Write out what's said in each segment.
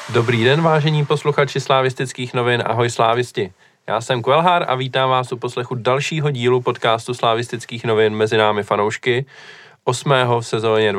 Dobrý den, vážení posluchači slavistických novin, ahoj slávisti. Já jsem Kvelhár a vítám vás u poslechu dalšího dílu podcastu slavistických novin Mezi námi fanoušky, 8. v sezóně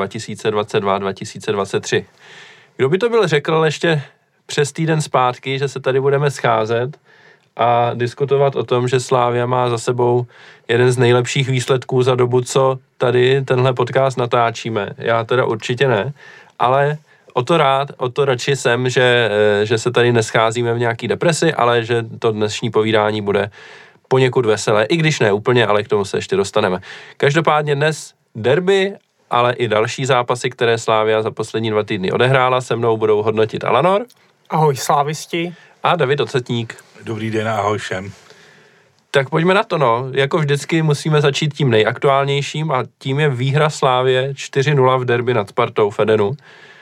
2022-2023. Kdo by to byl řekl ještě přes týden zpátky, že se tady budeme scházet a diskutovat o tom, že Slavia má za sebou jeden z nejlepších výsledků za dobu, co tady tenhle podcast natáčíme. Já teda určitě ne, ale o to radši jsem, že se tady nescházíme v nějaký depresi, ale že to dnešní povídání bude poněkud veselé, i když ne úplně, ale k tomu se ještě dostaneme. Každopádně dnes derby, ale i další zápasy, které Slavia za poslední 2 týdny odehrála, se mnou budou hodnotit Alanor. Ahoj slávisti. A David Ocetník. Dobrý den, ahoj všem. Tak pojďme na to, no. Jako vždycky musíme začít tím nejaktuálnějším a tím je výhra Slavie 4-0 v derby nad Spartou v Edenu.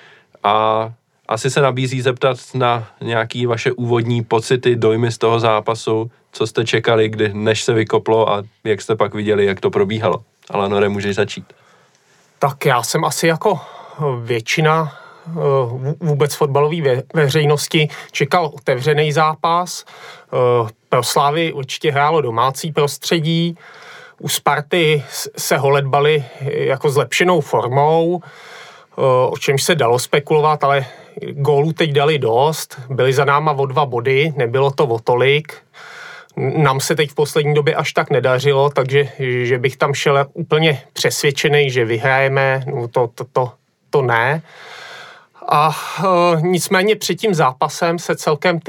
A asi se nabízí zeptat na nějaký vaše úvodní pocity, dojmy z toho zápasu, co jste čekali, než se vykoplo a jak jste pak viděli, jak to probíhalo. Alanore, můžeš začít. Tak já jsem asi jako většina vůbec fotbalové veřejnosti čekal otevřený zápas. Pro Slavii určitě hrálo domácí prostředí. U Sparty se holedbali jako zlepšenou formou, o čemž se dalo spekulovat, ale gólů teď dali dost. Byli za náma o 2 body, nebylo to o tolik. Nám se teď v poslední době až tak nedařilo, takže že bych tam šel úplně přesvědčený, že vyhrajeme, no to ne. A nicméně před tím zápasem se celkem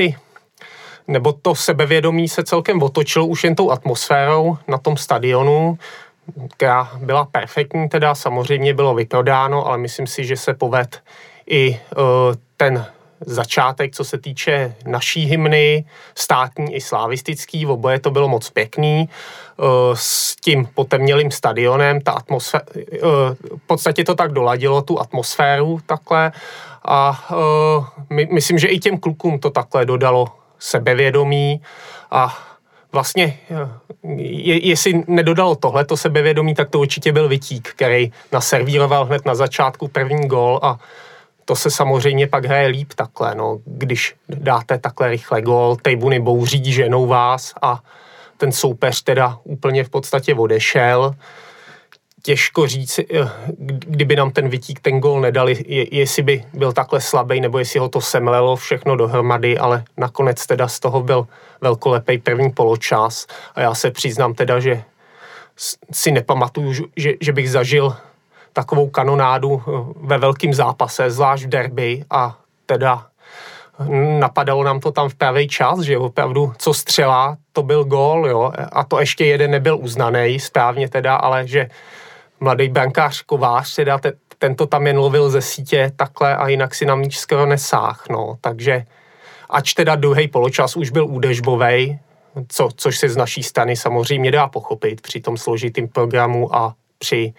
to sebevědomí se celkem otočilo už jen tou atmosférou na tom stadionu, která byla perfektní, teda samozřejmě bylo vyprodáno, ale myslím si, že se povedl i ten začátek, co se týče naší hymny, státní i slavistický, oboje to bylo moc pěkný, s tím potemnělým stadionem, ta atmosféra, v podstatě to tak doladilo, tu atmosféru takhle a myslím, že i těm klukům to takhle dodalo sebevědomí a vlastně, jestli nedodalo tohleto sebevědomí, tak to určitě byl Vitík, který naservíroval hned na začátku první gól a to se samozřejmě pak hraje líp takhle, no, když dáte takhle rychle gól, tribuny bouří, ženou vás a ten soupeř teda úplně v podstatě odešel. Těžko říct, kdyby nám ten Vitík ten gól nedali, jestli by byl takhle slabý, nebo jestli ho to semlelo všechno dohromady, ale nakonec teda z toho byl velkolepý první poločas a já se přiznám teda, že si nepamatuju, že bych zažil takovou kanonádu ve velkém zápase, zvlášť v derby a teda napadalo nám to tam v pravý čas, že opravdu co střela, to byl gól, jo, a to ještě jeden nebyl uznaný, správně teda, ale že mladý brankář Kovář, teda ten to tam jen lovil ze sítě takhle a jinak si na míč skoro nesáh, no, takže ač teda druhý poločas už byl údežbovej, což se z naší strany samozřejmě dá pochopit při tom složitým programu a při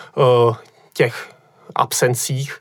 těch absencích,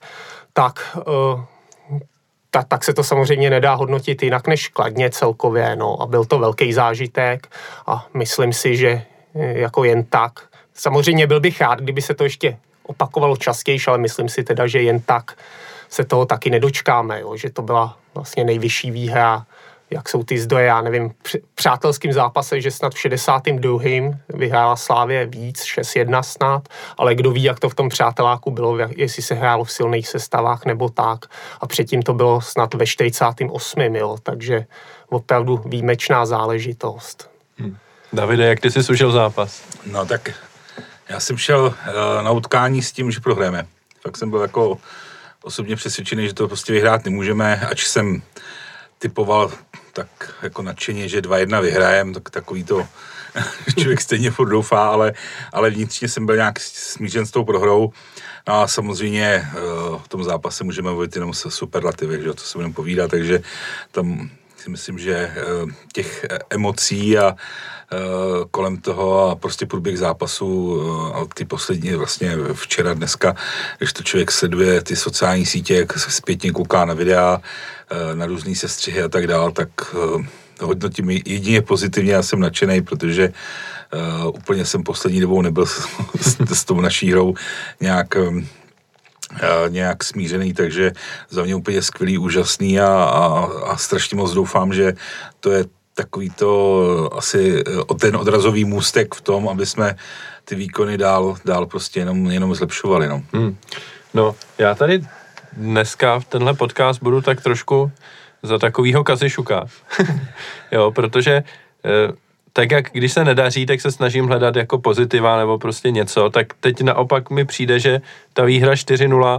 tak se to samozřejmě nedá hodnotit jinak než kladně celkově, no, a byl to velký zážitek a myslím si, že jako jen tak. Samozřejmě byl bych rád, kdyby se to ještě opakovalo častěji, ale myslím si teda, že jen tak se toho taky nedočkáme, jo, že to byla vlastně nejvyšší výhra, jak jsou ty zdroje, já nevím, v přátelským zápase, že snad v 62. vyhrála Slavie víc, 6-1 snad, ale kdo ví, jak to v tom přáteláku bylo, jestli se hrálo v silných sestavách nebo tak. A předtím to bylo snad ve 48. Jo, takže opravdu výjimečná záležitost. Davide, jak ty jsi užil zápas? No tak já jsem šel na utkání s tím, že prohráme. Fakt jsem byl jako osobně přesvědčený, že to prostě vyhrát nemůžeme, ač jsem typoval tak jako nadšeně, že 2-1 vyhrajem, tak takový to člověk stejně furt doufá, ale vnitřně jsem byl nějak smířen s tou prohrou. No a samozřejmě v tom zápase můžeme mluvit jenom se superlativy, že, co se budeme povídat, takže tam si myslím, že těch emocí a kolem toho a prostě průběh zápasu a ty poslední vlastně včera, dneska, když to člověk sleduje ty sociální sítě, jak zpětně kouká na videa, na různý sestřihy a tak dál, tak hodnotím jedině pozitivně, já jsem nadšenej, protože úplně jsem poslední dobou nebyl s tou naší hrou nějak nějak smířený, takže za mě úplně skvělý, úžasný a strašně moc doufám, že to je takový to asi ten odrazový můstek v tom, aby jsme ty výkony dál prostě jenom zlepšovali. No. No, já tady dneska v tenhle podcast budu tak trošku za takovýho Kazišuka. Jo, protože tak jak když se nedaří, tak se snažím hledat jako pozitiva nebo prostě něco, tak teď naopak mi přijde, že ta výhra 4-0,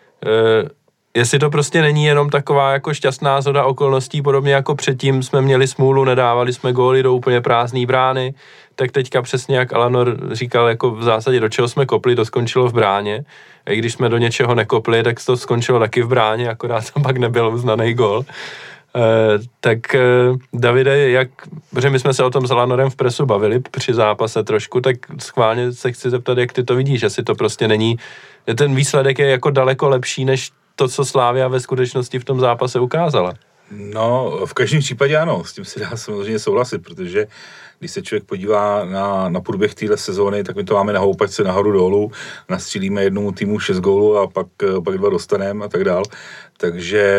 jestli to prostě není jenom taková jako šťastná shoda okolností, podobně jako předtím jsme měli smůlu, nedávali jsme góly do úplně prázdné brány, tak teďka přesně jak Alanor říkal, jako v zásadě do čeho jsme kopli, to skončilo v bráně. A i když jsme do něčeho nekopli, tak to skončilo taky v bráně, akorát tam pak nebyl uznaný gól. Tak Davide, protože my jsme se o tom s Alanorem v presu bavili při zápase trošku, tak schválně se chci zeptat, jak ty to vidíš, jestli to prostě není, ten výsledek je jako daleko lepší, než to, co Slavia ve skutečnosti v tom zápase ukázala. No, v každém případě ano, s tím se dá samozřejmě souhlasit, protože když se člověk podívá na průběh téhle sezóny, tak my to máme na houpačce nahoru dolů, nastřílíme jednomu týmu 6 gólů a pak 2 dostaneme a tak dál. Takže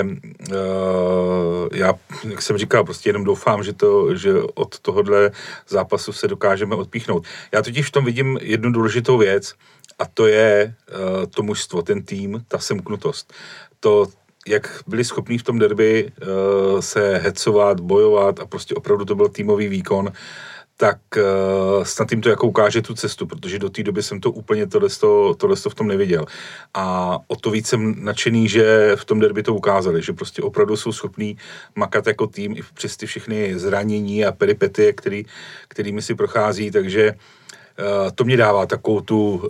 já, jak jsem říkal, prostě jenom doufám, že od tohohle zápasu se dokážeme odpíchnout. Já totiž v tom vidím jednu důležitou věc a to je to mužstvo, ten tým, ta semknutost. To, jak byli schopní v tom derby se hecovat, bojovat a prostě opravdu to byl týmový výkon, tak snad jim to jako ukáže tu cestu, protože do té doby jsem to úplně tohleto v tom neviděl. A o to víc jsem nadšený, že v tom derby to ukázali, že prostě opravdu jsou schopní makat jako tým i přes ty všechny zranění a peripetie, kterými si prochází, takže to mě dává takovou tu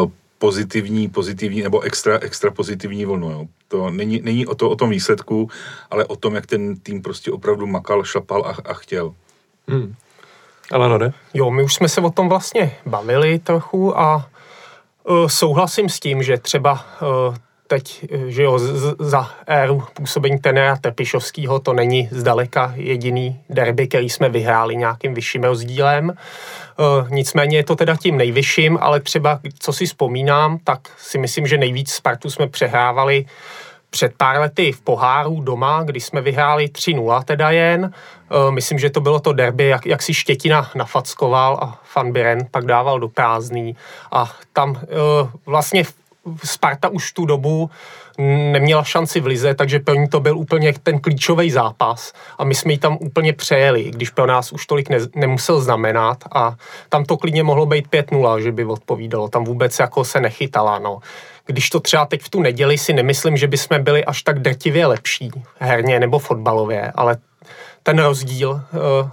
pozitivní nebo extra pozitivní vlnu. Jo. To není o tom výsledku, ale o tom, jak ten tým prostě opravdu makal, šlapal a chtěl. Alanore? Jo, my už jsme se o tom vlastně bavili trochu a souhlasím s tím, že třeba teď, že jo, za éru působení trenéra Trpišovského to není zdaleka jediný derby, který jsme vyhráli nějakým vyšším rozdílem. Nicméně je to teda tím nejvyšším, ale třeba, co si vzpomínám, tak si myslím, že nejvíc Spartu jsme přehrávali před pár lety v poháru doma, kdy jsme vyhráli 3-0 teda jen. Myslím, že to bylo to derby, jak si Štětina nafackoval a Van Biren pak dával do prázdný. A tam vlastně Sparta už tu dobu neměla šanci v lize, takže pro ní to byl úplně ten klíčový zápas a my jsme ji tam úplně přejeli, když pro nás už tolik nemusel znamenat a tam to klidně mohlo být 5-0, že by odpovídalo, tam vůbec jako se nechytala, no. Když to třeba teď v tu neděli si nemyslím, že bychom byli až tak drtivě lepší herně nebo fotbalově, ale ten rozdíl,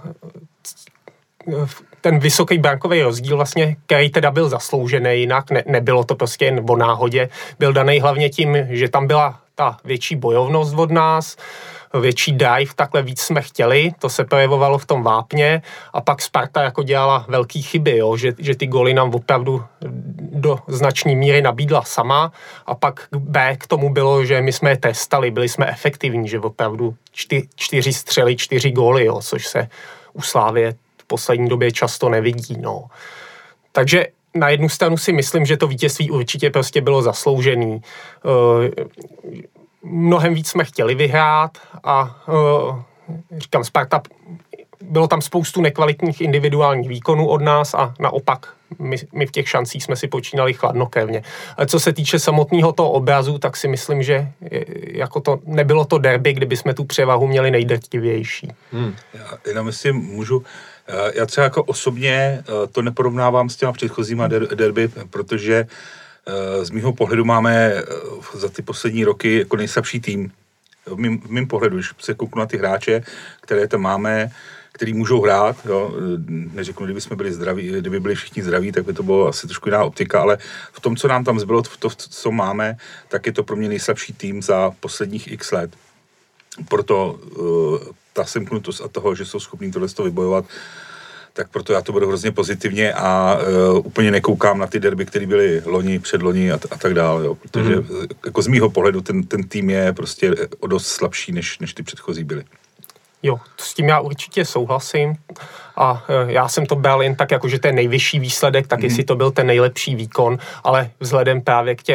ten vysoký brankový rozdíl vlastně, který teda byl zasloužený jinak, nebylo to prostě jen o náhodě, byl daný hlavně tím, že tam byla ta větší bojovnost od nás, větší drive, takhle víc jsme chtěli, to se projevovalo v tom vápně a pak Sparta jako dělala velký chyby, jo, že ty góly nám opravdu do značné míry nabídla sama a pak B k tomu bylo, že my jsme je testali, byli jsme efektivní, že opravdu 4 střely, 4 góly, jo, což se u Slávie v poslední době často nevidí, no. Takže na jednu stranu si myslím, že to vítězství určitě prostě bylo zasloužený. Mnohem víc jsme chtěli vyhrát a říkám, Sparta, bylo tam spoustu nekvalitních individuálních výkonů od nás a naopak my v těch šancích jsme si počínali chladnokrevně. Ale co se týče samotného toho obrazu, tak si myslím, že jako to nebylo to derby, kdyby jsme tu převahu měli nejdrtivější. Já jenom myslím, já třeba jako osobně to neporovnávám s těma předchozíma derby, protože z mýho pohledu máme za ty poslední roky jako nejslabší tým. V mým pohledu, když se kouknu na ty hráče, které tam máme, který můžou hrát, jo, neřeknu, kdyby jsme byli zdraví, kdyby byli všichni zdraví, tak by to bylo asi trošku jiná optika, ale v tom, co nám tam zbylo, v to, co máme, tak je to pro mě nejslabší tým za posledních x let. Proto ta semknutost a toho, že jsou schopní tohle vybojovat, tak proto já to budu hrozně pozitivně a úplně nekoukám na ty derby, které byly loni, předloni a tak dále, jo, protože jako z mýho pohledu ten tým je prostě o dost slabší, než ty předchozí byly. Jo, s tím já určitě souhlasím a já jsem to bral jen tak, jako že ten nejvyšší výsledek, tak jestli to byl ten nejlepší výkon, ale vzhledem právě k těm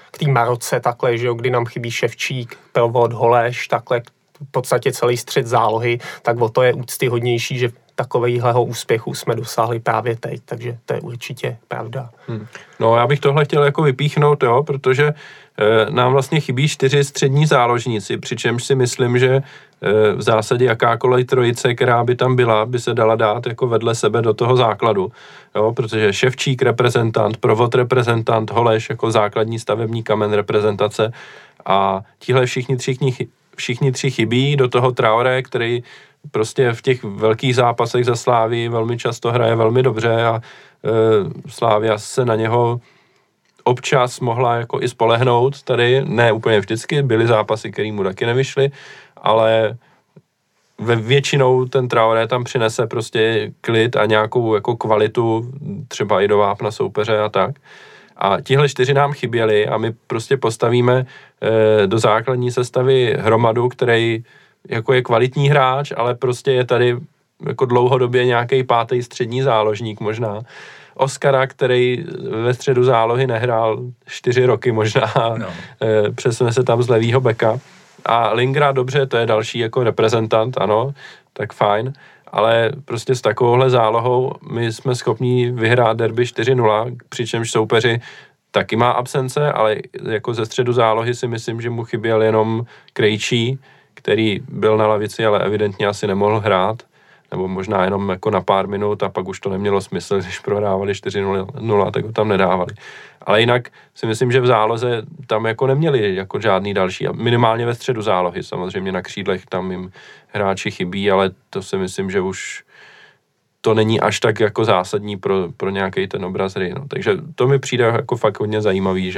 k té Maroce takhle, že jo, kdy nám chybí Ševčík, Provod, Holeš, takhle v podstatě celý střed zálohy, tak o to je úctyhodnější, že takovýhleho úspěchu jsme dosáhli právě teď, takže to je určitě pravda. No já bych tohle chtěl jako vypíchnout, jo, protože nám vlastně chybí 4 střední záložníci, přičemž si myslím, že v zásadě jakákoliv trojice, která by tam byla, by se dala dát jako vedle sebe do toho základu, jo, protože Ševčík reprezentant, Provod reprezentant, Holeš jako základní stavební kamen reprezentace a tihle všichni tři chybí, do toho Traoré, který prostě v těch velkých zápasech za Slávii velmi často hraje velmi dobře a Slávia se na něho občas mohla jako i spolehnout tady, ne úplně vždycky, byly zápasy, které mu taky nevyšly, ale většinou ten Traoré tam přinese prostě klid a nějakou jako kvalitu, třeba i do vápna soupeře a tak. A tihle 4 nám chyběli a my prostě postavíme do základní sestavy hromadu, který jako je kvalitní hráč, ale prostě je tady jako dlouhodobě nějaký 5. střední záložník možná. Oskara, který ve středu zálohy nehrál 4 roky možná, přesune se tam z levýho beka. A Lingra, dobře, to je další jako reprezentant, ano, tak fajn, ale prostě s takovouhle zálohou my jsme schopní vyhrát derby 4-0, přičemž soupeři taky má absence, ale jako ze středu zálohy si myslím, že mu chyběl jenom Krejčí, který byl na lavici, ale evidentně asi nemohl hrát, nebo možná jenom jako na pár minut a pak už to nemělo smysl, když prohrávali 4-0, tak ho tam nedávali. Ale jinak si myslím, že v záloze tam jako neměli jako žádný další, a minimálně ve středu zálohy, samozřejmě na křídlech tam jim hráči chybí, ale to si myslím, že už to není až tak jako zásadní pro nějaký ten obraz hry. No. Takže to mi přijde jako fakt hodně zajímavý,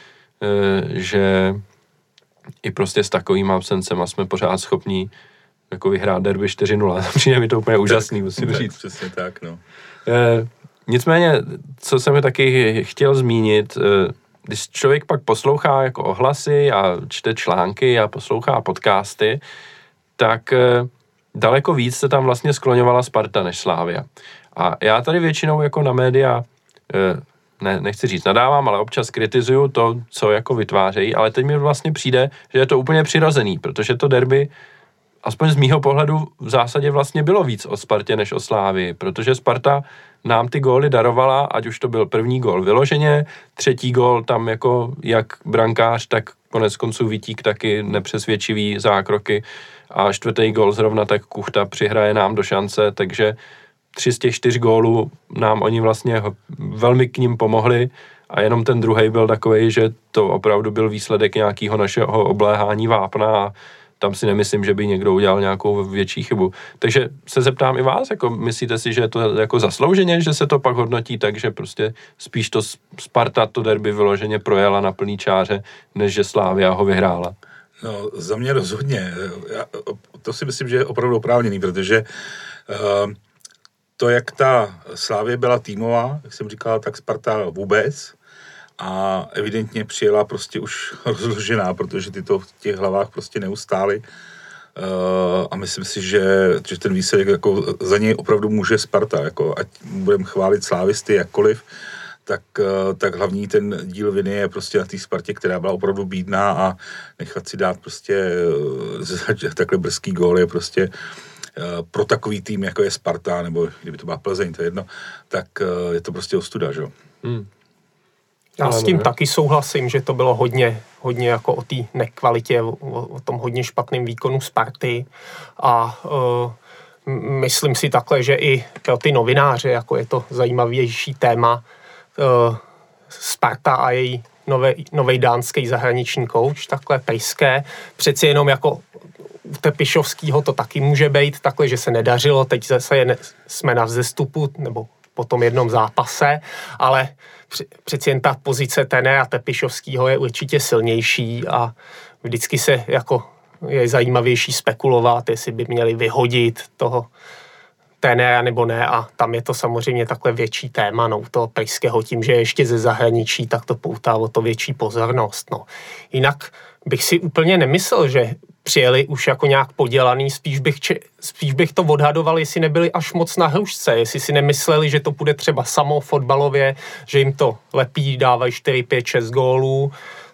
že i prostě s takovýma absencema jsme pořád schopní jako vyhrát derby 4-0. Přijde mi to úplně úžasný, musím říct. Přesně tak, no. Nicméně, co jsem mi taky chtěl zmínit, když člověk pak poslouchá jako ohlasy a čte články a poslouchá podcasty, tak daleko víc se tam vlastně skloňovala Sparta než Slavia. A já tady většinou jako na média nechci říct nadávám, ale občas kritizuju to, co jako vytvářejí, ale teď mi vlastně přijde, že je to úplně přirozený, protože to derby, aspoň z mýho pohledu, v zásadě vlastně bylo víc o Spartě než o Slávii, protože Sparta nám ty góly darovala, ať už to byl první gól vyloženě, třetí gól tam jako jak brankář, tak konec konců Vítík taky nepřesvědčivý zákroky a 4. gól zrovna tak Kuchta přihraje nám do šance, takže 3 z těch 4 gólů nám oni vlastně velmi k ním pomohli a jenom ten druhý byl takovej, že to opravdu byl výsledek nějakého našeho obléhání vápna a tam si nemyslím, že by někdo udělal nějakou větší chybu. Takže se zeptám i vás, jako myslíte si, že je to jako zaslouženě, že se to pak hodnotí tak, že prostě spíš to Sparta to derby vyloženě projela na plný čáře, než že Slavia ho vyhrála? No, za mě rozhodně. To si myslím, že je opravdu oprávněný, protože to, jak ta Slavie byla týmová, jak jsem říkal, tak Sparta vůbec a evidentně přijela prostě už rozložená, protože ty to v těch hlavách prostě neustály a myslím si, že ten výsledek jako za něj opravdu může Sparta, jako ať budeme chválit slávisty jakkoliv, tak hlavní ten díl viny je prostě na té Spartě, která byla opravdu bídná a nechat si dát prostě takhle brzký gól je prostě pro takový tým, jako je Sparta, nebo kdyby to byla Plzeň, to je jedno, tak je to prostě ostuda, že jo? Já s tím taky souhlasím, že to bylo hodně jako o té nekvalitě, o tom hodně špatném výkonu Sparty a myslím si takhle, že i pro ty novináře, jako je to zajímavější téma, Sparta a její novej dánský zahraniční kouč, takhle pejské, přeci jenom jako u Tepišovskýho to taky může být takhle, že se nedařilo, teď zase jsme na vzestupu, nebo po tom jednom zápase, ale přeci jen ta pozice trenéra Tepišovskýho je určitě silnější a vždycky se jako je zajímavější spekulovat, jestli by měli vyhodit toho trenéra nebo ne a tam je to samozřejmě takhle větší téma, no, toho pejského tím, že je ještě ze zahraničí, tak to poutá o to větší pozornost, no. Jinak bych si úplně nemyslel, že přijeli už jako nějak podělaný, spíš bych to odhadoval, jestli nebyli až moc na hrušce, jestli si nemysleli, že to bude třeba samo fotbalově, že jim to lepí, dávají 4, 5, 6 gólů,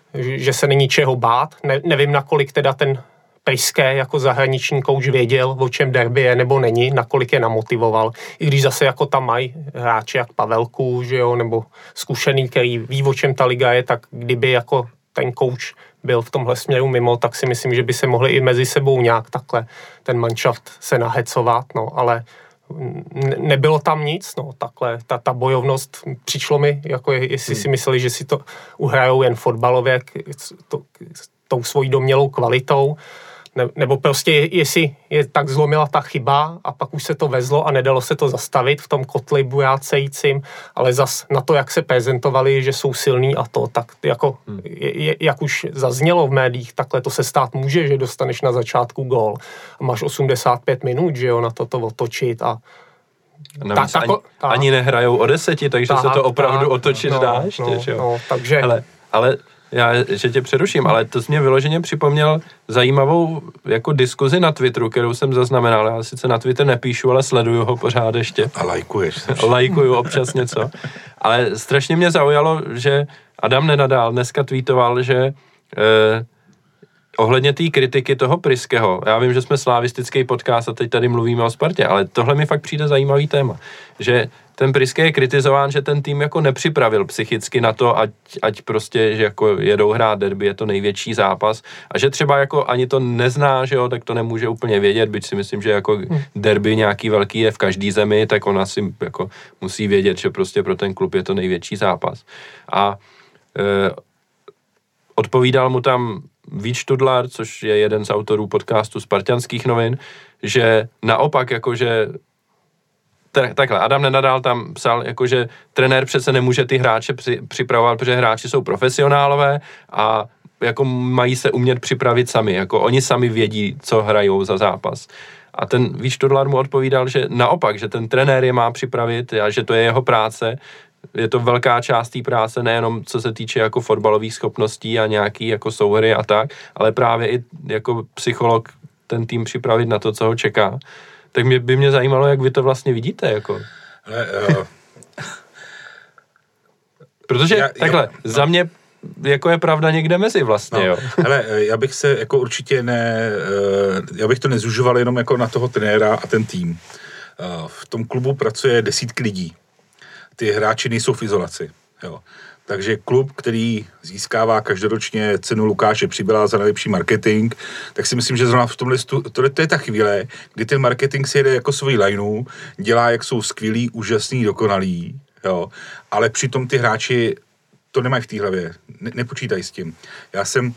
že se není čeho bát. Nevím, nakolik teda ten Priske jako zahraniční kouč věděl, o čem derby je nebo není, nakolik je namotivoval. I když zase jako tam mají hráči jak Pavelku, že jo, nebo zkušený, který ví, o čem ta liga je, tak kdyby jako ten kouč byl v tomhle směru mimo, tak si myslím, že by se mohli i mezi sebou nějak takhle ten manšaft se nahecovat, no, ale nebylo tam nic, no, takhle, ta bojovnost přišlo mi, jako jestli si mysleli, že si to uhrajou jen fotbalově tou svojí domělou kvalitou, nebo prostě jestli je tak zlomila ta chyba a pak už se to vezlo a nedalo se to zastavit v tom kotli bujácejícím, ale zas na to, jak se prezentovali, že jsou silní a to, tak jako, jak už zaznělo v médiích, takhle to se stát může, že dostaneš na začátku gól a máš 85 minut, že jo, na to otočit a navíc ani nehrajou o 10, takže se to opravdu otočit dá ještě, jo. Takže... Hele, ale já, že tě přeruším, ale to jsi mě vyloženě připomněl zajímavou jako diskuzi na Twitteru, kterou jsem zaznamenal. Já sice na Twitter nepíšu, ale sleduju ho pořád ještě. A lajkuješ. Lajkuju občas něco. Ale strašně mě zaujalo, že Adam Nenadál dneska tweetoval, že ohledně té kritiky toho Priskeho, já vím, že jsme slavistický podcast a teď tady mluvíme o Spartě, ale tohle mi fakt přijde zajímavý téma, že ten Priske je kritizován, že ten tým jako nepřipravil psychicky na to, ať prostě, že jako jedou hrát derby, je to největší zápas a že třeba jako ani to nezná, že jo, tak to nemůže úplně vědět, byť si myslím, že jako derby nějaký velký je v každý zemi, tak ona si jako musí vědět, že prostě pro ten klub je to největší zápas. A odpovídal mu tam Vít Študlar, což je jeden z autorů podcastu Spartanských novin, že naopak jakože takhle, Adam Nenadál tam psal, jakože trenér přece nemůže ty hráče připravovat, protože hráči jsou profesionálové a jako mají se umět připravit sami, jako oni sami vědí, co hrajou za zápas. A ten Vít Študlar mu odpovídal, že naopak, že ten trenér je má připravit a že to je jeho práce, je to velká část té práce, nejenom co se týče jako fotbalových schopností a nějaký jako souhry a tak, ale právě i jako psycholog ten tým připravit na to, co ho čeká. Tak by mě zajímalo, jak vy to vlastně vidíte, jako. Protože takhle, za mě jako je pravda někde mezi vlastně, jo. Hele, já bych se jako určitě já bych to nezužoval jenom jako na toho trenéra a ten tým. V tom klubu pracuje desítky lidí. Ty hráči nejsou v izolaci, jo. Takže klub, který získává každoročně cenu Lukáše Přibyla za nejlepší marketing, tak si myslím, že zrovna v tom listu, to je ta chvíle, kdy ten marketing si jede jako svoji lineu, dělá, jak jsou skvělí, úžasní, dokonalí, jo, ale přitom ty hráči to nemají v té hlavě, nepočítají s tím. Já jsem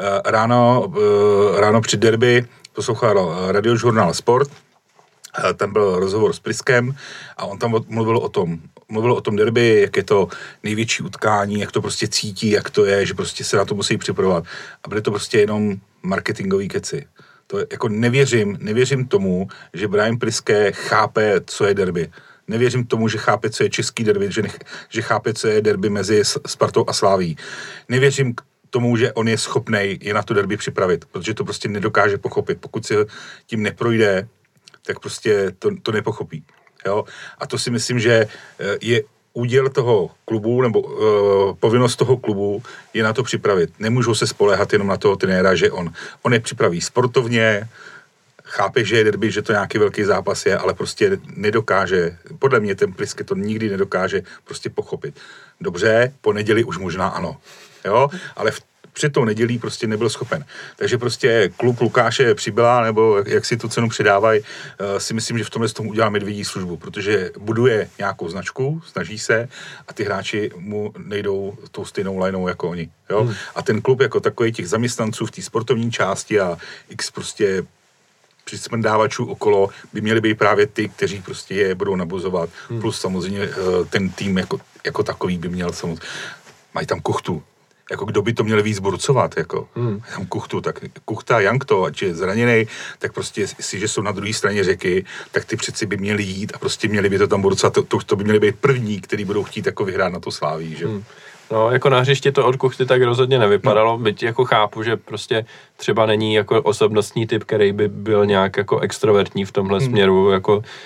ráno před derby poslouchal radiožurnál Sport, tam byl rozhovor s Priskem a on tam mluvil o tom derby, jak je to největší utkání, jak to prostě cítí, jak to je, že prostě se na to musí připravovat. A byly to prostě jenom marketingový keci. To jako nevěřím tomu, že Brian Priske chápe, co je derby. Nevěřím tomu, že chápe, co je český derby, že chápe, co je derby mezi Spartou a Slaví. Nevěřím tomu, že on je schopnej je na to derby připravit, protože to prostě nedokáže pochopit. Pokud si tím neprojde, tak prostě to nepochopí. Jo? A to si myslím, že je úděl toho klubu, nebo povinnost toho klubu je na to připravit. Nemůžou se spoléhat jenom na toho trenéra, že on je připraví sportovně, chápe, že je derby, že to nějaký velký zápas je, ale prostě nedokáže, podle mě ten Priske to nikdy nedokáže prostě pochopit. Dobře, po neděli už možná ano, jo? Ale před tou nedělí prostě nebyl schopen. Takže prostě klub Lukáše Přibyla, nebo jak si tu cenu přidávají, si myslím, že v tomhle tomu udělá medvědí službu, protože buduje nějakou značku, snaží se a ty hráči mu nejdou tou stejnou lineou jako oni. Jo? A ten klub jako takový těch zaměstnanců v té sportovní části a x prostě přismrdávačů okolo by měli být právě ty, kteří prostě je budou nabuzovat. Plus samozřejmě ten tým jako takový by měl samozřejmě. Mají tam Kuchtu. Jako kdo by to měl víc burcovat, jako. Tam Kuchtu, tak Kuchta, Jankto, ať je zraněnej, tak prostě, že jsou na druhé straně řeky, tak ty přeci by měli jít a prostě měli by to tam burcovat, to by měli být první, který budou chtít jako vyhrát na to Sláví, že? No, jako na hřišti to od Kuchty tak rozhodně nevypadalo, byť jako chápu, že prostě třeba není jako osobnostní typ, který by byl nějak jako extrovertní v tomhle směru, jako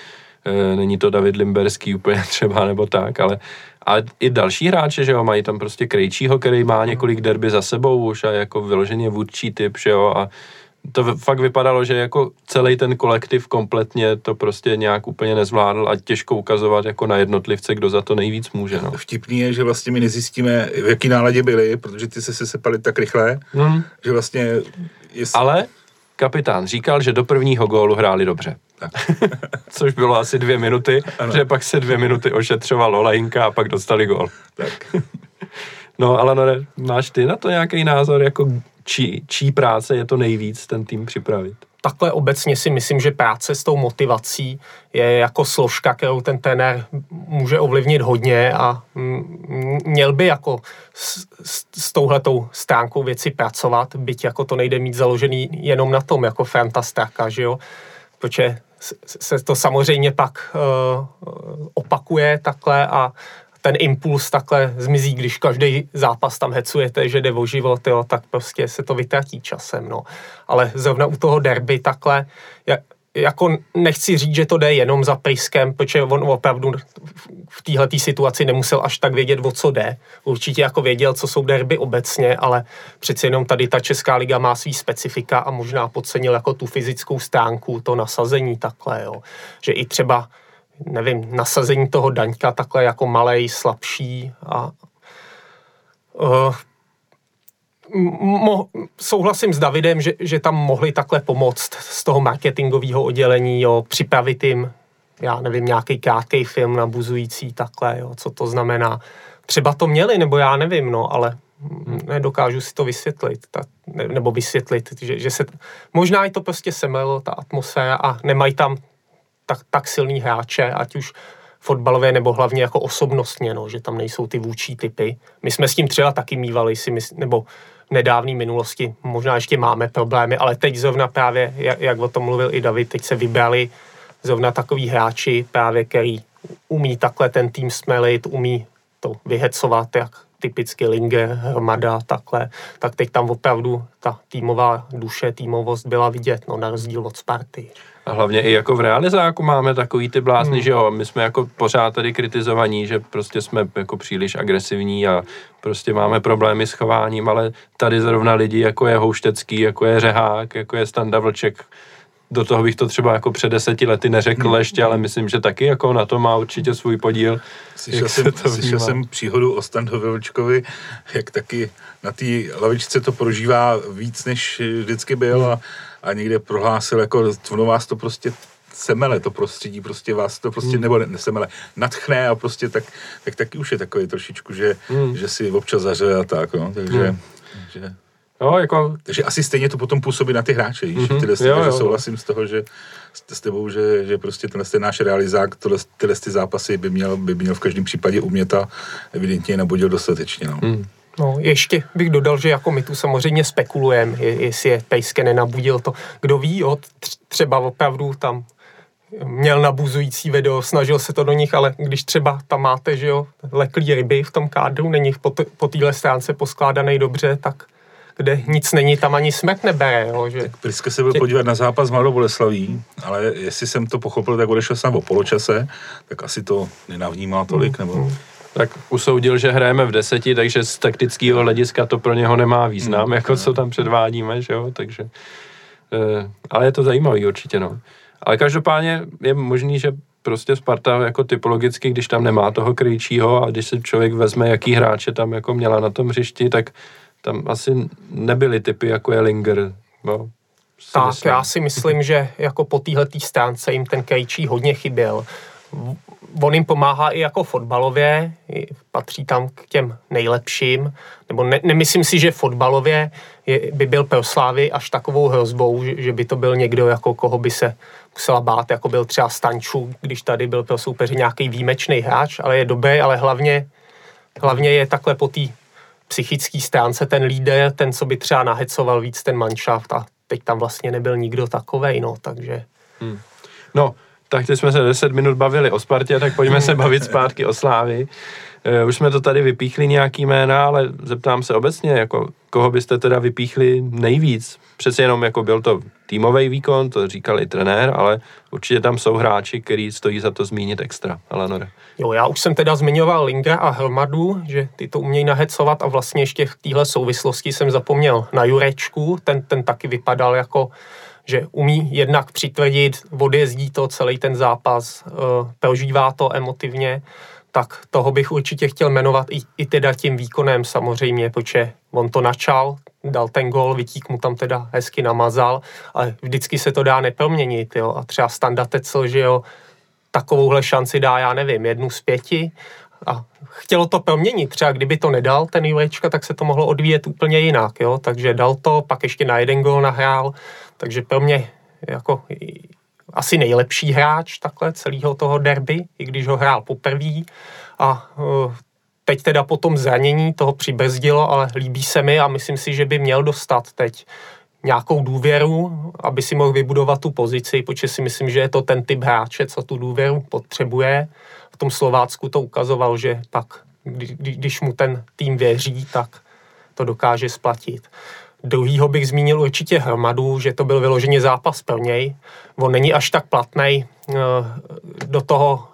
není to David Limberský úplně třeba nebo tak, ale i další hráče, že jo, mají tam prostě Krejčího, který má několik derby za sebou už a jako vyloženě vůdčí typ, že jo, a to fakt vypadalo, že jako celý ten kolektiv kompletně to prostě nějak úplně nezvládl a těžko ukazovat jako na jednotlivce, kdo za to nejvíc může, no. Vtipný je, že vlastně my nezjistíme, v jaký náladě byli, protože ty se sepali tak rychle, že vlastně... Ale kapitán říkal, že do prvního gólu hráli dobře. Což bylo asi 2 minuty, že pak se 2 minuty ošetřoval Olajinka a pak dostali gól. Tak. No, ale máš ty na to nějaký názor, jako čí práce je to nejvíc ten tým připravit? Takhle obecně si myslím, že práce s tou motivací je jako složka, kterou ten trenér může ovlivnit hodně a měl by jako s touhletou stránkou věci pracovat, byť jako to nejde mít založený jenom na tom, jako Franta Straka, že jo? Protože se to samozřejmě pak opakuje takhle a ten impuls takhle zmizí, když každý zápas tam hecujete, že jde o život, jo, tak prostě se to vytratí časem, no. Ale zrovna u toho derby takhle, jako nechci říct, že to jde jenom za Priskem, protože on opravdu v téhletý situaci nemusel až tak vědět, o co jde. Určitě jako věděl, co jsou derby obecně, ale přeci jenom tady ta Česká liga má svý specifika a možná podcenil jako tu fyzickou stránku, to nasazení takhle, jo. Že i třeba nevím, nasazení toho Daňka takhle jako malej, slabší a souhlasím s Davidem, že tam mohli takhle pomoct z toho marketingového oddělení, jo, připravit jim, já nevím, nějaký krátký film nabuzující takhle, jo, co to znamená. Třeba to měli, nebo já nevím, no, ale nedokážu si to vysvětlit, nebo vysvětlit, že se, možná i to prostě semlelo, ta atmosféra a nemají tam tak silný hráče, ať už fotbalově nebo hlavně jako osobnostně, no, že tam nejsou ty vůdčí typy. My jsme s tím třeba taky mívali, nebo v nedávné minulosti možná ještě máme problémy, ale teď zrovna právě, jak o tom mluvil i David, teď se vybrali zrovna takový hráči právě, který umí takhle ten tým smelit, umí to vyhecovat, jak typicky Linger, Hromada, takhle, tak teď tam opravdu ta týmová duše, týmovost byla vidět, no, na rozdíl od Sparty. A hlavně i jako v realizáku máme takový ty blázny, že jo, my jsme jako pořád tady kritizovaní, že prostě jsme jako příliš agresivní a prostě máme problémy s chováním, ale tady zrovna lidi, jako je Houštecký, jako je Řehák, jako je Standa Vlček, do toho bych to třeba jako před 10 lety neřekl ještě, ale myslím, že taky jako na to má určitě svůj podíl. Slyšel jsem příhodu o Standovi Vlčkovi, jak taky na té lavičce to prožívá víc, než vždycky byl a někde prohlásil, jako ono vás to prostě semele, to prostředí, prostě vás to prostě, nebo nesemele, nadchne a prostě tak taky už je takový trošičku, že si občas zaře a tak, no, takže jo, jako... Takže asi stejně to potom působí na ty hráče, takže souhlasím z toho, že s tebou, že prostě ten náš realizák, tyhle zápasy by měl v každém případě umět a evidentně nabudil dostatečně, no. No, ještě bych dodal, že jako my tu samozřejmě spekulujeme, jestli je Pejske nenabudil to. Kdo ví, třeba opravdu tam měl nabuzující video, snažil se to do nich, ale když třeba tam máte, že jo, leklý ryby v tom kádru, není po téhle stránce poskládaný dobře, tak kde nic není, tam ani smrt nebere, jo, že... Tak Priska se byl podívat na zápas s Mladou Boleslaví, ale jestli jsem to pochopil, tak odešel sám o poločase, tak asi to nenavnímal tolik, nebo... Tak usoudil, že hrajeme v 10, takže z taktického hlediska to pro něho nemá význam, jako co tam předvádíme, že jo, takže... ale je to zajímavý určitě, no. Ale každopádně je možný, že prostě Sparta jako typologicky, když tam nemá toho Krejčího a když se člověk vezme, jaký hráče tam jako měla na tom hřišti, tak tam asi nebyly typy, jako je Linger, no. Tak, já si myslím, že jako po téhletý stránce jim ten Krejčí hodně chyběl. On jim pomáhá i jako fotbalově, patří tam k těm nejlepším, nebo nemyslím si, že fotbalově by byl pro Slávy až takovou hrozbou, že by to byl někdo, jako koho by se musela bát, jako byl třeba Stanču, když tady byl pro soupeře nějaký výjimečný hráč, ale je dobrý, ale hlavně je takhle po té psychické stránce ten líder, ten, co by třeba nahecoval víc ten manšaft a teď tam vlastně nebyl nikdo takovej, no, takže... No, tak teď jsme se 10 minut bavili o Spartě, tak pojďme se bavit zpátky o Slávii. Už jsme to tady vypíchli nějaký jména, ale zeptám se obecně, jako koho byste teda vypíchli nejvíc? Přeci jenom jako byl to týmový výkon, to říkal i trenér, ale určitě tam jsou hráči, který stojí za to zmínit extra. Eleonore. Jo, já už jsem teda zmiňoval Lingra a Hromadu, že ty to umějí nahecovat a vlastně ještě v téhle souvislosti jsem zapomněl na Jurečku, ten taky vypadal jako, že umí jednak přitvrdit, odjezdí to celý ten zápas, prožívá to emotivně, tak toho bych určitě chtěl jmenovat i teda tím výkonem samozřejmě, protože on to načal, dal ten gól, Vytík mu tam teda hezky namazal, ale vždycky se to dá neproměnit, jo, a třeba Standa Tecl, že jo, takovouhle šanci dá, já nevím, 1 z 5 a chtělo to proměnit, třeba kdyby to nedal ten Jurečka, tak se to mohlo odvíjet úplně jinak, jo, takže dal to, pak ještě na 1 gól nahrál, takže pro mě jako asi nejlepší hráč takhle celého toho derby, i když ho hrál poprvé a teď teda po tom zranění toho přibrzdilo, ale líbí se mi a myslím si, že by měl dostat teď nějakou důvěru, aby si mohl vybudovat tu pozici, protože si myslím, že je to ten typ hráče, co tu důvěru potřebuje. V tom Slovácku to ukazoval, že pak, když mu ten tým věří, tak to dokáže splatit. Druhýho bych zmínil určitě Hromadu, že to byl vyloženě zápas pro něj. On není až tak platnej do toho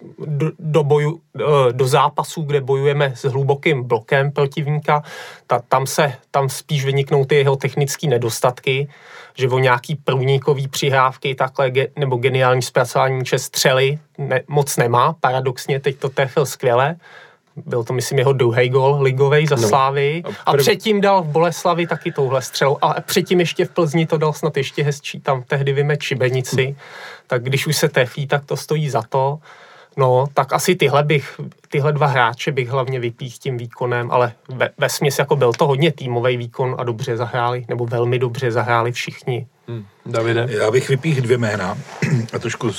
do zápasů, kde bojujeme s hlubokým blokem protivníka, tam spíš vyniknou ty jeho technické nedostatky, že o nějaký průnikový přihrávky takhle, nebo geniální zpracování střely moc nemá, paradoxně, teď to trefil skvěle. Byl to, myslím, jeho druhý gól ligovej za Slávy. A předtím dal v Boleslavi taky touhle střelou. A předtím ještě v Plzni to dal snad ještě hezčí. Tam tehdy vymet šibenici. Tak když už se trefí, tak to stojí za to. No, tak asi tyhle 2 hráče bych hlavně vypích tím výkonem, ale vesměs jako byl to hodně týmový výkon a dobře zahráli, nebo velmi dobře zahráli všichni. Davide? Já bych vypích 2 jména a trošku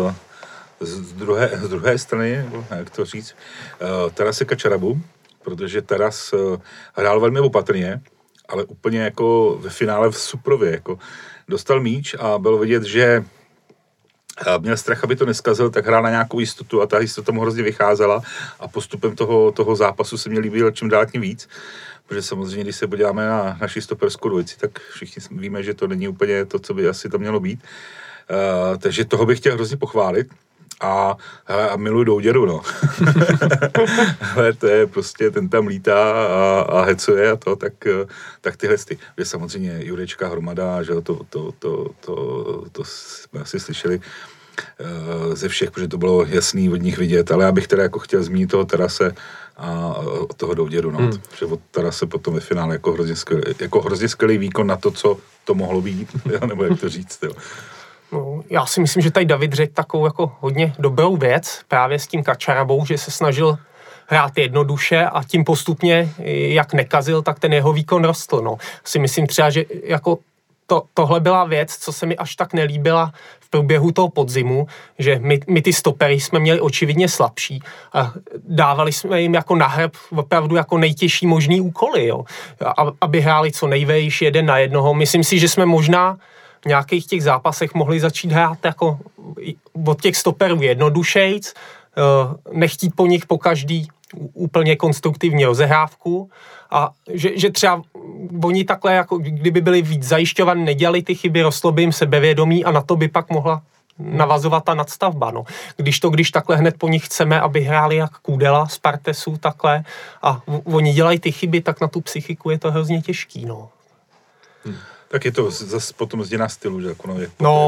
z druhé strany, jak to říct, Tarase Kačarabu, protože Taras hrál velmi opatrně, ale úplně jako ve finále v Suprově, jako dostal míč a bylo vidět, že měl strach, aby to neskazil, tak hrál na nějakou jistotu a ta jistota mu hrozně vycházela a postupem toho zápasu se mě líbil čím dál tím víc, protože samozřejmě, když se podíváme na naši stoperskou dvojici, tak všichni víme, že to není úplně to, co by asi tam mělo být. Takže toho bych chtěl hrozně pochválit. A miluji Douděru, no. Ale to je prostě, ten tam lítá a hecuje a to, tak tyhle je samozřejmě Jurečka, Hromada, že to jsme asi slyšeli ze všech, protože to bylo jasný od nich vidět, ale já bych teda jako chtěl zmínit toho Tarase a toho Douděru, no. Že od Tarase potom ve finále jako hrozně skvělý výkon na to, co to mohlo být, nebo jak to říct, jo. No, já si myslím, že tady David řekl takovou jako hodně dobrou věc právě s tím Kačarabou, že se snažil hrát jednoduše a tím postupně, jak nekazil, tak ten jeho výkon rostl. No. Si myslím třeba, že jako tohle byla věc, co se mi až tak nelíbila v průběhu toho podzimu, že my ty stopery jsme měli očividně slabší a dávali jsme jim jako na hrb opravdu jako nejtěžší možný úkoly, jo. Aby hráli co nejvejš 1 na 1. Myslím si, že jsme možná v nějakých těch zápasech mohli začít hrát jako od těch stoperů jednodušejc, nechtít po nich po každý úplně konstruktivní rozehrávku a že třeba oni takhle, jako kdyby byli víc zajišťovaní, nedělali ty chyby, rostlo by jim sebevědomí a na to by pak mohla navazovat ta nadstavba. No. Když takhle hned po nich chceme, aby hráli jak Kůdela z Partesu takhle a oni dělají ty chyby, tak na tu psychiku je to hrozně těžký. No. Tak je to zase potom změna stylu, že jako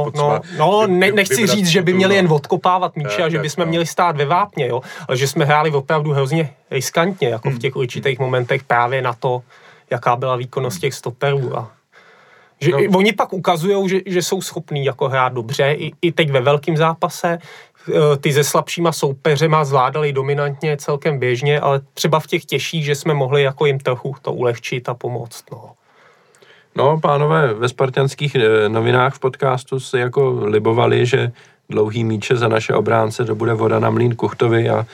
nechci říct, že by měli jen odkopávat míče a že bychom měli stát ve vápně, jo, ale že jsme hráli opravdu hrozně riskantně, jako v těch určitých momentech právě na to, jaká byla výkonnost těch stoperů a že oni pak ukazujou, že jsou schopní jako hrát dobře, i teď ve velkém zápase, ty se slabšíma soupeřema zvládali dominantně celkem běžně, ale třeba v těch těžších, že jsme mohli jako jim trochu to ulehčit a pomoct, no. No, pánové, ve spartanských novinách v podcastu si jako libovali, že dlouhý míče za naše obránce to bude voda na mlýn Kuchtovi a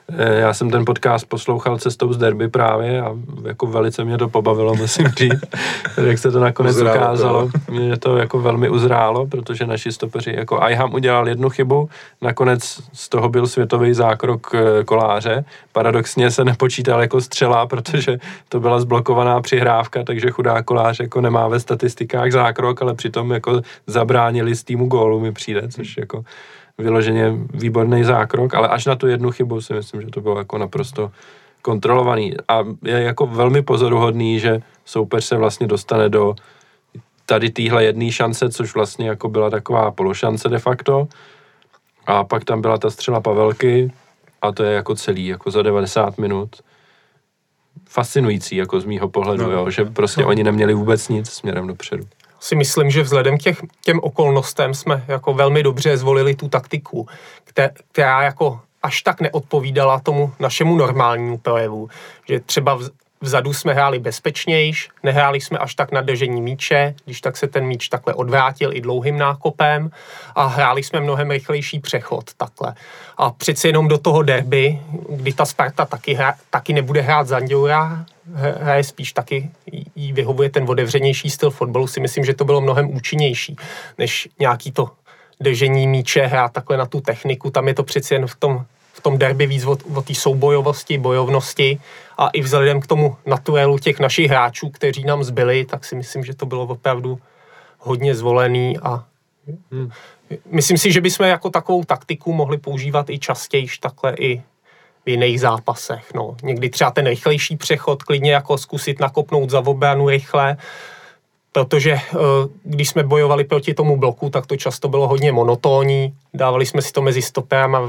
Já jsem ten podcast poslouchal cestou z derby právě a jako velice mě to pobavilo, musím říct. Jak se to nakonec ukázalo, mě to jako velmi uzrálo, protože naši stopeři, jako Ajham udělal jednu chybu, nakonec z toho byl světový zákrok Koláře. Paradoxně se nepočítal jako střela, protože to byla zblokovaná přihrávka, takže chudá Kolář jako nemá ve statistikách zákrok, ale přitom jako zabránili z týmu gólu, mi přijde, což jako vyloženě výborný zákrok, ale až na tu jednu chybu si myslím, že to bylo jako naprosto kontrolovaný. A je jako velmi pozoruhodný, že soupeř se vlastně dostane do tady téhle jedné šance, což vlastně jako byla taková pološance de facto. A pak tam byla ta střela Pavelky a to je jako celý, jako za 90 minut. Fascinující, jako z mýho pohledu, jo, že prostě oni neměli vůbec nic směrem dopředu. Si myslím, že vzhledem k těm okolnostem jsme jako velmi dobře zvolili tu taktiku, která jako až tak neodpovídala tomu našemu normálnímu projevu. Že třeba vzadu jsme hráli bezpečnějš, nehráli jsme až tak na držení míče, když tak se ten míč takhle odvrátil i dlouhým nákopem a hráli jsme mnohem rychlejší přechod takhle. A přeci jenom do toho derby, kdy ta Sparta taky nebude hrát Zanděura, hraje spíš taky, jí vyhovuje ten otevřenější styl fotbalu, si myslím, že to bylo mnohem účinnější, než nějaký to držení míče, hrát takhle na tu techniku, tam je to přeci jen v tom derby víc o té soubojovosti, bojovnosti a i vzhledem k tomu naturelu těch našich hráčů, kteří nám zbyli, tak si myslím, že to bylo opravdu hodně zvolený a myslím si, že bychom jako takovou taktiku mohli používat i častěji, takhle i v jiných zápasech. No. Někdy třeba ten rychlejší přechod, klidně jako zkusit nakopnout za obranu rychle, protože když jsme bojovali proti tomu bloku, tak to často bylo hodně monotónní, dávali jsme si to mezi stoperama,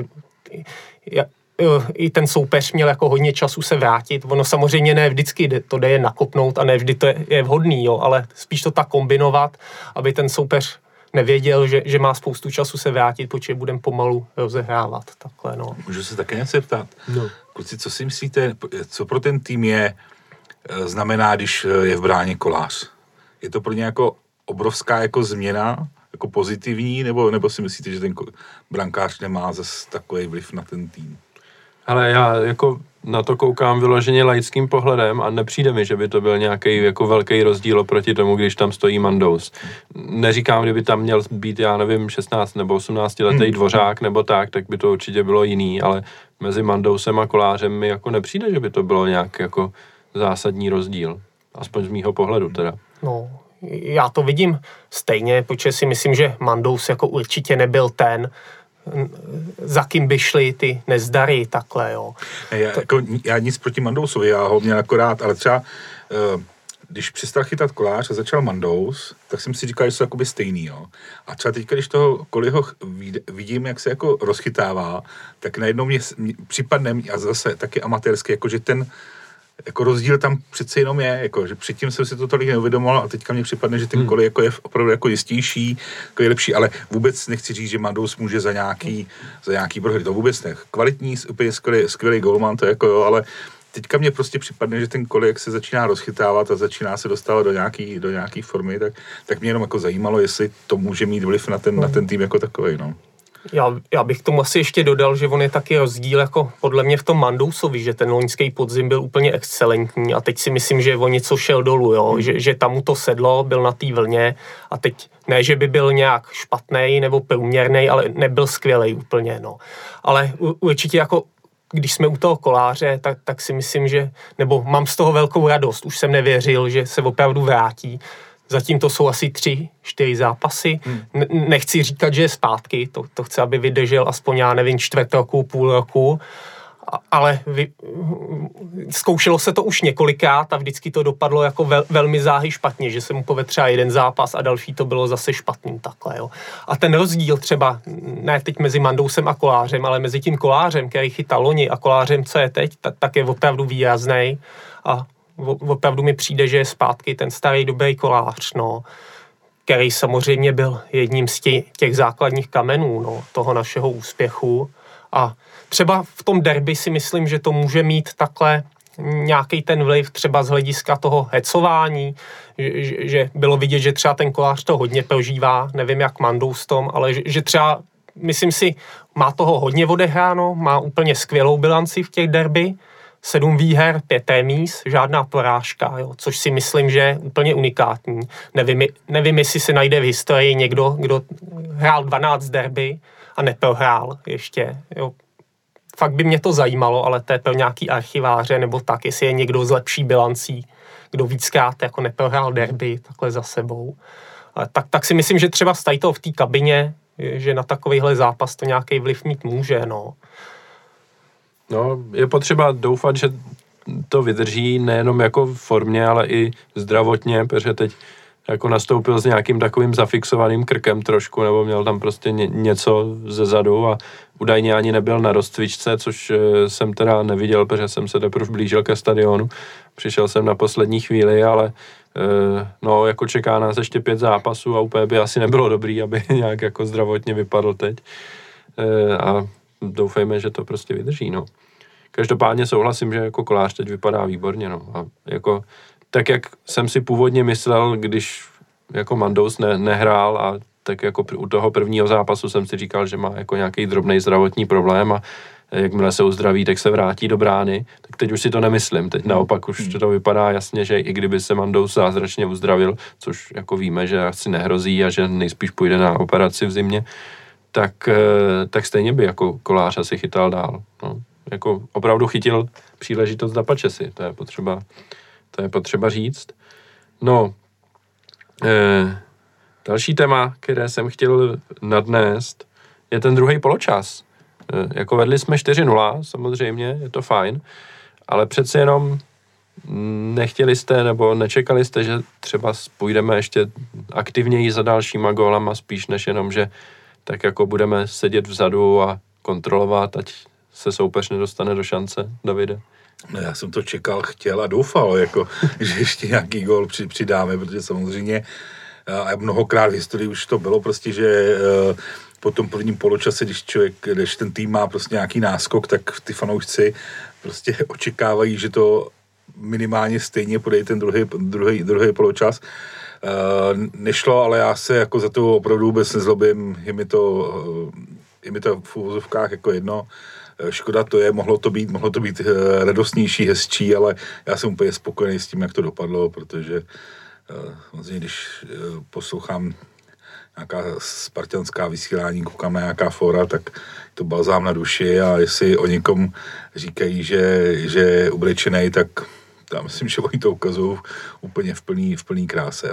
i ten soupeř měl jako hodně času se vrátit. Ono samozřejmě ne vždycky to jde nakopnout a ne vždy to je vhodný, jo, ale spíš to tak kombinovat, aby ten soupeř nevěděl, že má spoustu času se vrátit, protože budeme pomalu rozehrávat. Takhle, no. Můžu se také něco ptát? No. Kluci, co si myslíte, co pro ten tým znamená, když je v bráně Kolář? Je to pro ně jako obrovská jako změna, jako pozitivní, nebo si myslíte, že ten brankář nemá zase takový vliv na ten tým? Ale já jako na to koukám vyloženě laickým pohledem a nepřijde mi, že by to byl nějaký jako velký rozdíl oproti tomu, když tam stojí Mandous. Neříkám, kdyby tam měl být, já nevím, 16 nebo 18 letý Dvořák nebo tak by to určitě bylo jiný, ale mezi Mandousem a Kolářem mi jako nepřijde, že by to bylo nějak jako zásadní rozdíl. Aspoň z mýho pohledu teda. No, já to vidím stejně, protože si myslím, že Mandous jako určitě nebyl ten, za kým by šly ty nezdary, takhle, jo. Já nic proti Mandousovi, já ho měl akorát, ale třeba když přestal chytat Kolář a začal Mandous, tak jsem si říkal, že jsou jakoby stejný, jo. A třeba teďka, když toho Koliho vidím, jak se jako rozchytává, tak najednou mě připadne, a zase taky amatérský, jako že ten jako rozdíl tam přece jenom je, jako, že předtím jsem si to tolik neuvědomoval a teďka mně připadne, že ten Koli jako je opravdu jako jistější, jako je lepší, ale vůbec nechci říct, že Mandous může za nějaký prohry, to vůbec ne. Kvalitní, úplně skvělý golman, to jako jo, ale teďka mně prostě připadne, že ten Koli, jak se začíná rozchytávat a začíná se dostávat do nějaký formy, tak mě jenom jako zajímalo, jestli to může mít vliv na ten tým jako takovej, no. Já bych tomu asi ještě dodal, že on je taky rozdíl jako podle mě v tom Mandousovi, že ten loňský podzim byl úplně excelentní a teď si myslím, že o něco šel dolů, jo? Že tam mu to sedlo, byl na té vlně a teď ne, že by byl nějak špatnej nebo průměrnej, ale nebyl skvělej úplně, no. Ale určitě jako když jsme u toho Koláře, tak si myslím, že, nebo mám z toho velkou radost, už jsem nevěřil, že se opravdu vrátí. Zatím to jsou asi 3-4 zápasy. Nechci říkat, že je zpátky, to chci, aby vydržel aspoň, já nevím, čtvrt roku, půl roku, ale zkoušelo se to už několikrát a vždycky to dopadlo jako velmi záhy špatně, že se mu povedl třeba jeden zápas a další to bylo zase špatný takhle, jo. A ten rozdíl třeba, ne teď mezi Mandousem a Kolářem, ale mezi tím Kolářem, který chytal loni a Kolářem, co je teď, tak je opravdu výraznej a opravdu mi přijde, že je zpátky ten starý dobrý Kolář, no, který samozřejmě byl jedním z těch základních kamenů, no, toho našeho úspěchu. A třeba v tom derby si myslím, že to může mít takhle nějaký ten vliv třeba z hlediska toho hecování, že bylo vidět, že třeba ten Kolář to hodně prožívá, nevím jak Mandous tom, ale že třeba myslím si, má toho hodně odehráno, má úplně skvělou bilanci v těch derby, 7 výher, 5 remíz, žádná porážka, jo, což si myslím, že je úplně unikátní. Nevím, jestli se najde v historii někdo, kdo hrál 12 derby a neprohrál ještě. Jo. Fakt by mě to zajímalo, ale to je pro nějaký archiváře nebo tak, jestli je někdo s lepší bilancí, kdo víckrát jako neprohrál derby takhle za sebou. Tak si myslím, že třeba stají to v té kabině, že na takovýhle zápas to nějaký vliv mít může, no. No, je potřeba doufat, že to vydrží nejenom jako v formě, ale i zdravotně, protože teď jako nastoupil s nějakým takovým zafixovaným krkem trošku, nebo měl tam prostě něco ze zadu a údajně ani nebyl na rozcvičce, což jsem teda neviděl, protože jsem se teprve blížil ke stadionu. Přišel jsem na poslední chvíli, ale no, jako čeká nás ještě 5 zápasů a úplně by asi nebylo dobrý, aby nějak jako zdravotně vypadl teď. A doufejme, že to prostě vydrží, no. Každopádně souhlasím, že jako Kolář teď vypadá výborně, no. A jako tak, jak jsem si původně myslel, když jako Mandous nehrál a tak jako u toho prvního zápasu jsem si říkal, že má jako nějaký drobný zdravotní problém a jakmile se uzdraví, tak se vrátí do brány, tak teď už si to nemyslím. Teď naopak už to vypadá jasně, že i kdyby se Mandous zázračně uzdravil, což jako víme, že asi nehrozí a že nejspíš půjde na operaci v zimě, tak stejně by jako Kolář asi chytal dál. No. Jako opravdu chytil příležitost na Pačesi, to je potřeba říct. No, další téma, které jsem chtěl nadnést, je ten druhý poločas. Jako vedli jsme 4-0, samozřejmě, je to fajn, ale přece jenom nechtěli jste nebo nečekali jste, že třeba půjdeme ještě aktivněji za dalšíma gólama, spíš než jenom, že tak jako budeme sedět vzadu a kontrolovat, ať se soupeř nedostane do šance, Davide? No, já jsem to čekal, chtěl a doufal, jako, že ještě nějaký gól přidáme, protože samozřejmě a mnohokrát v historii už to bylo prostě, že po tom prvním poločase, když ten tým má prostě nějaký náskok, tak ty fanoušci prostě očekávají, že to minimálně stejně podej ten druhý poločas. Nešlo, ale já se jako za to opravdu vůbec nezlobím, je mi to v uvozovkách jako jedno. Škoda to je, mohlo to být radostnější, hezčí, ale já jsem úplně spokojený s tím, jak to dopadlo, protože vlastně, když poslouchám nějaká spartanská vysílání, koukám na nějaká fóra, tak to balzám na duši a jestli o někom říkají, že je ubrečenej, tak já myslím, že oni to ukazují úplně v plný kráse.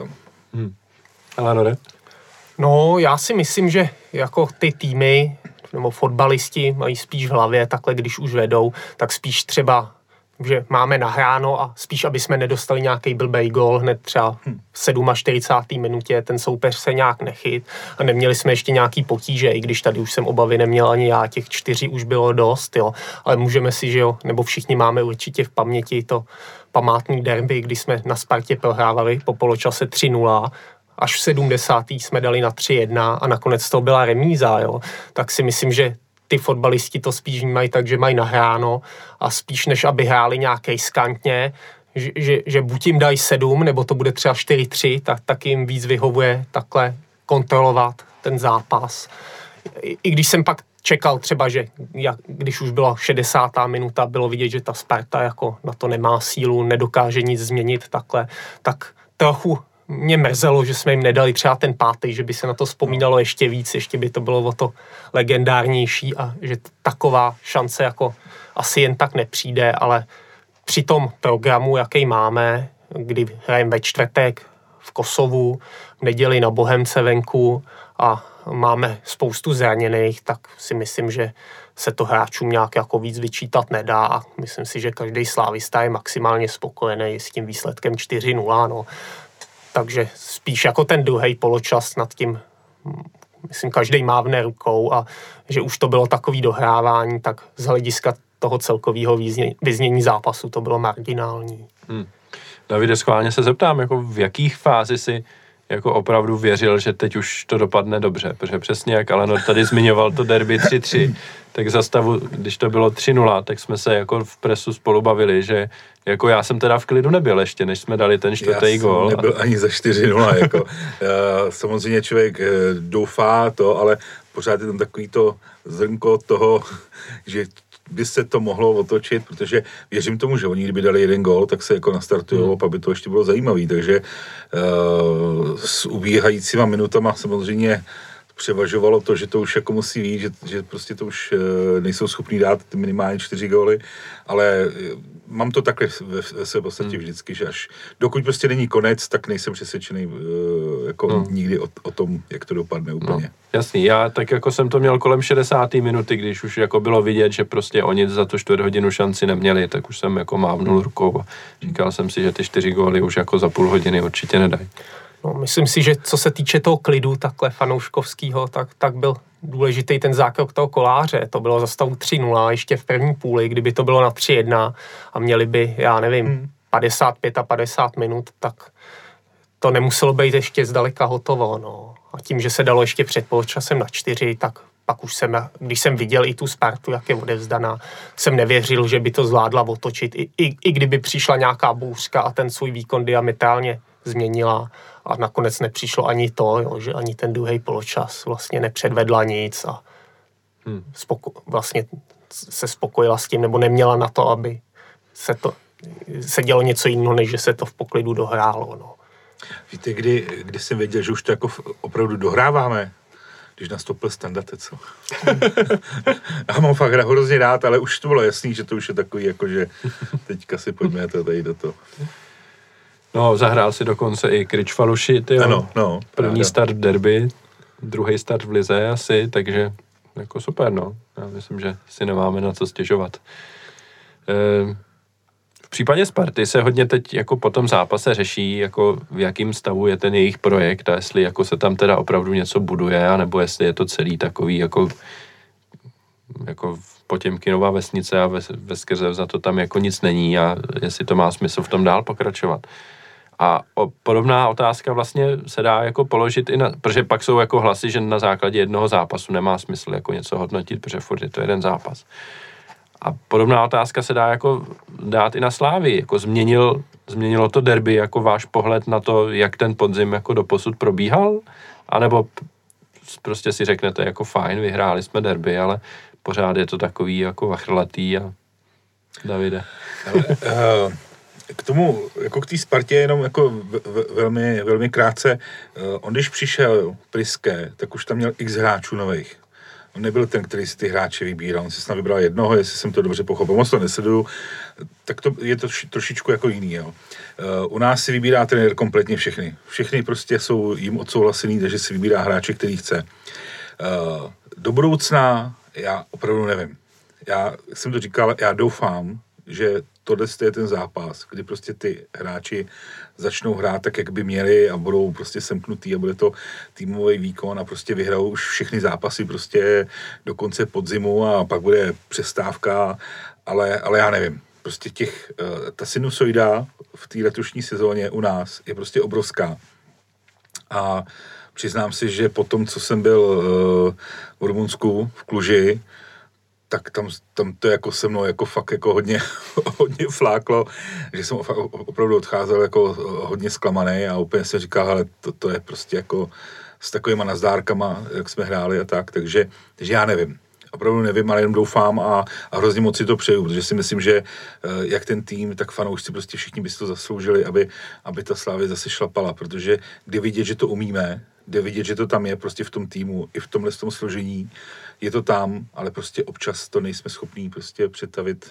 Ale Nore? No, já si myslím, že jako ty týmy nebo fotbalisti mají spíš v hlavě takhle, když už vedou, tak spíš třeba, že máme nahráno a spíš, aby jsme nedostali nějaký blbej gól hned třeba v 47. minutě, ten soupeř se nějak nechyt a neměli jsme ještě nějaký potíže, i když tady už jsem obavy neměl ani já, těch 4 už bylo dost, jo, ale můžeme si, že jo, nebo všichni máme určitě v paměti to památný derby, kdy jsme na Spartě prohrávali po poločase 3-0, až v 70. jsme dali na 3-1 a nakonec to byla remíza, jo. Tak si myslím, že ty fotbalisti to spíš vnímají tak, že mají nahráno a spíš než aby hráli nějak riskantně, že buď jim dají 7, nebo to bude třeba 4-3, tak jim víc vyhovuje takhle kontrolovat ten zápas. I když jsem pak čekal třeba, že když už byla 60. minuta, bylo vidět, že ta Sparta jako na to nemá sílu, nedokáže nic změnit takhle, tak trochu mě mrzelo, že jsme jim nedali třeba ten 5., že by se na to vzpomínalo ještě víc, ještě by to bylo o to legendárnější a že taková šance jako asi jen tak nepřijde, ale při tom programu, jaký máme, kdy hrajeme ve čtvrtek v Kosovu, v neděli na Bohemce venku a máme spoustu zraněných, tak si myslím, že se to hráčům nějak jako víc vyčítat nedá a myslím si, že každý slávista je maximálně spokojený s tím výsledkem 4-0, no. Takže spíš jako ten druhý poločas nad tím, myslím, každý mávne rukou a že už to bylo takový dohrávání, tak z hlediska toho celkového vyznění zápasu to bylo marginální. Davide, schválně se zeptám, jako v jakých fázi si jako opravdu věřil, že teď už to dopadne dobře, protože přesně jak Alenor tady zmiňoval to derby 3-3, tak za stavu, když to bylo 3-0, tak jsme se jako v presu spolu bavili, že jako já jsem teda v klidu nebyl ještě, než jsme dali ten čtvrtý gól. Já jsem nebyl ani za 4-0, jako samozřejmě člověk doufá to, ale pořád je tam takový to zrnko toho, že by se to mohlo otočit, protože věřím tomu, že oni kdyby dali jeden gól, tak se jako nastartujou, pak by to ještě bylo zajímavý, takže s ubíhajícíma minutama samozřejmě převažovalo to, že to už jako musí víc, že prostě to už nejsou schopní dát minimálně 4 góly, ale mám to takhle ve své podstatě vždycky, že až dokud prostě není konec, tak nejsem přesvědčený jako nikdy o tom, jak to dopadne úplně. No, jasný, já tak jako jsem to měl kolem 60. minuty, když už jako bylo vidět, že prostě oni za tu 4 hodinu šanci neměli, tak už jsem jako mávnul rukou a říkal jsem si, že ty 4 góly už jako za půl hodiny určitě nedají. No, myslím si, že co se týče toho klidu takhle fanouškovského, tak byl důležitý ten zákrok toho Koláře. To bylo za stavu 3-0 ještě v první půli, kdyby to bylo na 3-1 a měli by, já nevím, 55 a 50 minut, tak to nemuselo být ještě zdaleka hotovo. No. A tím, že se dalo ještě před poločasem na 4, tak pak už jsem, když jsem viděl i tu Spartu, jak je odevzdaná, jsem nevěřil, že by to zvládla otočit. I kdyby přišla nějaká bouřka a ten svůj výkon diametrálně změnila a nakonec nepřišlo ani to, jo, že ani ten druhý poločas vlastně nepředvedla nic a vlastně se spokojila s tím, nebo neměla na to, aby se dělo něco jiného, než že se to v poklidu dohrálo. No. Víte, kdy jsem věděl, že už to jako opravdu dohráváme? Když nastoupil Standate, co? Já mám fakt hrozně rád, ale už to bylo jasný, že to už je takový, jako že teďka si pojďme tady do toho. No, zahrál si dokonce i Kričfaluši, no, první start v derby, druhý start v lize asi, takže jako super, no. Já myslím, že si nemáme na co stěžovat. V případě Sparty se hodně teď jako po tom zápase řeší, jako v jakém stavu je ten jejich projekt a jestli jako se tam teda opravdu něco buduje, anebo jestli je to celý takový jako Potěmkinova vesnice a veskrze za to tam jako nic není a jestli to má smysl v tom dál pokračovat. A podobná otázka vlastně se dá jako položit i protože pak jsou jako hlasy, že na základě jednoho zápasu nemá smysl jako něco hodnotit, protože furt je to jeden zápas. A podobná otázka se dá jako dát i na Slávii. Jako změnilo to derby jako váš pohled na to, jak ten podzim jako doposud probíhal? A nebo prostě si řeknete jako fajn, vyhráli jsme derby, ale pořád je to takový jako vachrlatý a Davide. K tomu, jako k té Spartě, jenom jako velmi, velmi krátce, on když přišel Priské, tak už tam měl x hráčů nových. On nebyl ten, který si ty hráče vybíral, on si snad vybral jednoho, jestli jsem to dobře pochopil, moc to nesleduju, tak to je to trošičku jako jiný, jo. U nás si vybírá trenér kompletně všechny. Všechny prostě jsou jim odsouhlasený, takže si vybírá hráče, který chce. Do budoucna já opravdu nevím. Já jsem to říkal, já doufám, že tohle je ten zápas, kdy prostě ty hráči začnou hrát tak, jak by měli a budou prostě semknutý a bude to týmový výkon a prostě vyhrajou už všechny zápasy prostě do konce podzimu a pak bude přestávka, ale já nevím. Prostě ta sinusoida v té letošní sezóně u nás je prostě obrovská. A přiznám si, že po tom, co jsem byl v Rumunsku, v Kluži, tak tam to jako se mnou jako fakt jako hodně fláklo, že jsem opravdu odcházel jako hodně zklamaný a úplně jsem říkal, ale to je prostě jako s takovýma nazdárkama, jak jsme hráli a tak, takže já nevím. Opravdu nevím, ale jenom doufám a hrozně moc si to přeju, protože si myslím, že jak ten tým, tak fanoušci prostě všichni by si to zasloužili, aby ta Slavia zase šlapala, protože kdy vidět, že to umíme, jde vidět, že to tam je prostě v tom týmu, i v tomhle složení, je to tam, ale prostě občas to nejsme schopní prostě přetavit.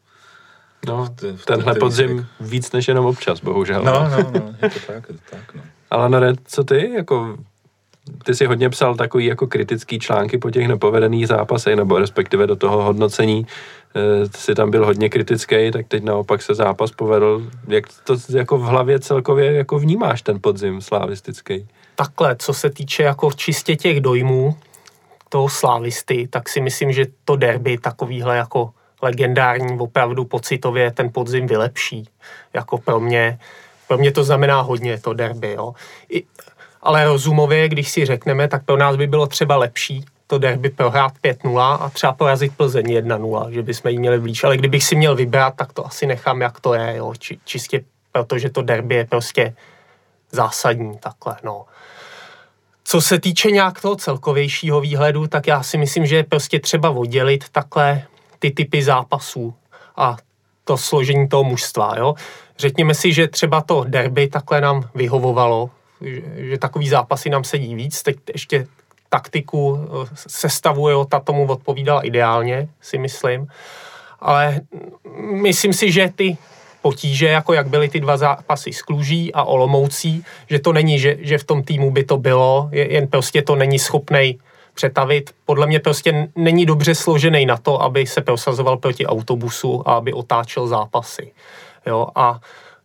No, tenhle podzim víc než jenom občas, bohužel. No, je to tak, no. Ale Nore, co ty? Jako, ty jsi hodně psal takový jako kritický články po těch nepovedených zápasech, nebo respektive do toho hodnocení. Jsi tam byl hodně kritický, tak teď naopak se zápas povedl. Jak to jako v hlavě celkově jako vnímáš ten podzim slavistický? Takhle, co se týče jako čistě těch dojmů toho Slávisty, tak si myslím, že to derby takovýhle jako legendární, opravdu pocitově ten podzim vylepší. Jako pro mě to znamená hodně, to derby, jo. ale rozumově, když si řekneme, tak pro nás by bylo třeba lepší to derby prohrát 5-0 a třeba porazit Plzeň 1-0, že bychom jí měli blíž. Ale kdybych si měl vybrat, tak to asi nechám, jak to je, jo. Čistě protože to derby je prostě zásadní takhle, no. Co se týče nějak toho celkovějšího výhledu, tak já si myslím, že je prostě třeba oddělit takhle ty typy zápasů a to složení toho mužstva, jo. Řekněme si, že třeba to derby takhle nám vyhovovalo, že takový zápasy nám sedí víc, teď ještě taktiku sestavuje, ta tomu odpovídala ideálně, si myslím, ale myslím si, že ty potíže, jako jak byly ty dva zápasy s Kluží a Olomoucí, že to není, že v tom týmu by to bylo, jen prostě to není schopnej přetavit. Podle mě prostě není dobře složený na to, aby se prosazoval proti autobusu a aby otáčel zápasy. Jo? A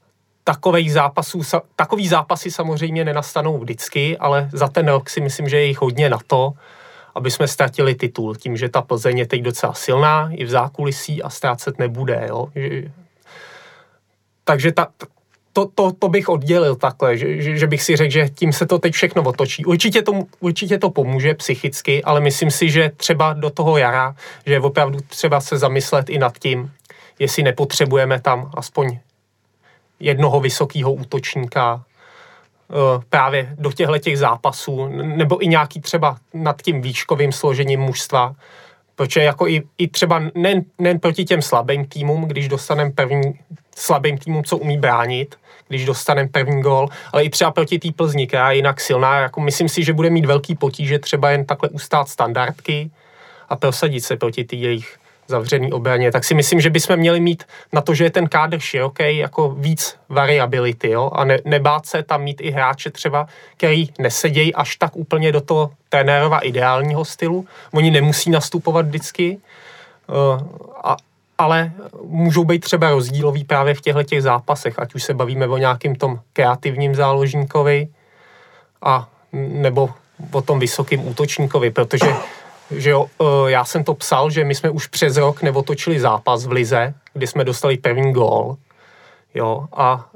takový zápasy samozřejmě nenastanou vždycky, ale za ten rok si myslím, že je jich hodně na to, aby jsme ztratili titul. Tím, že ta Plzeň je teď docela silná i v zákulisí a ztrácet nebude. Jo? Takže to bych oddělil takhle, že bych si řekl, že tím se to teď všechno otočí. Určitě to pomůže psychicky, ale myslím si, že třeba do toho jara, že je opravdu třeba se zamyslet i nad tím, jestli nepotřebujeme tam aspoň jednoho vysokého útočníka právě do těchto zápasů, nebo i nějaký třeba nad tím výškovým složením mužstva, protože jako i třeba nejen proti těm slabým týmům, když dostaneme slabým týmům, co umí bránit, když dostaneme první gól, ale i třeba proti té Plzni, která je jinak silná, jako myslím si, že bude mít velký potíže třeba jen takhle ustát standardky a prosadit se proti té jejich zavřený obraně, tak si myslím, že bychom měli mít na to, že je ten kádr široký, jako víc variability, jo, a nebát se tam mít i hráče třeba, který nesedějí až tak úplně do toho trenérova ideálního stylu. Oni nemusí nastupovat vždycky, ale můžou být třeba rozdílový právě v těchto zápasech, ať už se bavíme o nějakým tom kreativním záložníkovi a nebo o tom vysokým útočníkovi, protože že jo, já jsem to psal, že my jsme už přes rok neotočili zápas v lize, kdy jsme dostali první gól. Jo, a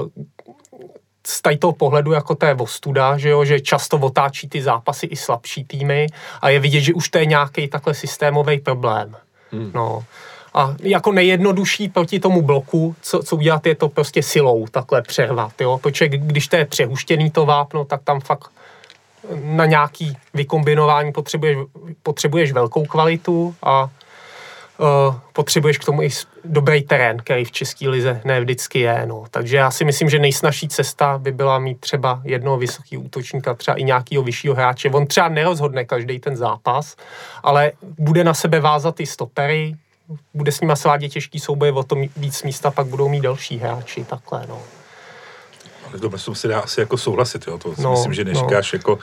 z toho pohledu jako to je ostuda, že jo, že často otáčí ty zápasy i slabší týmy a je vidět, že už to je nějaký takhle systémový problém. No. A jako nejjednodušší proti tomu bloku, co udělat, je to prostě silou takhle přervat, jo, protože když to je přehuštěný to vápno, tak tam fakt na nějaký vykombinování potřebuješ velkou kvalitu a potřebuješ k tomu i dobrý terén, který v české lize ne vždycky je. No. Takže já si myslím, že nejsnažší cesta by byla mít třeba jednoho vysokého útočníka, třeba i nějakého vyššího hráče. On třeba nerozhodne každý ten zápas, ale bude na sebe vázat i stopery, bude s nima svádět těžký souboje, o tom víc místa pak budou mít další hráči, takhle, no. Ale to prostě se dá asi jako souhlasit, jo, to si myslím, že neříkáš jako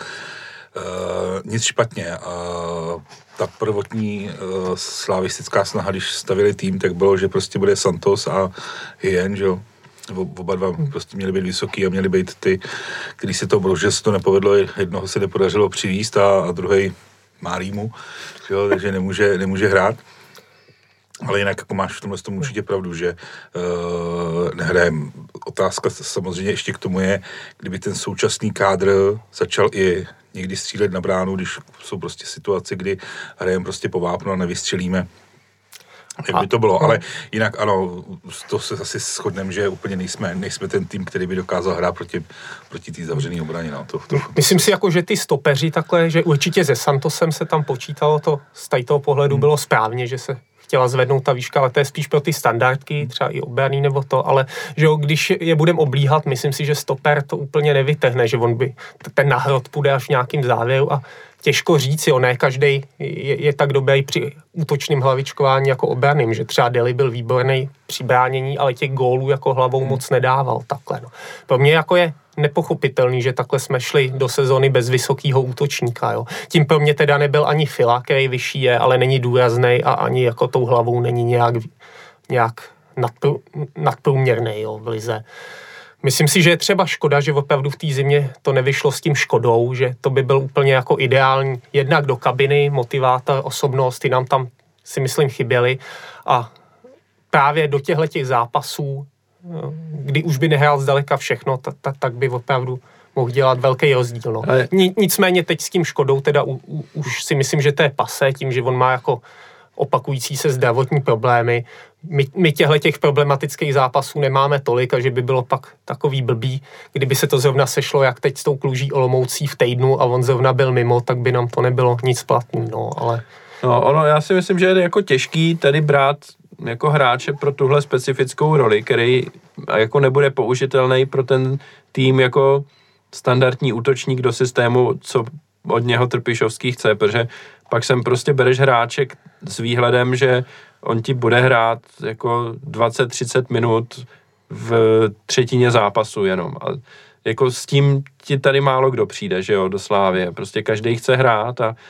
nic špatně. Ta prvotní slavistická snaha, když stavili tým, tak bylo, že prostě bude Santos a Hien, že jo. Oba dva prostě měli být vysoký a měli být ty, když se to bylo, že se to nepovedlo, jednoho se nepodařilo přivízt a druhej má rýmu, jo, takže nemůže hrát. Ale jinak jako máš v tomhle tomu určitě pravdu, že nehrajem. Otázka samozřejmě ještě k tomu je, kdyby ten současný kádr začal i někdy střílet na bránu, když jsou prostě situace, kdy hrajeme prostě po vápnu a nevystřelíme. Jak by to bylo, ale jinak ano, to se asi shodneme, že úplně nejsme ten tým, který by dokázal hrát proti té zavřené obraně. No, myslím si, jako, že ty stopeři takhle, že určitě se Santosem se tam počítalo, to z toho pohledu bylo správně, že se chtěla zvednout ta výška, ale to je spíš pro ty standardky, třeba i obraný nebo to, ale že jo, když je budeme oblíhat, myslím si, že stoper to úplně nevytehne, že on by ten nahrod půjde až v nějakým závěru a těžko říct, jo, ne každý je tak dobrý při útočném hlavičkování jako obraným, že třeba Deli byl výborný při bránění, ale těch gólů jako hlavou moc nedával takhle. No. Pro mě jako je nepochopitelný, že takhle jsme šli do sezony bez vysokého útočníka. Jo. Tím pro mě teda nebyl ani Fila, který vyšší je, ale není důraznej a ani jako tou hlavou není nějak nadprůměrný, jo, v lize. Myslím si, že je třeba škoda, že opravdu v té zimě to nevyšlo s tím Škodou, že to by byl úplně jako ideální jednak do kabiny, motivátor, osobnost, ty nám tam si myslím chyběly a právě do těchto zápasů, kdy už by nehrál zdaleka všechno, tak by opravdu mohl dělat velký rozdíl. No. Nicméně teď s tím Škodou teda už si myslím, že to je pasé, tím, že on má jako opakující se zdravotní problémy. My těch problematických zápasů nemáme tolik a že by bylo pak takový blbý, kdyby se to zrovna sešlo, jak teď s tou Kluží Olomoucí v týdnu a on zrovna byl mimo, tak by nám to nebylo nic platný, no, ale... No, já si myslím, že je jako těžký tady brát jako hráče pro tuhle specifickou roli, který jako nebude použitelný pro ten tým jako standardní útočník do systému, co od něho Trpišovský chce, protože pak sem prostě bereš hráček s výhledem, že on ti bude hrát jako 20-30 minut v třetině zápasu jenom. A jako s tím ti tady málo kdo přijde, že jo, do Slávie. Prostě každý chce hrát a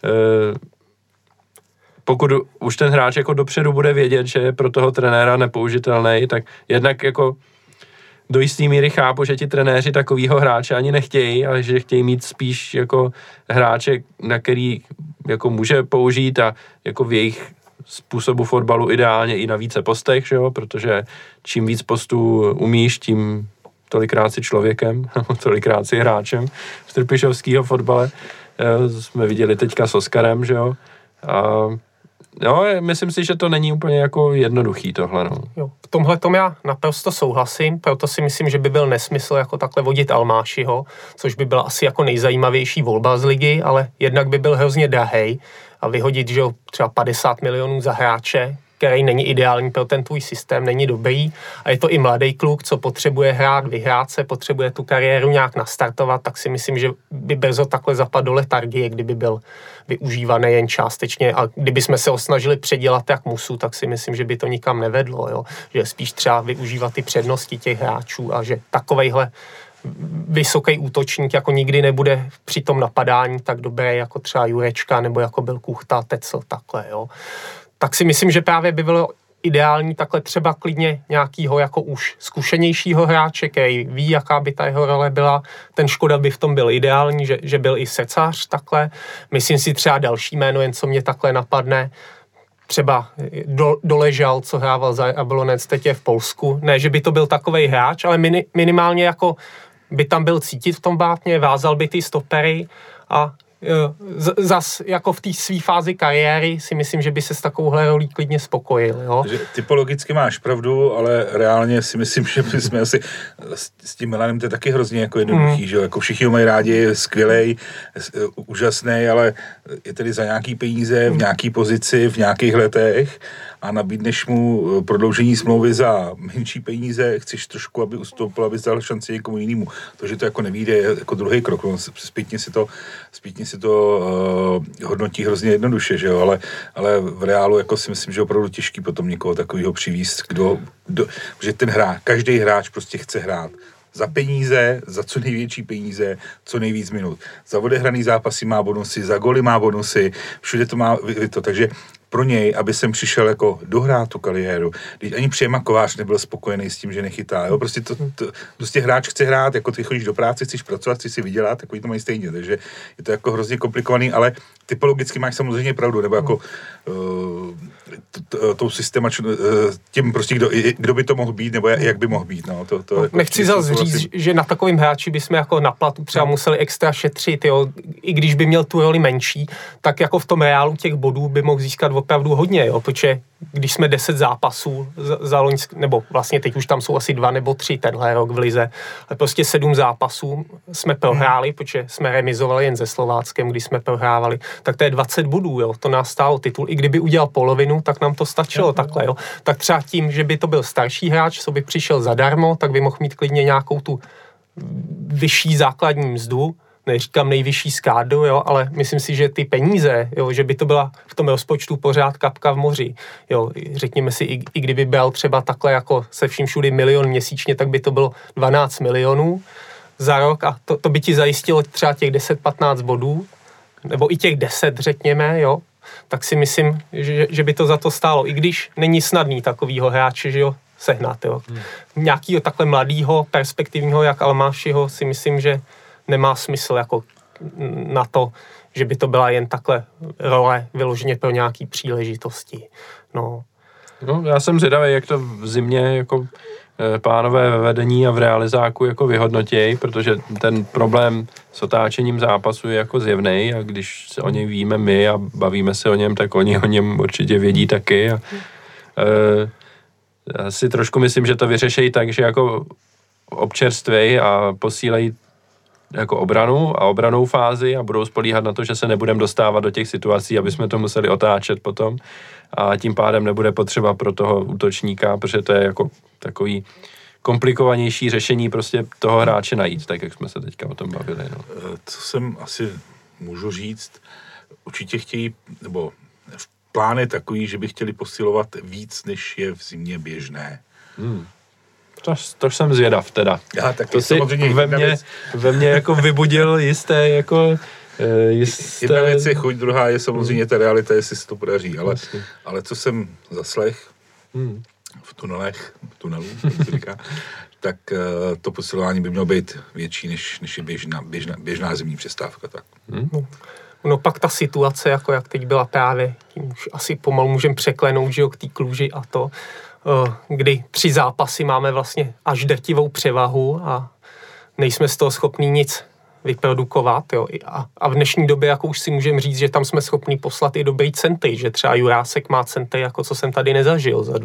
pokud už ten hráč jako dopředu bude vědět, že je pro toho trenéra nepoužitelný, tak jednak jako do jistý míry chápu, že ti trenéři takovýho hráče ani nechtějí, ale že chtějí mít spíš jako hráče, na který jako může použít a jako v jejich způsobu fotbalu ideálně i na více postech, že jo? Protože čím víc postů umíš, tím tolikrát si člověkem, tolikrát si hráčem v trpišovského fotbale. Jsme viděli teďka s Oskarem, že jo? A jo, myslím si, že to není úplně jako jednoduchý tohle, no. Jo, v tomhle tom já naprosto souhlasím, proto si myslím, že by byl nesmysl jako takhle vodit Almášiho, což by byla asi jako nejzajímavější volba z ligy, ale jednak by byl hrozně drahej a vyhodit, že třeba 50 milionů za hráče, který není ideální pro ten tvůj systém, není dobrý a je to i mladý kluk, co potřebuje hrát, vyhrát se, potřebuje tu kariéru nějak nastartovat, tak si myslím, že by brzo takhle zapadl do letargie, kdyby byl využívaný jen částečně a kdyby jsme se osnažili předělat jak musu, tak si myslím, že by to nikam nevedlo, jo? Že spíš třeba využívat ty přednosti těch hráčů a že takovejhle vysoký útočník jako nikdy nebude při tom napadání tak dobrý jako třeba Jurečka nebo jako byl Kuchta, Tecl, takhle, jo. Tak si myslím, že právě by bylo ideální takhle třeba klidně nějakýho jako už zkušenějšího hráče, který ví, jaká by ta jeho role byla. Ten Škoda by v tom byl ideální, že byl i secář takhle. Myslím si třeba další jméno, jen co mě takhle napadne, třeba Doležal, co hrával za Jablonec, teď je v Polsku. Ne, že by to byl takovej hráč, ale minimálně jako by tam byl cítit v tom vápně, vázal by ty stopery a zas jako v té své fázi kariéry si myslím, že by se s takovouhle rolí klidně spokojil. Jo? Že typologicky máš pravdu, ale reálně si myslím, že my jsme asi s tím Milanem to je taky hrozně jako jednoduchý, že jo? Jako všichni ho mají rádi, je skvělej, úžasný, ale je tedy za nějaký peníze, v nějaký pozici, v nějakých letech a nabídneš mu prodloužení smlouvy za menší peníze, chceš trošku, aby ustoupil, aby dal šanci někomu jinému. To, že to jako nevíde, je jako druhý krok. No, zpětně si to hodnotí hrozně jednoduše, že jo? Ale v reálu jako si myslím, že je opravdu těžký potom někoho takového přivízt, že každý hráč prostě chce hrát. Za peníze, za co největší peníze, co nejvíc minut. Za odehraný zápasy má bonusy, za goly má bonusy, všude to má to, takže pro něj, aby jsem přišel jako dohrát tu kariéru. Když ani Přema Kovář nebyl spokojený s tím, že nechytá. Jo? Prostě hráč chce hrát, jako ty chodíš do práce, chceš pracovat, chceš si vydělat, takový to mají stejně. Takže je to jako hrozně komplikovaný, ale typologicky máš samozřejmě pravdu, nebo jako tou tím prostě, kdo by to mohl být, nebo jak by mohl být. No, to jako nechci zase říct, že na takovým hráči bychom jako na platu třeba museli extra šetřit, jo? I když by měl tu roli menší, tak jako v tom reálu těch bodů by mohl získat opravdu hodně, jo? Protože když jsme 10 zápasů za loňsk, nebo vlastně teď už tam jsou asi 2 nebo 3 tenhle rok v lize, ale prostě 7 zápasů jsme prohráli, protože jsme remizovali jen se Slováckem, když jsme prohrávali, tak to je 20 bodů, jo? To nás stálo titul. I kdyby udělal polovinu, tak nám to stačilo takhle, jo? Tak třeba tím, že by to byl starší hráč, co by přišel zadarmo, tak by mohl mít klidně nějakou tu vyšší základní mzdu, neříkám nejvyšší skádu, jo, ale myslím si, že ty peníze, jo, že by to byla v tom rozpočtu pořád kapka v moři. Jo, řekněme si, i kdyby byl třeba takhle jako se vším všudy 1 milion měsíčně, tak by to bylo 12 milionů za rok a to by ti zajistilo třeba těch 10-15 bodů, nebo i těch 10, řekněme, jo, tak si myslím, že by to za to stálo, i když není snadný takovýho hráče, že jo, sehnat, jo. Nějakýho takhle mladýho, perspektivního, jak Almášiho, si myslím, že nemá smysl jako na to, že by to byla jen takhle role vyloženě pro nějaký příležitosti. No, já jsem zvědavý, jak to v zimě jako pánové ve vedení a v realizáku jako vyhodnotěj, protože ten problém s otáčením zápasu je jako zjevnej a když se o něm víme my a bavíme se o něm, tak oni o něm určitě vědí taky. A, já si trošku myslím, že to vyřešejí tak, že jako občerstvej a posílají jako obranu a obranou fázi a budou spolíhat na to, že se nebudeme dostávat do těch situací, aby jsme to museli otáčet potom a tím pádem nebude potřeba pro toho útočníka, protože to je jako takový komplikovanější řešení prostě toho hráče najít, tak jak jsme se teďka o tom bavili. No. Co jsem asi můžu říct, určitě chtějí, nebo plán je takový, že by chtěli posilovat víc, než je v zimě běžné. To jsem zvědav teda. Já taky, to si ve mně jako vybudil jisté jako Jedna věc je chuť, druhá je samozřejmě ta realita, jestli se to podaří, ale co jsem zaslech v tunelu, tak to posilování by mělo být větší, než je běžná zimní přestávka. Tak. No pak ta situace, jako jak teď byla právě, tím už asi pomalu můžeme překlenout, že jo, k té Kluži a to, kdy 3 zápasy máme vlastně až drtivou převahu a nejsme z toho schopní nic vyprodukovat, jo. A v dnešní době, jako už si můžeme říct, že tam jsme schopni poslat i dobrý centy, že třeba Jurásek má centy, jako co jsem tady nezažil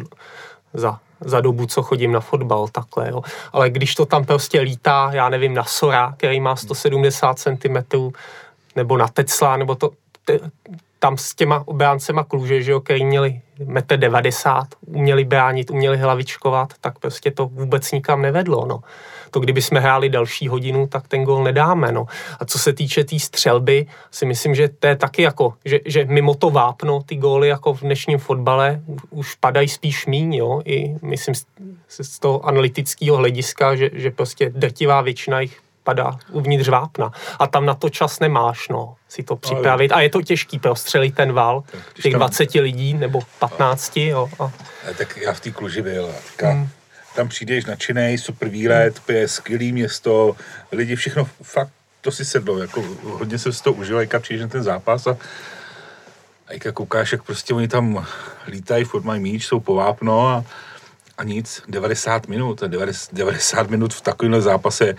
za dobu, co chodím na fotbal, takhle, jo. Ale když to tam prostě lítá, já nevím, na Sora, který má 170 cm, nebo na Tecla, nebo to tam s těma obráncema Kluže, že jo, který měli 1,90 m, uměli bránit, uměli hlavičkovat, tak prostě to vůbec nikam nevedlo, no. To kdyby jsme hráli další hodinu, tak ten gól nedáme, no. A co se týče té střelby, si myslím, že to je taky jako, že mimo to vápno, ty góly jako v dnešním fotbale už padají spíš míň, jo. I myslím z toho analytického hlediska, že prostě drtivá většina jich padá uvnitř vápna. A tam na to čas nemáš, no, si to připravit. A je to těžký prostřelit ten val, těch 20 lidí nebo 15, jo. Tak já v té Kluži byl. Tam přijdeš nadšenej, super výlet, skvělý město, lidi, všechno, fakt, to si sedlo, jako hodně jsem si to užil, jak přijdeš na ten zápas a jak koukáš, jak prostě oni tam lítají, furt mají míč, jsou po vápno a nic, 90 minut a 90 minut v takovémhle zápase,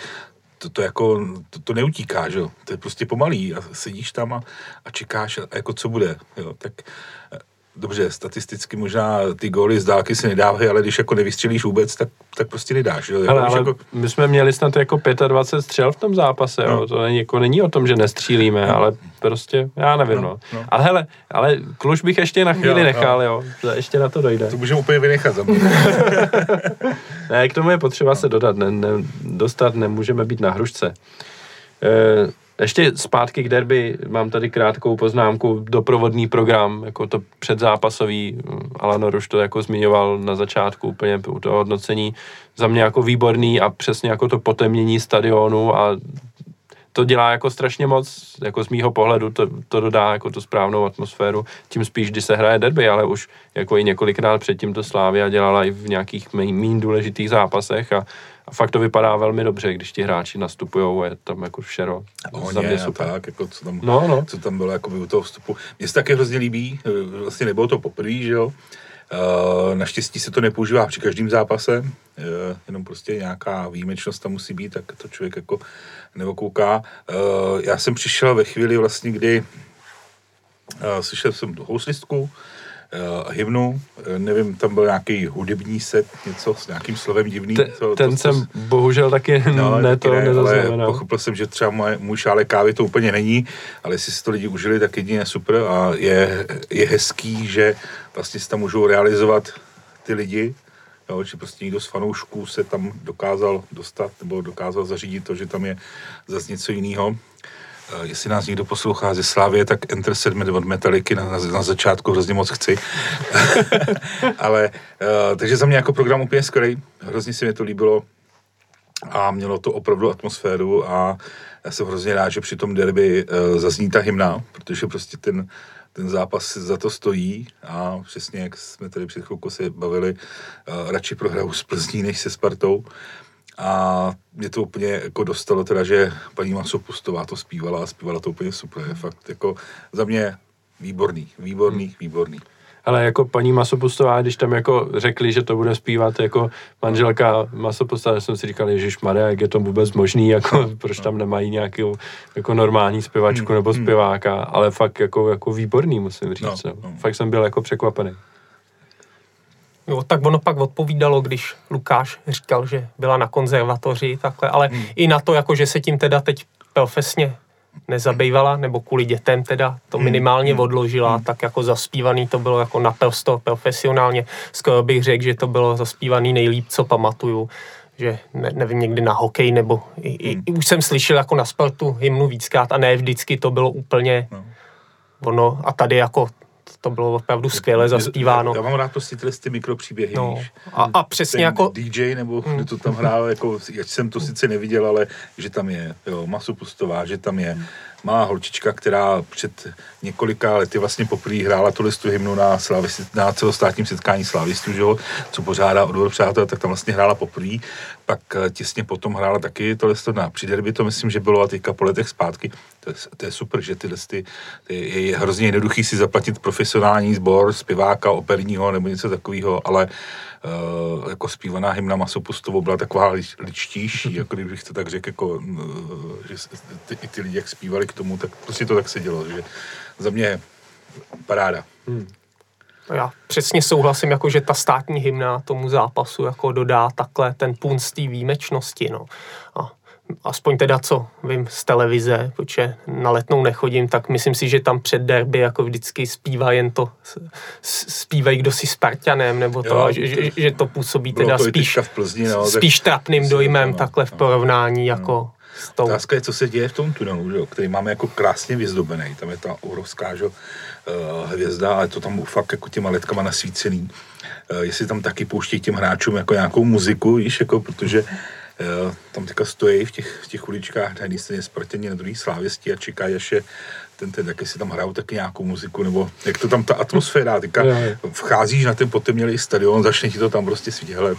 to neutíká, že jo, to je prostě pomalý a sedíš tam a čekáš a jako co bude, jo, tak dobře, statisticky možná ty góly z dálky se nedávají, ale když jako nevystřelíš vůbec, tak prostě nedáš. Jo? Ale jako my jsme měli snad jako 25 střel v tom zápase, jo? To není o tom, že nestřílíme, ale prostě, já nevím, no. Ale Kluž bych ještě na chvíli nechal, jo. Ještě na to dojde. To můžeme úplně vynechat za mě. Ne, k tomu je potřeba se dodat, dostat, nemůžeme být na hrušce. Ještě zpátky k derby, mám tady krátkou poznámku, doprovodný program, jako to předzápasový, Alan Ruš to jako zmiňoval na začátku úplně u toho hodnocení, za mě jako výborný a přesně jako to potemnění stadionu a to dělá jako strašně moc, jako z mýho pohledu to dodá jako tu správnou atmosféru, tím spíš, když se hraje derby, ale už jako i několikrát předtím to Slavia dělala i v nějakých méně důležitých zápasech a fakt to vypadá velmi dobře, když ti hráči nastupujou a je tam jako všero. Za mě super. Tak, jako co tam bylo jako u toho vstupu. Mně se taky hrozně líbí, vlastně nebylo to poprvé, že jo. Naštěstí se to nepoužívá při každém zápase, jenom prostě nějaká výjimečnost tam musí být, tak to člověk jako neokouká. Já jsem přišel ve chvíli vlastně, kdy slyšel jsem tu houslistku, hymnu, nevím, tam byl nějaký hudební set, něco s nějakým slovem divný. Ten jsem bohužel taky nezaznamenal. Ale pochopil jsem, že třeba můj šálek kávy to úplně není, ale jestli si to lidi užili, tak jedině super a je hezký, že vlastně se tam můžou realizovat ty lidi, jo, že prostě někdo z fanoušků se tam dokázal dostat nebo dokázal zařídit to, že tam je zase něco jiného. Jestli nás někdo poslouchá ze Slávie, tak Enter 7 od Metalliky na začátku hrozně moc chci. Ale, takže za mě jako program úplně skvělý. Hrozně se mi to líbilo a mělo to opravdu atmosféru a já jsem hrozně rád, že při tom derby zazní ta hymna, protože prostě ten zápas za to stojí a přesně jak jsme tady před chvilkou se bavili, radši prohraju s Plzní než se Spartou. A mě to úplně jako dostalo teda, že paní Masopustová to zpívala a zpívala to úplně super. Je fakt jako za mě výborný. Ale jako paní Masopustová, když tam jako řekli, že to bude zpívat jako manželka Masopustová, jsem si říkal, ježišmarja, jak je to vůbec možný, jako proč tam nemají nějakou jako normální zpěvačku nebo zpěváka, ale fakt jako výborný, musím říct. Fakt jsem byl jako překvapený. Jo, tak ono pak odpovídalo, když Lukáš říkal, že byla na konzervatoři, takhle, ale i na to, jako že se tím teda teď profesně nezabývala, nebo kvůli dětem teda to minimálně odložila, tak jako zaspívaný to bylo jako naprosto profesionálně. Skoro bych řekl, že to bylo zaspívaný nejlíp, co pamatuju, že nevím, někdy na hokej, nebo už jsem slyšel jako na sportu hymnu víckrát a ne vždycky to bylo úplně ono a tady jako to bylo opravdu skvěle zaspíváno. Já mám rád prostě ty mikropříběhy, víš. A přesně ten jako DJ, nebo kdo to tam hrál, jako, jak jsem to sice neviděl, ale že tam je Masopustová, že tam je malá holčička, která před několika lety vlastně poprvé hrála tu listu hymnu na celostátním setkání slávistů, že jo, co pořádá Odbor přátel, tak tam vlastně hrála poprvé, pak těsně potom hrála taky to listu na Přiderby, to myslím, že bylo a teďka po letech zpátky. To je super, že ty listy, je hrozně jednoduchý si zaplatit profesionální sbor, zpěváka, operního nebo něco takového, ale jako zpívaná hymna Masopustovou byla taková ličtější, jako kdybych to tak řekl, jako, že i ty lidi, jak zpívali k tomu, tak prostě to tak se dělo, že za mě paráda. Já přesně souhlasím, jako, že ta státní hymna tomu zápasu jako dodá takhle ten punc té výjimečnosti, no. A aspoň teda, co vím z televize, protože na Letnou nechodím, tak myslím si, že tam před derby jako vždycky zpívá jen to, zpívají kdo si Spartanem, nebo to, jo, že to působí teda to spíš, v Plzni, no, spíš trapným dojmem takhle v porovnání jako s tou. Otázka je, co se děje v tom tunelu, že? Který máme jako krásně vyzdobený, tam je ta obrovská hvězda, ale to tam fakt jako těma letkama nasvícený. Jestli tam taky pouštějí těm hráčům jako nějakou muziku, víš, jako, protože tam teďka stojí v těch uličkách, na jedné straně Spartěni, na druhé Slávisti a čekají, až je tak jestli tam hrajou taky nějakou muziku, nebo jak to tam ta atmosféra, teďka vcházíš na ten potemnělý stadion, začne ti to tam prostě svítit, hele.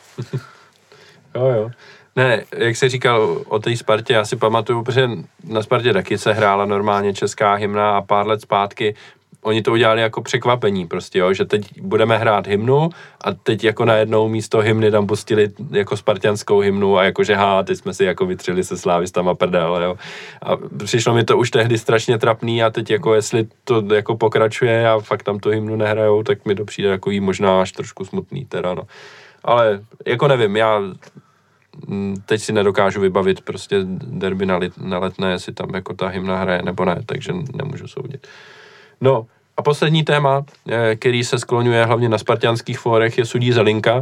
Jo. Ne, jak jsi říkal o té Spartě, já si pamatuju, protože na Spartě taky se hrála normálně česká hymna a pár let zpátky oni to udělali jako překvapení prostě, jo, že teď budeme hrát hymnu a teď jako najednou místo hymny tam pustili jako spartianskou hymnu a jakože teď jsme si jako vytřeli se slávistama prdel, jo. A přišlo mi to už tehdy strašně trapný a teď jako jestli to jako pokračuje a fakt tam tu hymnu nehrajou, tak mi to přijde jako možná až trošku smutný teda, no. Ale jako nevím, já teď si nedokážu vybavit prostě derby na Letné, jestli tam jako ta hymna hraje nebo ne, takže nemůžu soudit. No a poslední téma, který se skloňuje hlavně na spartianských fórech, je sudí Zelinka,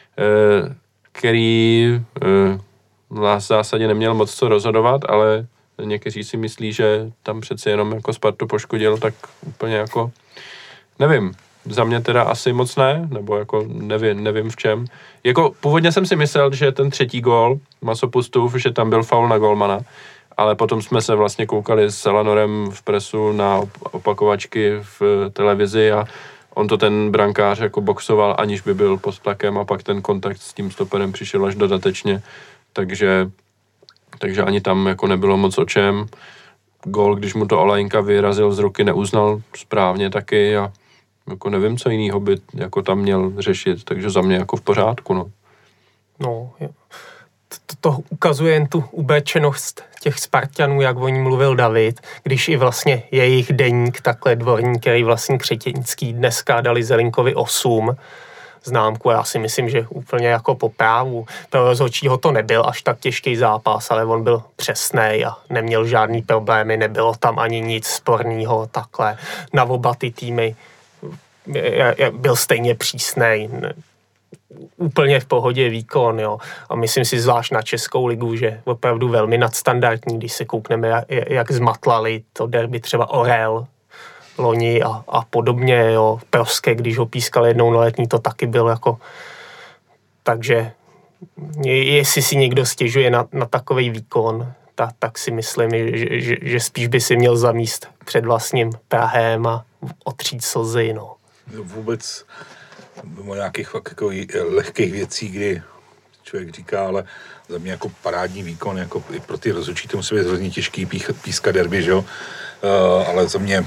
který v zásadě neměl moc co rozhodovat, ale někteří si myslí, že tam přece jenom jako Spartu poškodil, tak úplně jako, nevím, za mě teda asi moc ne, nebo jako nevím v čem. Jako původně jsem si myslel, že ten třetí gól Masopustův, že tam byl faul na golmana, ale potom jsme se vlastně koukali s Elanorem v presu na opakovačky v televizi a on to ten brankář jako boxoval, aniž by byl pod tlakem a pak ten kontakt s tím stoperem přišel až dodatečně, takže ani tam jako nebylo moc o čem. Gól, když mu to Olajinka vyrazil z ruky, neuznal správně taky a jako nevím, co jinýho by jako tam měl řešit, takže za mě jako v pořádku, no. No, to ukazuje jen tu ubéčenost těch Spartanů, jak o ní mluvil David, když i vlastně jejich deník, takhle Dvorník, který vlastní Křetěnický, dneska dali Zelinkovi 8 známku a já si myslím, že úplně jako po právu. Pro rozhodčího to nebyl až tak těžký zápas, ale on byl přesnej a neměl žádný problémy, nebylo tam ani nic sporného takhle. Na oba ty týmy byl stejně přísnej, úplně v pohodě výkon, jo. A myslím si zvlášť na Českou ligu, že opravdu velmi nadstandardní, když se koukneme, jak zmatlali to derby třeba Orel loni a podobně, jo. Proske, když ho pískal jednou na Letní, to taky byl jako... Takže jestli si někdo stěžuje na takovej výkon, tak si myslím, že spíš by si měl zamíst před vlastním prahem a otřít slzy, no. Vůbec o nějakých fakt jako lehkých věcí, kdy člověk říká, ale za mě jako parádní výkon, jako i pro ty rozhodčí to musí být hrozně těžký pískat derby, že jo, ale za mě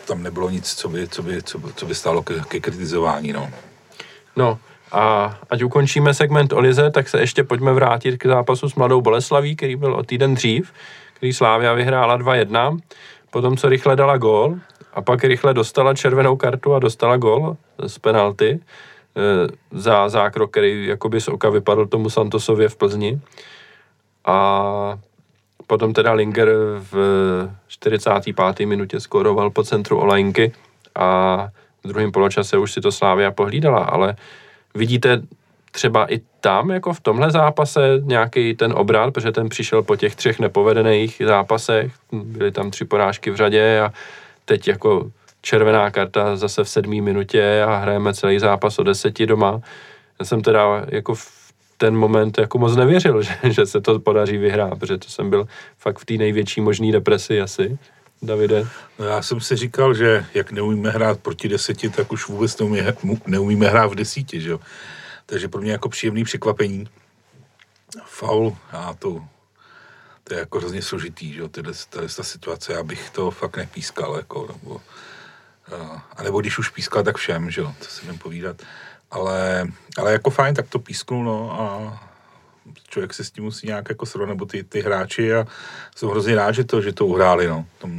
tam nebylo nic, co by stálo ke kritizování, no. No a ať ukončíme segment o lize, tak se ještě pojďme vrátit k zápasu s Mladou Boleslaví, který byl o týden dřív, který Slavia vyhrála 2-1, potom co rychle dala gól a pak rychle dostala červenou kartu a dostala gól z penalty za zákrok, který jakoby z oka vypadl tomu Santosově v Plzni. A potom teda Linger v 45. minutě skóroval po centru Olajinky a v druhém poločase už si to Slavia pohlídala, ale vidíte třeba i tam, jako v tomhle zápase, nějaký ten obrat, protože ten přišel po těch 3 nepovedených zápasech, byly tam 3 porážky v řadě a teď jako červená karta zase v 7. minutě a hrajeme celý zápas o 10 doma. Já jsem teda jako v ten moment jako moc nevěřil, že se to podaří vyhrát, protože to jsem byl fakt v té největší možný depresi asi. Davide? No já jsem si říkal, že jak neumíme hrát proti 10, tak už vůbec neumíme hrát v 10, že jo. Takže pro mě jako příjemný překvapení. Faul a to je jako hrozně složitý, že jo, ta situace, já bych to fakt nepískal, jako, nebo když už pískal, tak všem, že jo, to si jdem povídat. Ale jako fajn, tak to písknul, no, a člověk se s tím musí nějak jako srovnat, nebo ty hráči, a jsem hrozně rád, že to uhráli, no. Tam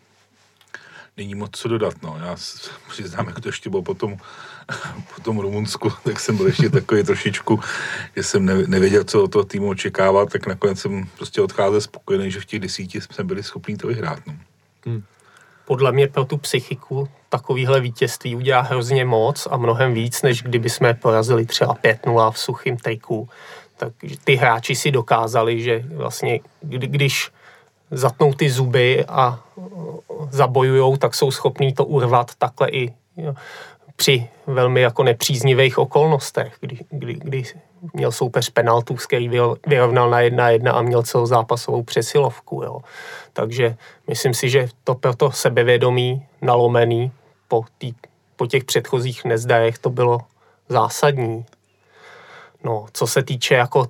není moc co dodat, no. Já přiznám, jak to ještě bylo po tom Rumunsku, tak jsem byl ještě takový trošičku, že jsem nevěděl, co od toho týmu očekávat, tak nakonec jsem prostě odcházel spokojený, že v těch 10 jsme byli schopni to vyhrát, no. Podle mě pro tu psychiku takovýhle vítězství udělá hrozně moc a mnohem víc, než kdyby jsme porazili třeba 5-0 v suchým triku. Tak ty hráči si dokázali, že vlastně když zatnou ty zuby a zabojujou, tak jsou schopní to urvat takhle i při velmi jako nepříznivých okolnostech, kdy měl soupeř penaltu, s který vyrovnal na 1-1 a měl celozápasovou přesilovku. Jo. Takže myslím si, že to pro to sebevědomí nalomený po těch předchozích nezdarech to bylo zásadní. No, co se týče jako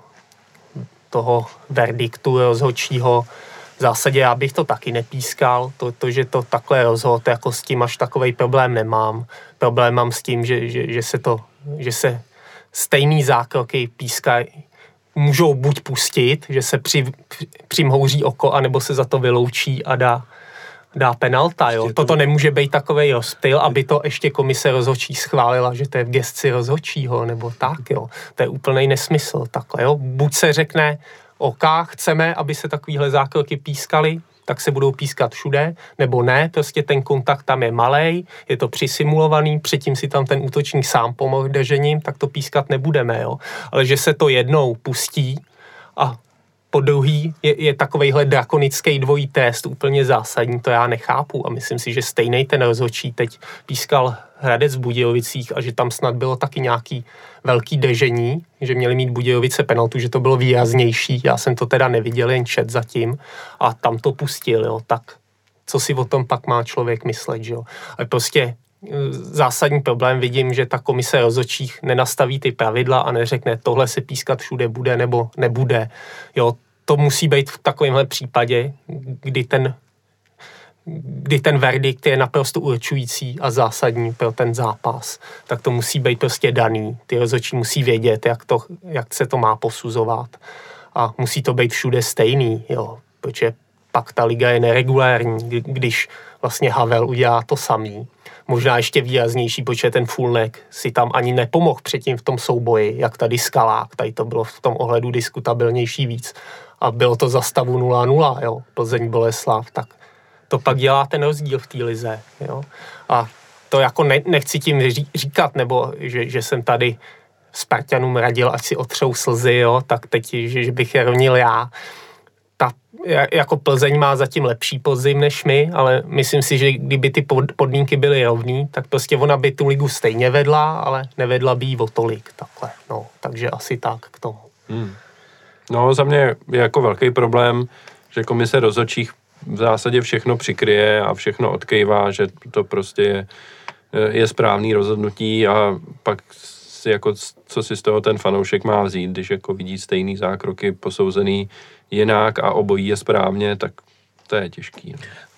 toho verdiktu rozhodčího, v zásadě já bych to taky nepískal, to že to takhle rozhod, jako s tím až takovej problém nemám. Problém mám s tím, že se stejný zákroky pískají, můžou buď pustit, že se přimhouří oko, anebo se za to vyloučí a dá penalta, jo. Toto nemůže být takovej rozptyl, aby to ještě komise rozhodčí schválila, že to je v gesci rozhodčího, nebo tak, jo. To je úplnej nesmysl, takhle, jo. Buď se řekne, chceme, aby se takovýhle zákroky pískaly, tak se budou pískat všude, nebo ne, prostě ten kontakt tam je malej, je to přisimulovaný, předtím si tam ten útočník sám pomohl držením, tak to pískat nebudeme, jo. Ale že se to jednou pustí a po druhý je takovejhle drakonický dvojí trest úplně zásadní, to já nechápu a myslím si, že stejnej ten rozhodčí teď pískal Hradec v Budějovicích a že tam snad bylo taky nějaký velký držení, že měli mít Budějovice penaltu, že to bylo výraznější, já jsem to teda neviděl, jen čet zatím a tam to pustil, jo, tak co si o tom pak má člověk myslet, že jo. Ale prostě zásadní problém vidím, že ta komise rozhodčích nenastaví ty pravidla a neřekne, tohle se pískat všude bude nebo nebude. Jo, to musí být v takovémhle případě, kdy ten verdikt je naprosto určující a zásadní pro ten zápas, tak to musí být prostě daný. Ty rozhodčí musí vědět, jak se to má posuzovat a musí to být všude stejný, jo, protože pak ta liga je neregulární, když vlastně Havel udělá to samý. Možná ještě výraznější, protože ten Fulnek si tam ani nepomohl předtím v tom souboji, jak tady Skalák, tady to bylo v tom ohledu diskutabilnější víc. A bylo to za stavu 0-0, jo, Plzeň Boleslav, tak to pak dělá ten rozdíl v té lize, jo. A to jako nechci tím říkat, nebo že jsem tady Spartanům radil, ať si otřou slzy, jo, tak teď, že bych je rovnil já. Jako Plzeň má zatím lepší podzim než my, ale myslím si, že kdyby ty podmínky byly rovný, tak prostě ona by tu ligu stejně vedla, ale nevedla by jí o tolik, takhle, no, takže asi tak k tomu. No, za mě je jako velký problém, že komise rozhodčích v zásadě všechno přikryje a všechno odkejvá, že to prostě je správný rozhodnutí a pak si jako, co si z toho ten fanoušek má vzít, když jako vidí stejný zákroky posouzený jinak a obojí je správně, tak to je těžký.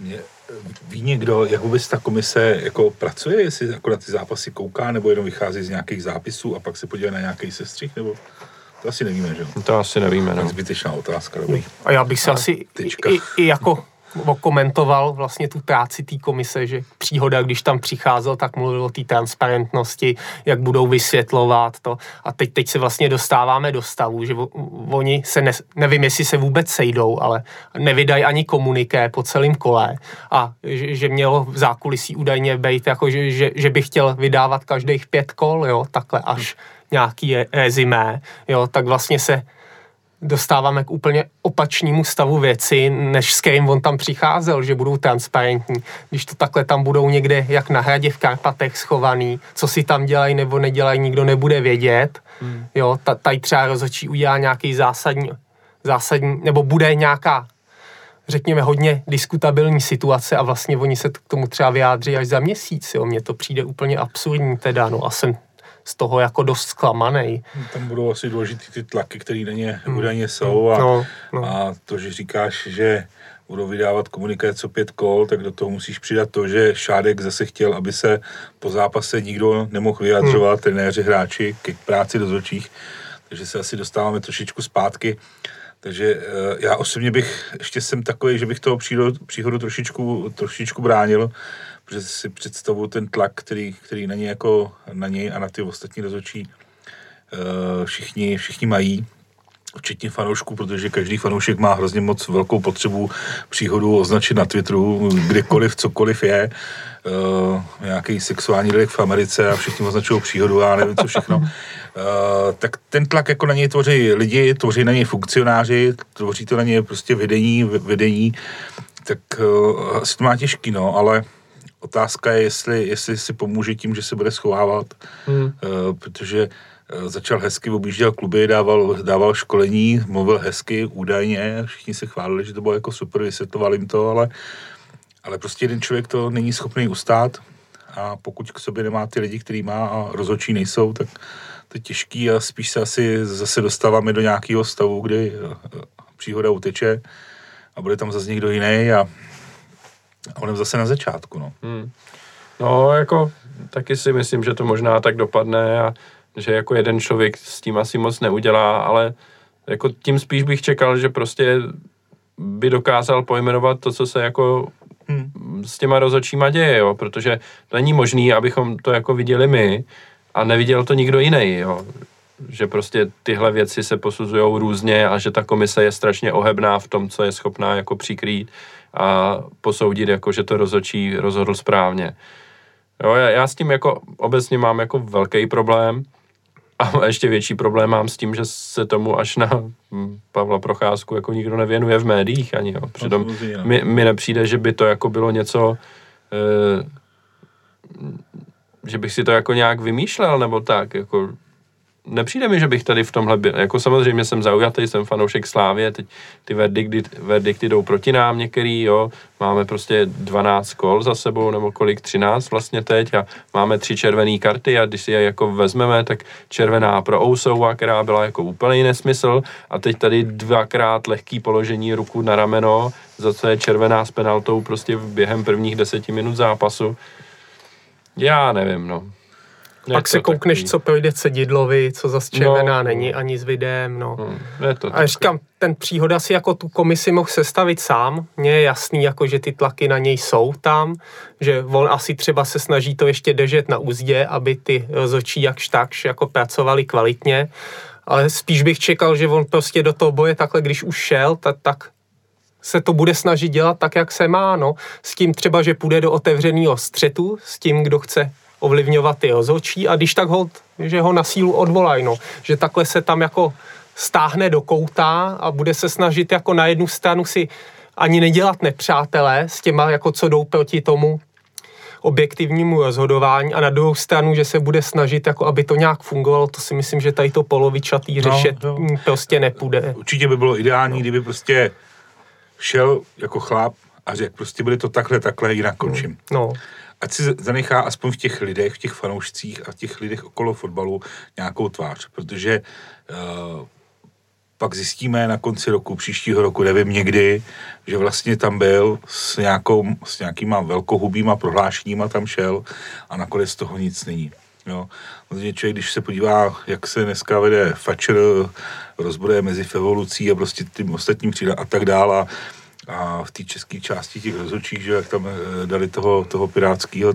ví někdo, jak vůbec ta komise jako pracuje, jestli jako na ty zápasy kouká, nebo jenom vychází z nějakých zápisů a pak se podívá na nějaký sestřih, nebo to asi nevíme, že jo? To asi nevíme, no. Zbytečná otázka, dobrý. A já bych se asi i jako komentoval vlastně tu práci té komise, že Příhoda, když tam přicházel, tak mluvil o té transparentnosti, jak budou vysvětlovat to. A teď se vlastně dostáváme do stavu, že oni se, nevím, jestli se vůbec sejdou, ale nevydají ani komuniké po celém kole. A že mělo v zákulisí údajně být, jako že by chtěl vydávat každých 5 kol, jo, takhle až nějaký rezimé, jo, tak vlastně se dostáváme k úplně opačnému stavu věci, než s kterým on tam přicházel, že budou transparentní. Když to takhle tam budou někde, jak na hradě v Karpatech schovaný, co si tam dělají nebo nedělají, nikdo nebude vědět. Jo, tady třeba rozhodčí udělá nějaký zásadní, nebo bude nějaká, řekněme, hodně diskutabilní situace a vlastně oni se k tomu třeba vyjádří až za měsíc. Jo. Mně to přijde úplně absurdní teda, no a jsem z toho jako dost zklamanej. Tam budou asi důležitý ty tlaky, které na ně údajně jsou a to, že říkáš, že budou vydávat komuniké co 5 kol, tak do toho musíš přidat to, že Šádek zase chtěl, aby se po zápase nikdo nemohl vyjadřovat, trenéři, hráči k práci dozorčích, takže se asi dostáváme trošičku zpátky. Takže já osobně ještě jsem takový, že bych toho příhodu trošičku bránil, protože si představuji ten tlak, který na něj, jako na něj a na ty ostatní dozorčí všichni mají, včetně fanoušků, protože každý fanoušek má hrozně moc velkou potřebu Příhodu označit na Twitteru, kdekoliv, cokoliv je, nějaký sexuální delik v Americe a všichni označují Příhodu a nevím co všechno. Tak ten tlak jako na něj tvoří lidi, tvoří na něj funkcionáři, tvoří to na něj prostě vedení, tak asi to má těžký, no, ale otázka je, jestli si pomůže tím, že se bude schovávat, protože začal hezky, objížděl kluby, dával školení, mluvil hezky, údajně, všichni se chválili, že to bylo jako super, vysvětloval jim to, ale prostě jeden člověk to není schopný ustát a pokud k sobě nemá ty lidi, který má a rozhodčí nejsou, tak to je těžký a spíš se asi zase dostáváme do nějakého stavu, kdy Příhoda uteče a bude tam zase někdo jiný a on zase na začátku, no. No, jako taky si myslím, že to možná tak dopadne a že jako jeden člověk s tím asi moc neudělá, ale jako tím spíš bych čekal, že prostě by dokázal pojmenovat to, co se jako s těma rozhodčíma děje, jo, protože to není možný, abychom to jako viděli my a neviděl to nikdo jiný, jo. Že prostě tyhle věci se posuzujou různě a že ta komise je strašně ohebná v tom, co je schopná jako přikrýt a posoudit, jako, že to rozhodčí rozhodl správně. Jo, já s tím jako obecně mám jako velký problém a ještě větší problém mám s tím, že se tomu až na Pavla Procházku jako nikdo nevěnuje v médiích ani, jo. Přitom mi nepřijde, že by to jako bylo něco, že bych si to jako nějak vymýšlel, nebo tak, jako nepřijde mi, že bych tady v tomhle byl, jako samozřejmě jsem zaujatý, jsem fanoušek Slávie, teď ty verdikty jdou proti nám některý, jo, máme prostě 12 kol za sebou, nebo kolik, 13 vlastně teď a máme 3 červené karty a když si je jako vezmeme, tak červená pro Ousova, která byla jako úplný nesmysl a teď tady 2krát lehký položení ruku na rameno, za co je červená s penaltou prostě během prvních 10 minut zápasu. Já nevím, no. Pak se koukneš, co projde Cedidlovi, co zas červená není ani s videem, no. A říkám, ten Příhoda si jako tu komisi mohl sestavit sám. Mně je jasný, jako, že ty tlaky na něj jsou tam, že on asi třeba se snaží to ještě držet na úzdě, aby ty rozhodčí jakž takž jako pracovali kvalitně, ale spíš bych čekal, že on prostě do toho boje takhle, když už šel, tak se to bude snažit dělat tak, jak se má, no. S tím třeba, že půjde do otevřeného střetu, s tím, kdo chce ovlivňovat ty rozhodčí a když tak že ho na sílu odvolají, no. Že takhle se tam jako stáhne do kouta a bude se snažit jako na jednu stranu si ani nedělat nepřátelé s těma, jako co jdou proti tomu objektivnímu rozhodování a na druhou stranu, že se bude snažit, jako aby to nějak fungovalo, to si myslím, že tady to polovičatý řešení prostě nepůjde. Určitě by bylo ideální, kdyby prostě šel jako chlap a řekl, prostě bude to takhle, jinak končím. No. Ať si zanechá aspoň v těch lidech, v těch fanoušcích a v těch lidech okolo fotbalu nějakou tvář, protože pak zjistíme na konci roku, příštího roku, nevím někdy, že vlastně tam byl s nějakýma velkohubýma prohlášeníma tam šel a nakonec toho nic není. Jo. Člověk, když se podívá, jak se dneska vede fačer, rozbroje mezi evolucí a prostě tím ostatním třídám a tak dále, a v té české části těch rozhodčích, že jak tam dali toho pirátského,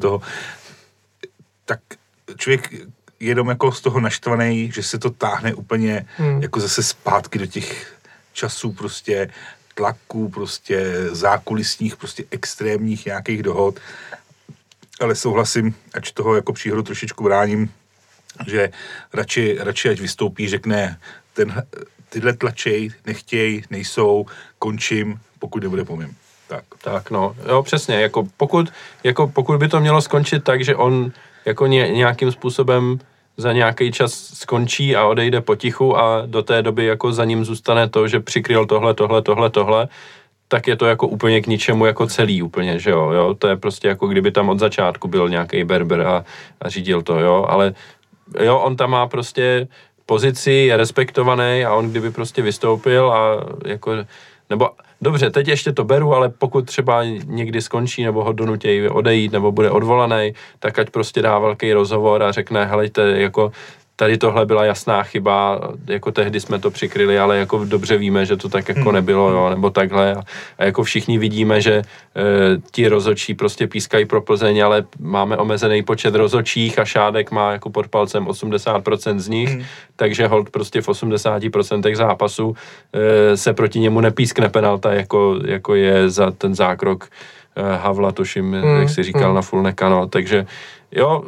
tak člověk jenom jako z toho naštvaný, že se to táhne úplně jako zase zpátky do těch časů prostě tlaků, prostě zákulisních, prostě extrémních nějakých dohod. Ale souhlasím, ač toho jako příhodu trošičku bráním, že radši ať vystoupí, řekne, tyhle tlačej, nechtěj, nejsou, končím, pokud nebude po mým. Tak no, jo, přesně, pokud by to mělo skončit tak, že on jako nějakým způsobem za nějaký čas skončí a odejde potichu a do té doby jako za ním zůstane to, že přikryl tohle, tak je to jako úplně k ničemu jako celý úplně, že jo, to je prostě jako kdyby tam od začátku byl nějaký berber a řídil to, jo, ale jo, on tam má prostě pozici, je respektovaný a on kdyby prostě vystoupil a jako, nebo dobře, teď ještě to beru, ale pokud třeba někdy skončí nebo ho donutějí odejít nebo bude odvolaný, tak ať prostě dá velký rozhovor a řekne, helejte, jako tady tohle byla jasná chyba, jako tehdy jsme to přikryli, ale jako dobře víme, že to tak jako nebylo, jo, nebo takhle a jako všichni vidíme, že ti rozhodčí prostě pískají pro Plzeň, ale máme omezený počet rozhodčích a Šádek má jako pod palcem 80% z nich, takže holt prostě v 80% zápasů se proti němu nepískne penalta, jako je za ten zákrok Havla, tuším, jak si říkal, na Fulneka, no, takže jo,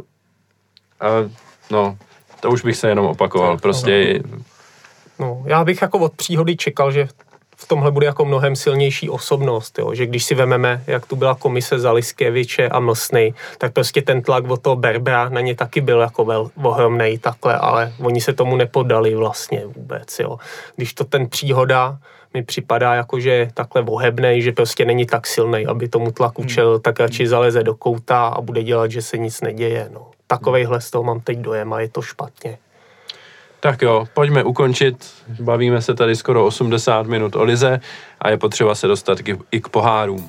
no, to už bych se jenom opakoval, prostě. No, já bych jako od příhody čekal, že v tomhle bude jako mnohem silnější osobnost, jo? Že když si vememe, jak tu byla komise za Liskěviče a Mlsny, tak prostě ten tlak od toho Berbera na ně taky byl jako ohromnej takhle, ale oni se tomu nepodali vlastně vůbec, jo. Když to ten příhoda mi připadá jako, že takhle ohebnej, že prostě není tak silnej, aby tomu tlaku čel, tak radši zaleze do kouta a bude dělat, že se nic neděje, no. Takovejhle z toho mám teď dojem a je to špatně. Tak jo, pojďme ukončit. Bavíme se tady skoro 80 minut o lize a je potřeba se dostat i k pohárům.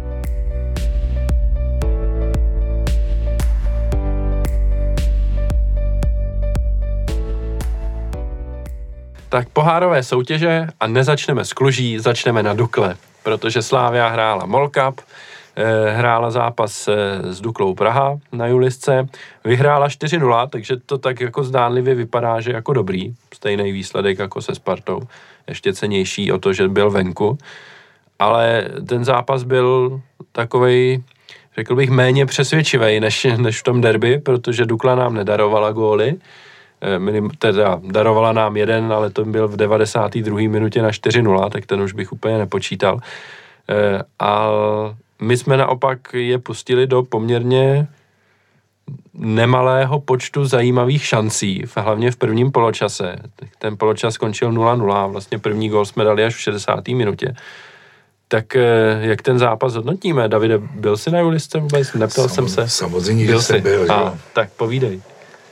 Tak pohárové soutěže a nezačneme s Kluží, začneme na Dukle, protože Slavia hrála MOL Cup, hrála zápas s Duklou Praha na Julisce, vyhrála 4-0, takže to tak jako zdánlivě vypadá, že jako dobrý, stejný výsledek jako se Spartou, ještě cennější o to, že byl venku, ale ten zápas byl takovej, řekl bych, méně přesvědčivý než v tom derby, protože Dukla nám nedarovala góly, teda darovala nám jeden, ale to byl v 92. minutě na 4-0, tak ten už bych úplně nepočítal. A my jsme naopak je pustili do poměrně nemalého počtu zajímavých šancí, hlavně v prvním poločase. Ten poločas skončil 0-0, vlastně první gól jsme dali až v 60. minutě. Tak jak ten zápas hodnotíme? Davide, byl jsi na Julisce vůbec? Neptal jsem se. Samozřejmě, že jsem byl. Tak povídej.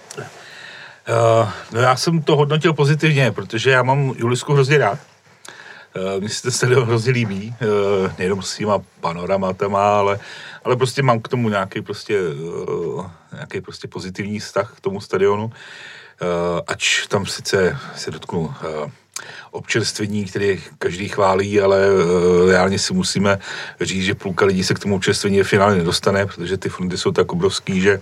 No já jsem to hodnotil pozitivně, protože já mám Julisku hrozně rád. Mně se ten stadion hrozně líbí, nejenom s těma panoramatama, ale prostě mám k tomu nějaký prostě pozitivní vztah k tomu stadionu. Ač tam sice se dotknu občerstvení, které každý chválí, ale reálně si musíme říct, že půlka lidí se k tomu občerstvení v finále nedostane, protože ty fronty jsou tak obrovský, že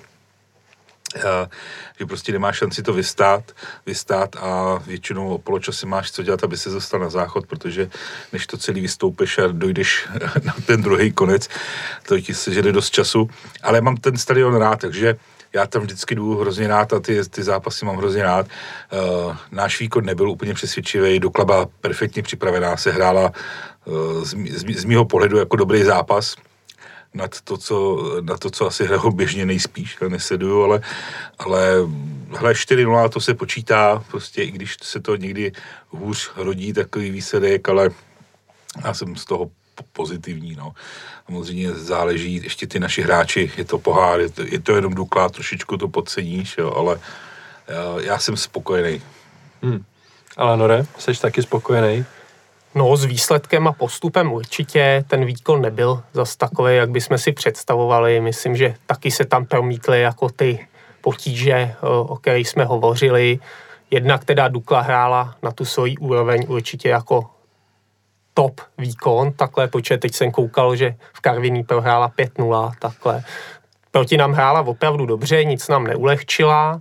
prostě nemáš šanci to vystát a většinou o poločase máš co dělat, aby se dostal na záchod, protože než to celý vystoupeš a dojdeš na ten druhý konec, to ti se žede dost času, ale mám ten stadion rád, takže já tam vždycky jdu hrozně rád a ty zápasy mám hrozně rád. Náš výkon nebyl úplně přesvědčivý, Dukla byla perfektně připravená, se hrála z mýho pohledu jako dobrý zápas, na to, co asi hraju běžně nejspíš, nesleduju, ale hele, 4-0 to se počítá, prostě i když se to někdy hůř rodí takový výsledek, ale já jsem z toho pozitivní, no. Samozřejmě záleží, ještě ty naši hráči, je to pohár, je to jenom Dukla, trošičku to podceníš, jo, ale já jsem spokojený. Ale Nore, jsi taky spokojený? No, s výsledkem a postupem určitě ten výkon nebyl zas takový, jak bychom si představovali. Myslím, že taky se tam promítly jako ty potíže, o kterých jsme hovořili. Jednak teda Dukla hrála na tu svoji úroveň určitě jako top výkon, takhle, protože teď jsem koukal, že v Karviní prohrála 5-0, takhle. Proti nám hrála opravdu dobře, nic nám neulehčila,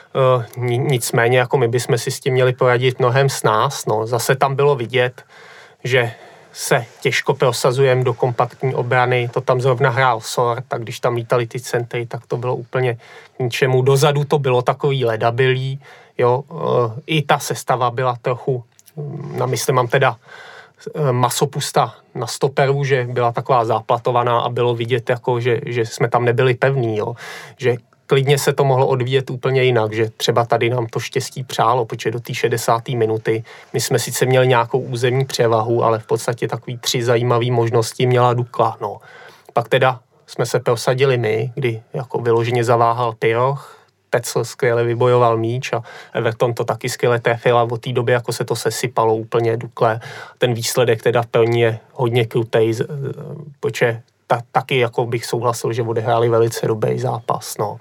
nicméně jako my bychom si s tím měli poradit mnohem s nás, no. Zase tam bylo vidět, že se těžko prosazujeme do kompaktní obrany, to tam zrovna hrál Sor, tak když tam lítali ty centry, tak to bylo úplně k ničemu. Dozadu to bylo takový ledabilý, jo, i ta sestava byla trochu, na mysli mám teda masopusta na stoperu, že byla taková záplatovaná a bylo vidět, jako, že jsme tam nebyli pevní, jo. Že klidně se to mohlo odvíjet úplně jinak, že třeba tady nám to štěstí přálo, protože do té 60. minuty my jsme sice měli nějakou územní převahu, ale v podstatě takový 3 zajímavé možnosti měla Dukla, no. Pak teda jsme se prosadili my, kdy jako vyloženě zaváhal Piroch, Pecl skvěle vybojoval míč a Everton to taky skvěle trefil a od té doby jako se to sesypalo úplně Dukle. Ten výsledek teda v první je hodně krutej, protože taky jako bych souhlasil, že odehráli velice dobrý zápas, no.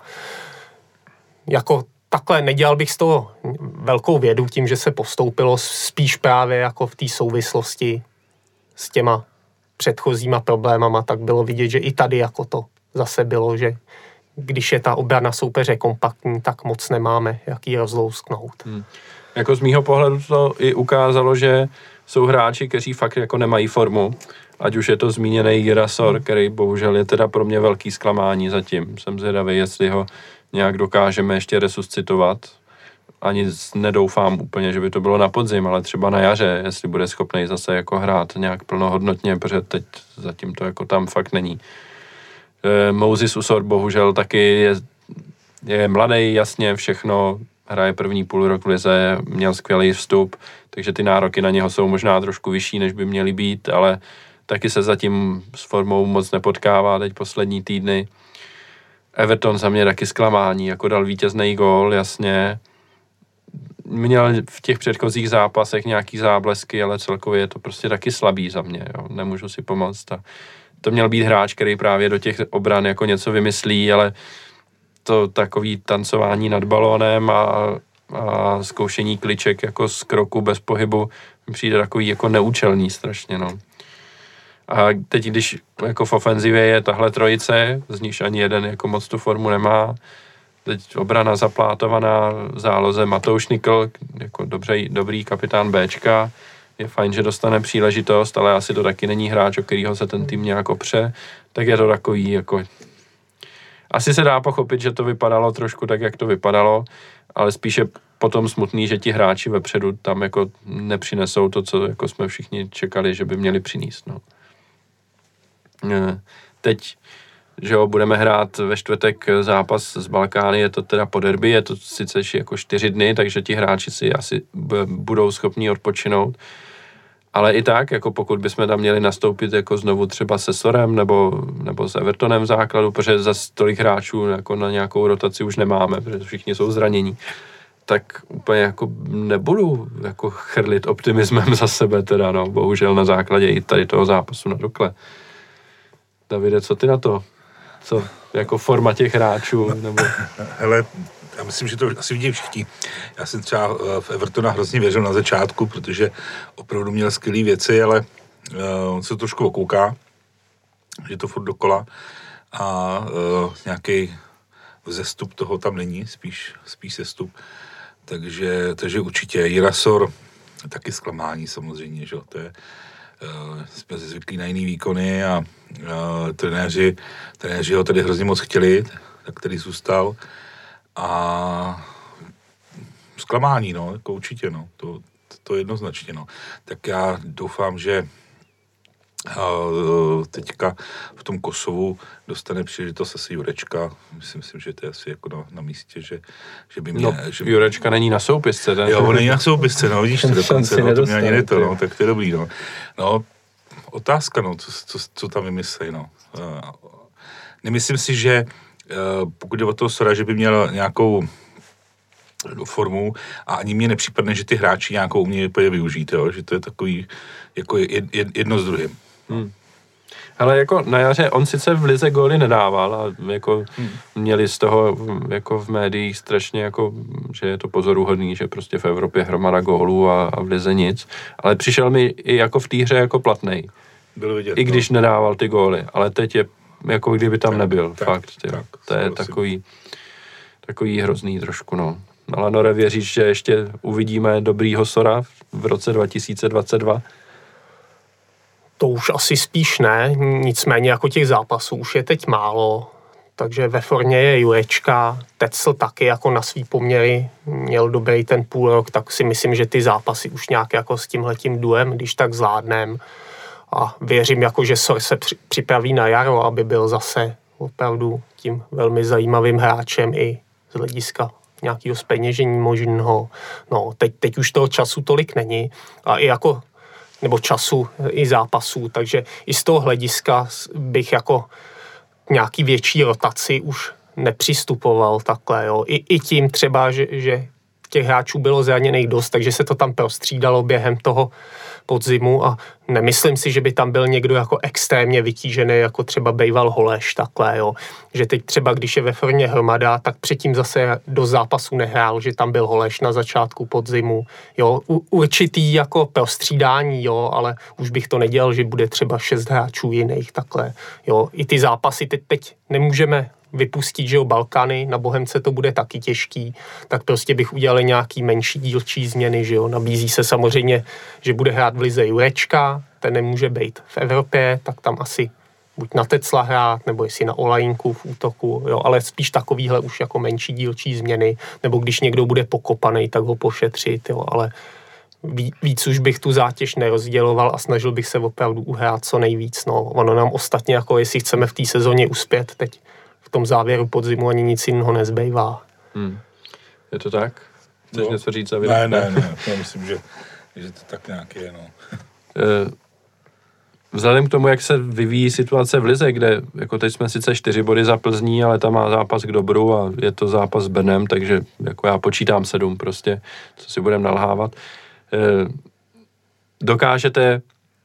Jako takhle nedělal bych z toho velkou vědu tím, že se postoupilo spíš právě jako v té souvislosti s těma předchozíma problémama, tak bylo vidět, že i tady jako to zase bylo, že když je ta obrana soupeře kompaktní, tak moc nemáme, jak ji rozlousknout. Jako z mýho pohledu to i ukázalo, že jsou hráči, kteří fakt jako nemají formu, ať už je to zmíněný Jira Sor, který bohužel je teda pro mě velký zklamání zatím. Jsem zvědavý, jestli ho nějak dokážeme ještě resuscitovat. Ani nedoufám úplně, že by to bylo na podzim, ale třeba na jaře, jestli bude schopný zase jako hrát nějak plnohodnotně, protože teď zatím to jako tam fakt není. Moses Usor bohužel taky je mladý, jasně všechno, hraje první půl rok v lize, měl skvělý vstup, takže ty nároky na něho jsou možná trošku vyšší, než by měly být, ale taky se zatím s formou moc nepotkává teď poslední týdny. Everton za mě taky zklamání, jako dal vítězný gól, jasně. Měl v těch předchozích zápasech nějaký záblesky, ale celkově je to prostě taky slabý za mě, jo. Nemůžu si pomoct. A to měl být hráč, který právě do těch obran jako něco vymyslí, ale to takový tancování nad balónem a zkoušení kliček jako z kroku bez pohybu mi přijde takový jako neúčelný strašně, no. A teď, když jako v ofenzivě je tahle trojice, z níž ani jeden jako moc tu formu nemá, teď obrana zaplátovaná, v záloze Matouš Nikl, jako dobrý kapitán Bčka, je fajn, že dostane příležitost, ale asi to taky není hráč, o kterýho se ten tým nějak opře, tak je to takový jako... Asi se dá pochopit, že to vypadalo trošku tak, jak to vypadalo, ale spíše potom smutný, že ti hráči vepředu tam jako nepřinesou to, co jako jsme všichni čekali, že by měli přinést, no. Teď, že jo, budeme hrát ve čtvrtek zápas z Balkány, je to teda po derby, je to sice jako 4 dny, takže ti hráči si asi budou schopní odpočinout, ale i tak, jako pokud bychom tam měli nastoupit jako znovu třeba se Sorem nebo s Evertonem v základu, protože zase tolik hráčů jako na nějakou rotaci už nemáme, protože všichni jsou zranění, tak úplně jako nebudu jako chrlit optimismem za sebe teda, no, bohužel na základě i tady toho zápasu na Dukle. Davide, co ty na to? Co, jako forma těch hráčů? Nebo... Hele, já myslím, že to asi vidí všichni. Já jsem třeba v Evertona hrozně věřil na začátku, protože opravdu měl skvělý věci, ale on se trošku okouká, že to furt dokola a nějaký vzestup toho tam není, spíš sestup. Takže určitě Jira Sor, taky zklamání samozřejmě, že to je jsme zvyklí na jiný výkony a trenéři ho tady hrozně moc chtěli, tak tady zůstal a zklamání, no, jako určitě, no, to jednoznačně, no. Tak já doufám, že teďka v tom Kosovu dostane příležitost asi Jurečka. Myslím, že to je asi jako na místě, že by mě... No, Jurečka není na soupisce, ne? Jo, on není na soupisce, no, vidíš to dokonce, no, to mě ani neto, no, tak to je dobrý, no. No, otázka, no, co tam vymyslej, no. Nemyslím si, že pokud jde o toho Sora, že by měl nějakou formu a ani mně nepřípadne, že ty hráči nějakou umějí využít, jo? Že to je takový jako jedno s druhým. Ale jako na jaře, on sice v lize góly nedával a jako měli z toho jako v médiích strašně jako, že je to pozoruhodný, že prostě v Evropě hromada gólů a v lize nic, ale přišel mi i jako v té hře jako platnej. Bylo vidět, I když nedával ty góly, ale teď je jako kdyby tam nebyl, fakt. To je takový hrozný trošku, no. Ale Nore, věříš, že ještě uvidíme dobrýho Sora v roce 2022? To už asi spíš ne, nicméně jako těch zápasů už je teď málo, takže ve formě je Jurečka, Tecl taky jako na svý poměry měl dobrý ten půl rok, tak si myslím, že ty zápasy už nějak jako s tímhletím duem, když tak zvládnem a věřím jako, že Sor se připraví na jaro, aby byl zase opravdu tím velmi zajímavým hráčem i z hlediska nějakého zpeněžení možného. No, teď už toho času tolik není a i jako nebo času i zápasů, takže i z toho hlediska bych jako nějaký větší rotaci už nepřistupoval takhle, jo. I tím třeba, že těch hráčů bylo zraněných dost, takže se to tam prostřídalo během toho podzimu a nemyslím si, že by tam byl někdo jako extrémně vytížený, jako třeba bejval Holeš, takhle, jo. Že teď třeba, když je ve formě Hromada, tak předtím zase do zápasu nehrál, že tam byl Holeš na začátku podzimu, jo. Určitý jako prostřídání, jo, ale už bych to nedělal, že bude třeba 6 hráčů jiných, takhle, jo. I ty zápasy teď nemůžeme vypustit, že jo, Balkány, na Bohemce to bude taky těžký, tak prostě bych udělal nějaký menší dílčí změny, že jo. Nabízí se samozřejmě, že bude hrát v lize Jurečka, ten nemůže být v Evropě, tak tam asi buď na Tecla hrát, nebo jestli na Olajinku v útoku, jo, ale spíš takovýhle už jako menší dílčí změny, nebo když někdo bude pokopaný, tak ho pošetřit, jo, ale víc už bych tu zátěž nerozděloval a snažil bych se opravdu uhrát co nejvíc, no. Ono nám ostatně, jako jestli chceme v té sezóně uspět, teď v tom závěru podzimu ani nic jiného nezbývá. Je to tak? Chceš něco říct? Ne. Já myslím, že to tak nějak je, no. Vzhledem k tomu, jak se vyvíjí situace v lize, kde jako teď jsme sice 4 body za Plzní, ale tam má zápas k dobru a je to zápas s Brnem, takže jako já počítám 7 prostě, co si budeme nalhávat. Dokážete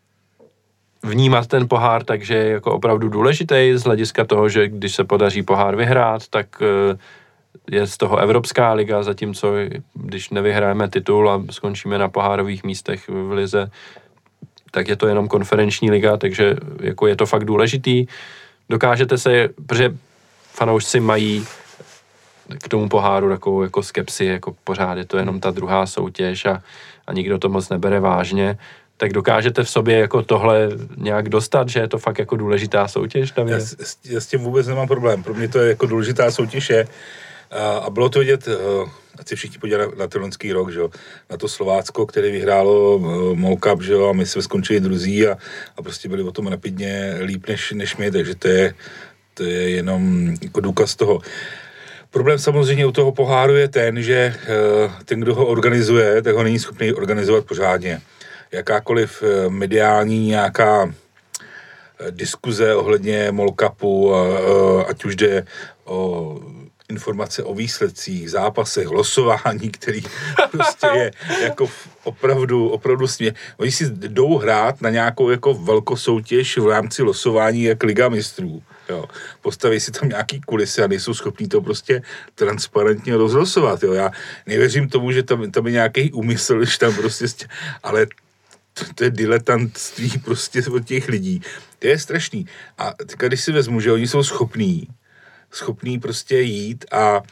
vnímat ten pohár, takže je jako opravdu důležitý z hlediska toho, že když se podaří pohár vyhrát, tak je z toho Evropská liga, zatímco když nevyhrajeme titul a skončíme na pohárových místech v lize, tak je to jenom konferenční liga, takže jako je to fakt důležitý. Dokážete se, protože fanoušci mají k tomu poháru takovou jako skepsi, jako pořád je to jenom ta druhá soutěž a nikdo to moc nebere vážně, tak dokážete v sobě jako tohle nějak dostat, že je to fakt jako důležitá soutěž? Já s tím vůbec nemám problém. Pro mě to je jako důležitá soutěž je. A bylo to vidět, ať si všichni podívali na ten loňský rok, že jo, na to Slovácko, které vyhrálo MOL Cup, že jo, a my jsme skončili druzí a prostě byli o tom rapidně líp než my, takže to je jenom jako důkaz toho. Problém samozřejmě u toho poháru je ten, že ten, kdo ho organizuje, tak ho není schopný organizovat pořádně. Jakákoliv mediální nějaká diskuze ohledně MOL Cupu, ať už jde o informace o výsledcích, zápasech, losování, který prostě je jako opravdu směr. Oni si jdou hrát na nějakou jako velkosoutěž v rámci losování jak Liga mistrů. Jo. Postaví si tam nějaký kulisy a nejsou schopní to prostě transparentně rozlosovat. Jo. Já nevěřím tomu, že tam je nějaký úmysl, že tam prostě ale to je diletantství prostě od těch lidí. To je strašný. A teďka, když si vezmu, že oni jsou schopní prostě jít a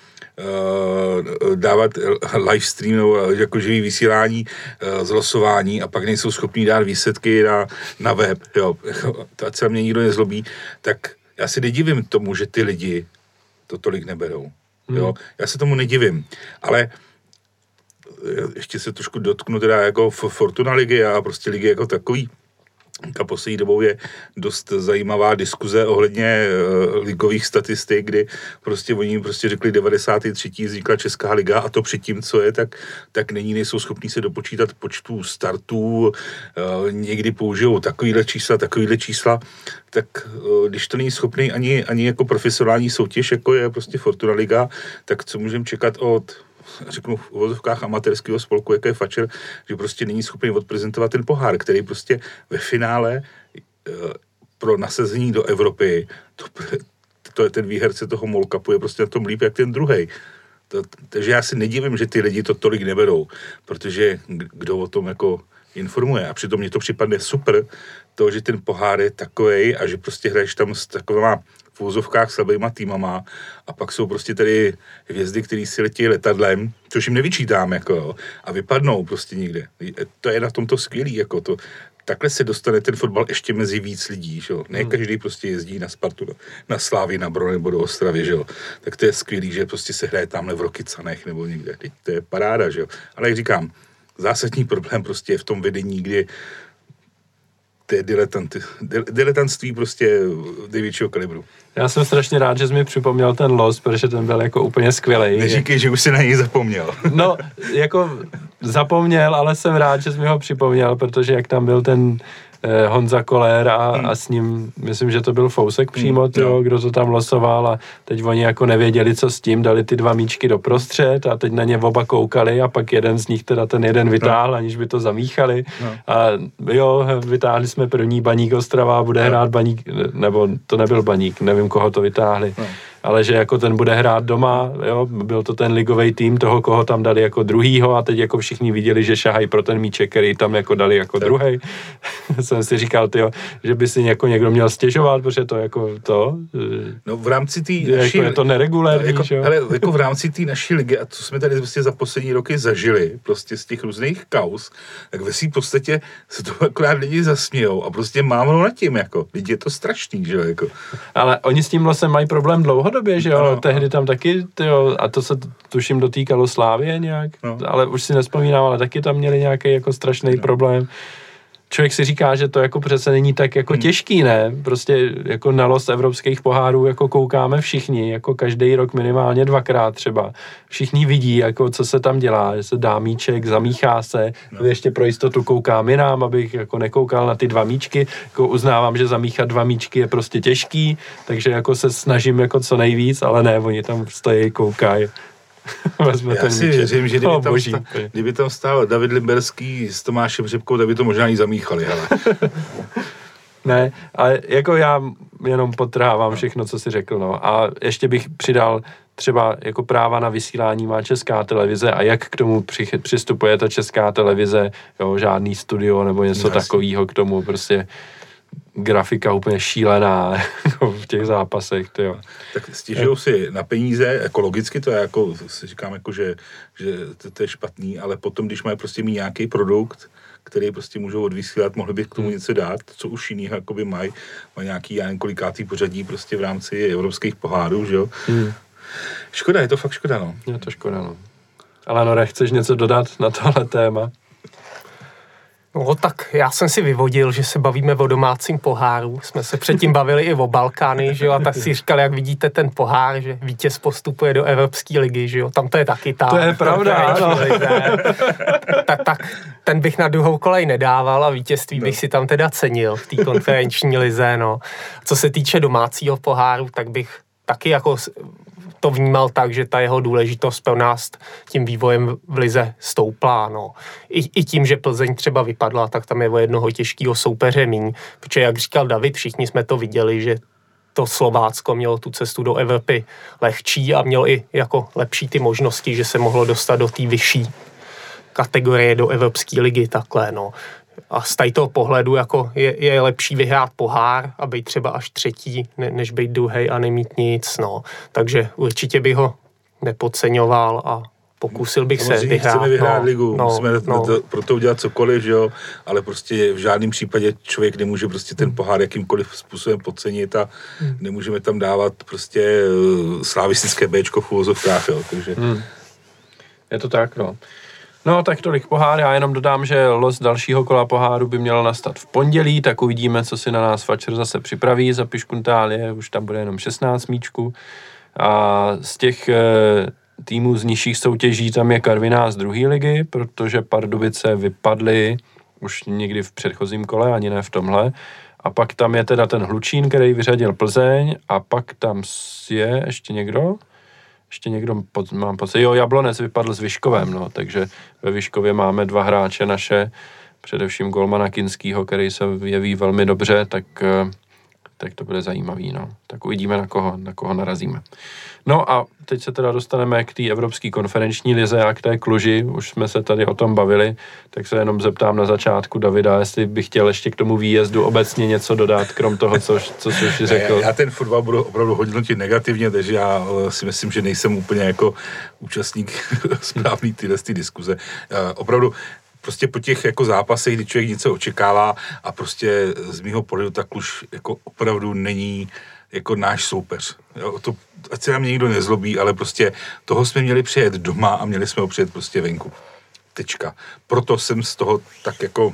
dávat live stream nebo jako živý vysílání z losování a pak nejsou schopní dát výsledky na web, jo, to ať se mě nikdo nezlobí, tak já se nedivím tomu, že ty lidi to tolik neberou, jo, já se tomu nedivím, ale ještě se trošku dotknu teda jako Fortuna ligy a prostě ligy jako takový. A poslední dobou je dost zajímavá diskuze ohledně ligových statistik, kdy prostě oni prostě řekli 93. vznikla Česká liga a to předtím, co je, tak nejsou schopní se dopočítat počtu startů, někdy použijou takovýhle čísla, tak když to není schopný ani jako profesionální soutěž, jako je prostě Fortuna liga, tak co můžeme čekat od řeknu v uvozovkách amatérského spolku, jako je Fatcher, že prostě není schopný odprezentovat ten pohár, který prostě ve finále pro nasazení do Evropy, to je ten výherce toho MOL Cupu, je prostě na tom líp jak ten druhej. Takže já si nedivím, že ty lidi to tolik neberou, protože kdo o tom jako informuje. A přitom mně to připadne super, to, že ten pohár je takovej a že prostě hraješ tam s takovýma v úzovkách slabýma týmama a pak jsou prostě tady hvězdy, který si letí letadlem, což jim nevyčítám, jako, a vypadnou prostě někde. To je na tomto skvělý, jako to. Takhle se dostane ten fotbal ještě mezi víc lidí, že jo. Ne každý prostě jezdí na Spartu, na Slávy, na Brno nebo do Ostravy, že jo. Tak to je skvělý, že prostě se hraje tamhle v Rokycanech nebo někde. Teď to je paráda, že jo. Ale jak říkám, zásadní problém prostě je v tom vedení, kdy to je diletantství prostě největšího kalibru. Já jsem strašně rád, že jsi mi připomněl ten Los, protože ten byl jako úplně skvělej. Neříkej, že už si na něj zapomněl. No, jako zapomněl, ale jsem rád, že jsi mi ho připomněl, protože jak tam byl ten Honza Koller a s ním, myslím, že to byl Fousek přímo, kdo to tam losoval a teď oni jako nevěděli, co s tím, dali ty 2 míčky doprostřed a teď na ně oba koukali a pak jeden z nich teda ten jeden vytáhl, aniž by to zamíchali. A jo, vytáhli jsme první Baník Ostrava, bude hrát Baník, nebo to nebyl Baník, nevím, koho to vytáhli. Ale že jako ten bude hrát doma, jo, byl to ten ligový tým toho, koho tam dali jako druhýho a teď jako všichni viděli, že šahají pro ten míček, který tam jako dali jako druhej. Jsem si říkal, tyjo, že by si jako někdo měl stěžovat, protože to jako to... No v rámci té naší... Jako je to neregulérní, jako, že jo? Ale jako v rámci té naší ligy, a co jsme tady prostě za poslední roky zažili, prostě z těch různých kauz, tak ve svým podstatě se to akorát lidi zasmějou a prostě mávnou nad tím, jako. Lidi je to strašný, že jo, jako. Ale oni s tím Losem mají problém dlouhodobě, že jo? Ano, tehdy tam taky, tyjo, a to se tuším dotýkalo Slávie nějak, ale už si nevzpomínám, ale taky tam měli nějaký jako strašný problém. Člověk si říká, že to jako přece není tak jako těžký, ne? Prostě jako na los evropských pohárů jako koukáme všichni, jako každý rok minimálně 2krát třeba. Všichni vidí, jako co se tam dělá, že se dá míček, zamíchá se, ještě pro jistotu koukám jinam, abych jako nekoukal na ty 2 míčky, jako uznávám, že zamíchat 2 míčky je prostě těžký, takže jako se snažím jako co nejvíc, ale ne, oni tam stojí, koukají. Já si věřím, že kdyby tam stál David Limberský s Tomášem Řepkou, tak by to možná i zamíchali, hele. Ne, ale jako já jenom podtrhávám všechno, co jsi řekl, no. A ještě bych přidal třeba jako práva na vysílání má Česká televize a jak k tomu přistupuje ta Česká televize, jo, žádný studio nebo něco takového k tomu, prostě grafika úplně šílená v těch zápasech, tyjo. Tak stěžujou si na peníze, jako logicky to je jako, si říkám jako, že to je špatný, ale potom, když mají prostě mít nějaký produkt, který prostě můžou odvysílat, mohli by k tomu něco dát, co už jinýho jakoby mají nějaký, já nevím, kolikátý pořadí prostě v rámci evropských pohárů, že jo. Škoda, je to fakt škoda, no. Je to škoda, no. Ale Nore, chceš něco dodat na tohle téma? No tak já jsem si vyvodil, že se bavíme o domácím poháru. Jsme se předtím bavili i o Balkány, že jo, a tak si říkali, jak vidíte ten pohár, že vítěz postupuje do Evropské ligy, že jo, tam to je taky tak. To je pravda, ano. Tak ten bych na druhou kolej nedával a vítězství bych si tam teda cenil v té konferenční lize, no. Co se týče domácího poháru, tak bych taky jako to vnímal tak, že ta jeho důležitost pro nás tím vývojem v lize stoupla, no. I tím, že Plzeň třeba vypadla, tak tam je o jednoho těžkého soupeře míň, protože jak říkal David, všichni jsme to viděli, že to Slovácko mělo tu cestu do Evropy lehčí a mělo i jako lepší ty možnosti, že se mohlo dostat do té vyšší kategorie do Evropské ligy, takhle, no. A z toho pohledu jako je lepší vyhrát pohár a být třeba až 3., než být 2. a nemít nic, no. Takže určitě bych ho nepodceňoval a pokusil bych se vyhrát. Chceme vyhrát ligu, musíme pro to udělat cokoliv, že jo, ale prostě v žádném případě člověk nemůže prostě ten pohár jakýmkoliv způsobem podcenit a nemůžeme tam dávat prostě slavistické béčko v uvozovkách, jo, takže... Je to tak, no. No, tak tolik pohár. Já jenom dodám, že los dalšího kola poháru by měl nastat v pondělí, tak uvidíme, co si na nás Fatcher zase připraví za Piškuntálie, už tam bude jenom 16 míčků. A z těch týmů z nižších soutěží tam je Karviná z 2. ligy, protože Pardubice vypadly už někdy v předchozím kole, ani ne v tomhle. A pak tam je teda ten Hlučín, který vyřadil Plzeň, a pak tam je ještě někdo? ještě někdo, mám pocit, Jablonec vypadl s Vyškovem, no, takže ve Vyškově máme 2 hráče naše, především golmana Kinskýho, který se jeví velmi dobře, tak to bude zajímavý, no. Tak uvidíme, na koho narazíme. No a teď se teda dostaneme k té Evropské konferenční lize a k té Kluži, už jsme se tady o tom bavili, tak se jenom zeptám na začátku Davida, jestli bych chtěl ještě k tomu výjezdu obecně něco dodat, krom toho, co jsi řekl. Já ten fotbal budu opravdu hodnotit negativně, takže já si myslím, že nejsem úplně jako účastník správný tyhle diskuze. Opravdu prostě po těch jako zápasech, kdy člověk něco očekává a prostě z mýho pohledu tak už jako opravdu není jako náš soupeř. Jo, to, ať se nám někdo nezlobí, ale prostě toho jsme měli přijet doma a měli jsme ho přijet prostě venku. Tečka. Proto jsem z toho tak jako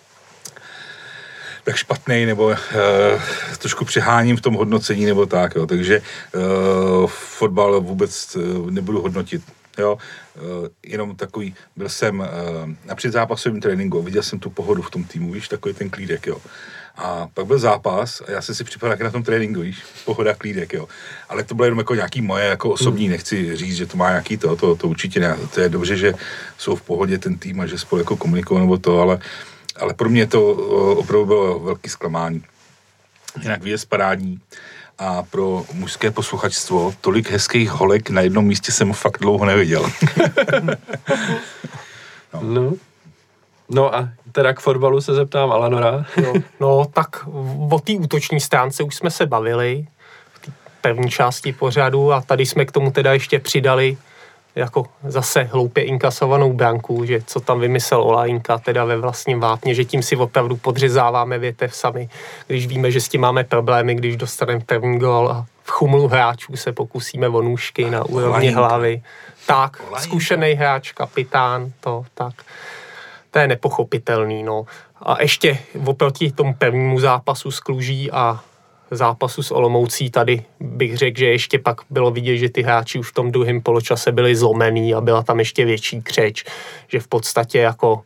tak špatnej, nebo trošku přeháním v tom hodnocení, nebo tak, jo. Takže fotbal vůbec nebudu hodnotit. Jo, jenom takový, byl jsem na předzápasovém tréninku, viděl jsem tu pohodu v tom týmu, víš, takový ten klídek, jo. A pak byl zápas a já jsem si připadal jak na tom tréninku, víš, pohoda, klídek, jo. Ale to bylo jenom jako nějaký moje jako osobní, nechci říct, že to má nějaký to určitě ne. To je dobře, že jsou v pohodě ten tým a že spolu jako komunikují nebo to, ale pro mě to opravdu bylo velký zklamání. Jinak výjezd parádní. A pro mužské posluchačstvo tolik hezkých holek na jednom místě jsem fakt dlouho neviděl. No a teda k fotbalu se zeptám Alanora. No tak o té útoční stránce už jsme se bavili v té první části pořadu a tady jsme k tomu teda ještě přidali jako zase hloupě inkasovanou branku, že co tam vymyslel Olajinka teda ve vlastním vápně, že tím si opravdu podřezáváme větev sami, když víme, že s tím máme problémy, když dostaneme první gól a v chumlu hráčů se pokusíme o nůžky na úrovni hlavy. Tak, zkušený hráč, kapitán, to je nepochopitelný, no. A ještě oproti tomu prvnímu zápasu s Kluží a zápasu s Olomoucí tady bych řekl, že ještě pak bylo vidět, že ty hráči už v tom druhém poločase byli zlomený a byla tam ještě větší křeč, že v podstatě jako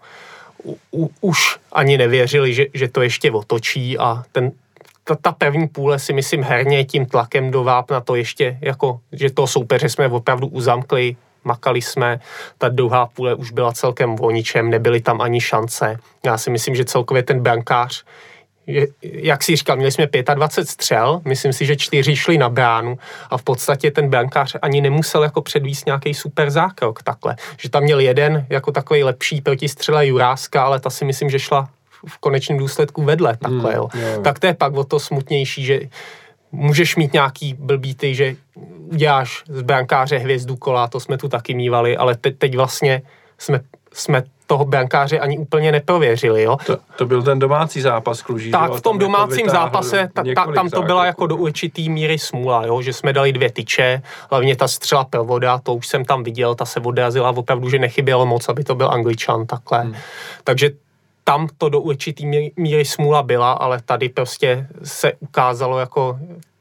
už ani nevěřili, že to ještě otočí a ta první půle si myslím herně tím tlakem do vápna to ještě jako, že toho soupeře jsme opravdu uzamkli, makali jsme, ta druhá půle už byla celkem o ničem, nebyly tam ani šance. Já si myslím, že celkově ten brankář, jak si říkal, měli jsme 25 střel, myslím si, že 4 šli na bránu a v podstatě ten brankář ani nemusel jako předvíst nějaký super zákrok takhle. Že tam měl jeden jako takovej lepší protistřela Juráska, ale ta si myslím, že šla v konečném důsledku vedle takhle, jo. Tak to je pak o to smutnější, že můžeš mít nějaký blbý ty, že uděláš z brankáře hvězdu kola, to jsme tu taky mívali, ale teď vlastně jsme toho brankáře ani úplně neprověřili, jo. To byl ten domácí zápas Kluží. Tak v tom domácím zápase, tam to byla jako do určitý míry smůla, jo, že jsme dali 2 tyče, hlavně ta střela provoda, to už jsem tam viděl, ta se odrazila opravdu, že nechybělo moc, aby to byl Angličan, takhle. Takže tam to do určitý míry smůla byla, ale tady prostě se ukázalo jako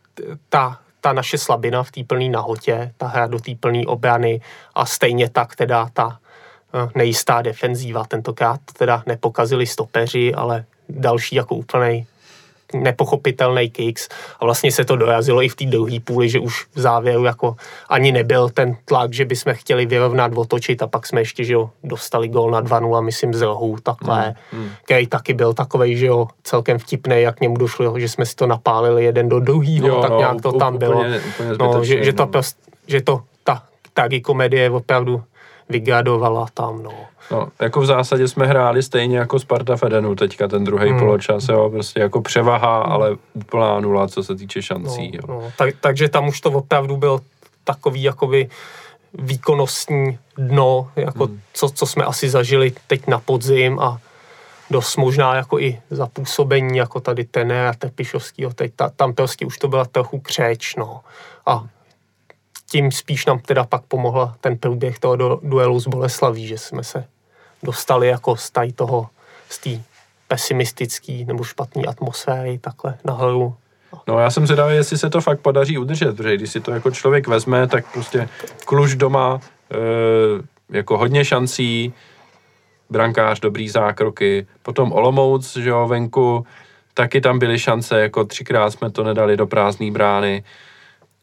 ta naše slabina v té plné nahotě, ta hra do té plné obrany a stejně tak teda ta nejistá defenzíva. Tentokrát teda nepokazili stopeři, ale další jako úplnej nepochopitelný kicks a vlastně se to dorazilo i v té druhé půli, že už v závěru jako ani nebyl ten tlak, že bychom chtěli vyrovnat, otočit a pak jsme ještě, že jo, dostali gól na 2-0, myslím z rohu, takhle, který taky byl takovej, že jo, celkem vtipnej, jak k němu došlo, že jsme si to napálili jeden do druhýho, tak nějak to tam bylo. Úplně že ta tragikomedie opravdu vygradovala tam, no. No, jako v zásadě jsme hráli stejně jako Sparta Fedenu teďka ten druhý poločas, jo, prostě jako převaha, ale úplná nula, co se týče šancí, jo. No, takže tam už to opravdu byl takový jakoby výkonnostní dno, jako co jsme asi zažili teď na podzim a dost možná jako i za působení jako tady trenéra Trpišovského, teď tam prostě už to byla trochu křeč, no. A tím spíš nám teda pak pomohla ten průběh toho duelu s Boleslaví, že jsme se dostali jako z té pesimistické nebo špatné atmosféry takhle nahoru. No já jsem zvědavý, jestli se to fakt podaří udržet, protože když si to jako člověk vezme, tak prostě Kluž doma, jako hodně šancí, brankář, dobrý zákroky, potom Olomouc, že jo, venku, taky tam byly šance, jako 3krát jsme to nedali do prázdné brány.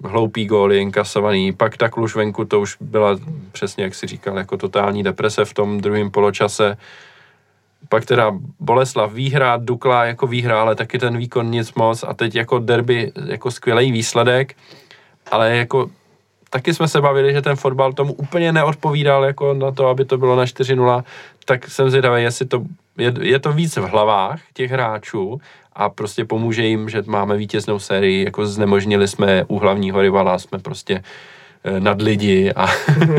hloupý góly inkasovaný, pak ta Kluž venku, to už byla přesně, jak si říkal, jako totální deprese v tom druhém poločase. Pak teda Boleslav výhra, Dukla jako výhra, ale taky ten výkon nic moc a teď jako derby jako skvělý výsledek, ale jako taky jsme se bavili, že ten fotbal tomu úplně neodpovídal jako na to, aby to bylo na 4-0, tak jsem zvědavý, jestli to je to víc v hlavách těch hráčů a prostě pomůže jim, že máme vítěznou sérii, jako znemožnili jsme u hlavního rivala, jsme prostě nad lidi a...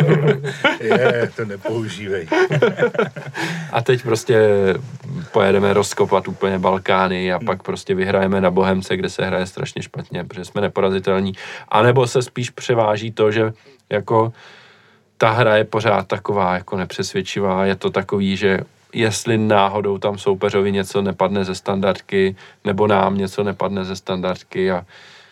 to nepoužívej. A teď prostě pojedeme rozkopat úplně Balkány a pak prostě vyhrajeme na Bohemce, kde se hraje strašně špatně, protože jsme neporazitelní. A nebo se spíš převáží to, že jako ta hra je pořád taková jako nepřesvědčivá, je to takový, že jestli náhodou tam soupeřovi něco nepadne ze standardky, nebo nám něco nepadne ze standardky a